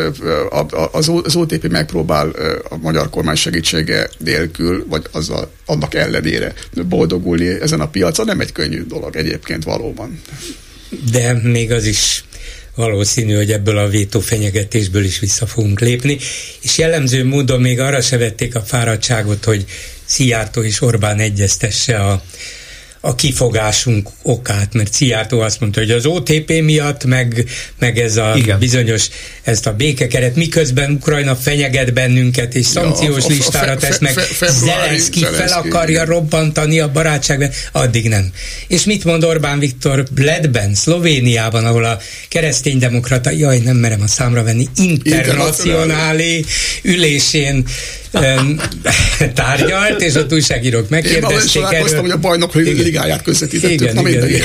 az o té pé megpróbál a magyar kormány segítsége nélkül, vagy azzal, annak ellenére boldogulni ezen a piacon. Nem egy könnyű dolog egyébként valóban. De még az is valószínű, hogy ebből a vétó fenyegetésből is vissza fogunk lépni, és jellemző módon még arra se vették a fáradtságot, hogy Szijjártó és Orbán egyeztesse a, a kifogásunk okát, mert Szijjártó azt mondta, hogy az o té pé miatt, meg, meg ez a Igen. bizonyos, ezt a békekeret, miközben Ukrajna fenyeget bennünket, és szankciós ja, listára tesz meg, Zelenszky fel akarja robbantani a barátságban, addig nem. És mit mond Orbán Viktor Bledben, Szlovéniában, ahol a kereszténydemokrata, jaj, nem merem a számra venni, internacionálé ülésén um, tárgyalt, és ott újságírók megkérdezték erről. Én hogy a bajnok ligáját közvetítettük. Igen, igen, igen.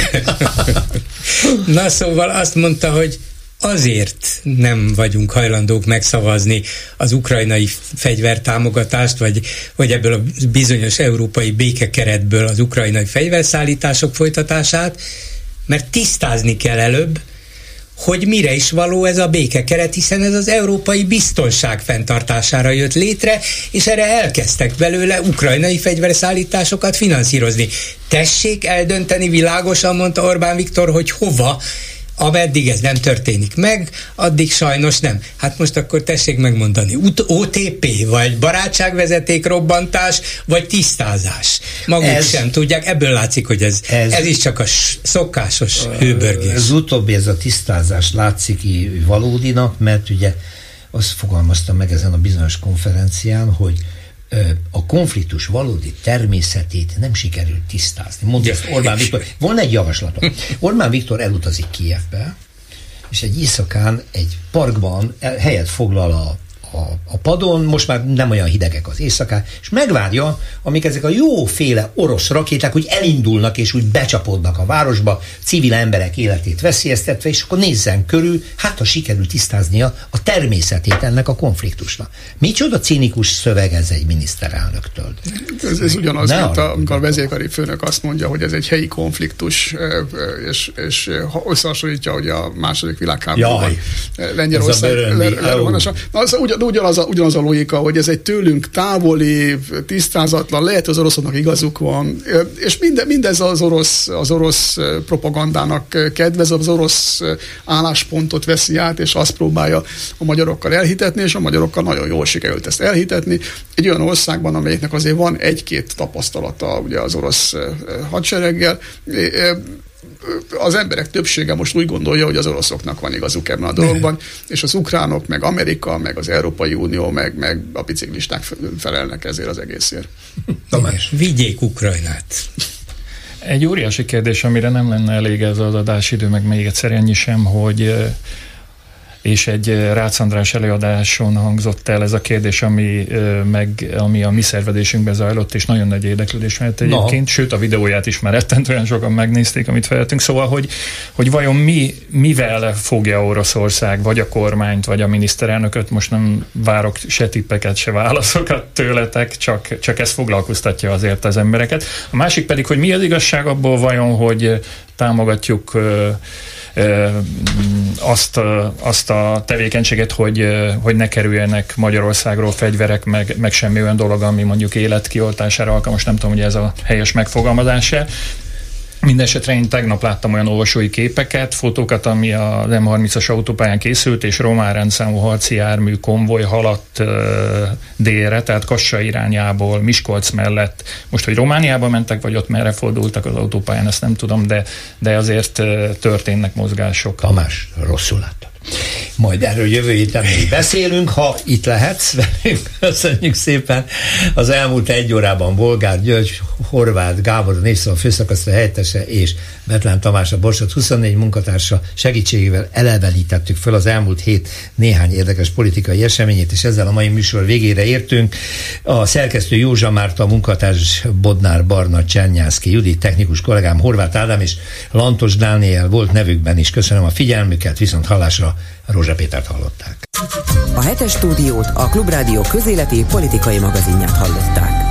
Na szóval azt mondta, hogy azért nem vagyunk hajlandók megszavazni az ukrajnai fegyvertámogatást, vagy, vagy ebből a bizonyos európai békekeretből az ukrajnai fegyverszállítások folytatását, mert tisztázni kell előbb, hogy mire is való ez a békekeret, hiszen ez az európai biztonság fenntartására jött létre, és erre elkezdtek belőle ukrajnai fegyverszállításokat finanszírozni. Tessék eldönteni világosan, mondta Orbán Viktor, hogy hova, ameddig ez nem történik meg, addig sajnos nem. Hát most akkor tessék megmondani, o té pé, vagy barátságvezeték robbantás, vagy tisztázás. Maguk ez, sem tudják, ebből látszik, hogy ez, ez, ez is csak a szokásos hőbörgés. Ez utóbbi, ez a tisztázás látszik valódinak, mert ugye azt fogalmaztam meg ezen a bizonyos konferencián, hogy a konfliktus valódi természetét nem sikerült tisztázni. Mondja ezt Orbán Viktor. Van egy javaslatom. Orbán Viktor elutazik Kijevbe, és egy éjszakán egy parkban helyet foglal a A, a padon, most már nem olyan hidegek az éjszakák, és megvárja, amíg ezek a jóféle orosz rakéták úgy elindulnak, és úgy becsapódnak a városba, civil emberek életét veszélyeztetve, és akkor nézzen körül, hát ha sikerül tisztáznia a természetét ennek a konfliktusnak. Micsoda cinikus szöveg ez egy miniszterelnöktől. Ez, ez ugyanaz, ne mint a, amikor a vezérkari főnök azt mondja, hogy ez egy helyi konfliktus, és, és összehasonlítja, hogy a második világháborúban Lengyelország lerohanása. Ugyanaz a, ugyanaz a logika, hogy ez egy tőlünk távoli, tisztázatlan, lehet, az oroszoknak igazuk van, és minden, mindez az orosz, az orosz propagandának kedvez, az orosz álláspontot veszi át, és azt próbálja a magyarokkal elhitetni, és a magyarokkal nagyon jól sikerült ezt elhitetni. Egy olyan országban, amelyiknek azért van egy-két tapasztalata ugye az orosz hadsereggel, az emberek többsége most úgy gondolja, hogy az oroszoknak van igazuk ebben a dologban, és az ukránok, meg Amerika, meg az Európai Unió, meg, meg a biciklisták felelnek ezért az egészért. Tamás, vigyék Ukrajnát! Egy óriási kérdés, amire nem lenne elég ez az adásidő, meg még egyszer ennyi sem, hogy és egy Rácz András előadáson hangzott el ez a kérdés, ami, meg, ami a mi szervezésünkben zajlott, és nagyon nagy érdeklődés mellett egyébként, no. Sőt a videóját is már rettentően sokan megnézték, amit feltettünk, szóval, hogy, hogy vajon mi, mivel fogja Oroszország, vagy a kormányt, vagy a miniszterelnököt, most nem várok se tippeket, se válaszokat tőletek, csak, csak ez foglalkoztatja azért az embereket. A másik pedig, hogy mi az igazság abból vajon, hogy támogatjuk azt, azt a tevékenységet, hogy, hogy ne kerüljenek Magyarországról fegyverek, meg, meg semmi olyan dolog, ami mondjuk életkioltására alkalmas, nem tudom, hogy ez a helyes megfogalmazása. Mindenesetre én tegnap láttam olyan olvasói képeket, fotókat, ami az em harmincas autópályán készült, és román rendszámú harci jármű konvoj haladt uh, délre, tehát Kassa irányából, Miskolc mellett. Most, hogy Romániába mentek, vagy ott merre fordultak az autópályán, ezt nem tudom, de, de azért uh, történnek mozgások. Tamás, rosszul láttad. Majd erről jövő héten még beszélünk, ha itt lehetsz velünk. Köszönjük szépen. Az elmúlt egy órában Bolgár György, Horváth Gábor, a Népszava főszerkesztő helyettese és Betlen Tamás, a Borsod huszonnégy munkatársa segítségével elevenítettük föl az elmúlt hét néhány érdekes politikai eseményét, és ezzel a mai műsor végére értünk. A szerkesztő Józsa Márta, a munkatárs Bodnár Barna, Csernyánszky Judit, technikus kollégám Horváth Ádám és Lantos Dániel volt nevükben is. Köszönöm a figyelmüket, viszont hallásra Rózsa Pétert hallották. A hetes stúdiót, a Klubrádió közéleti politikai magazinját hallották.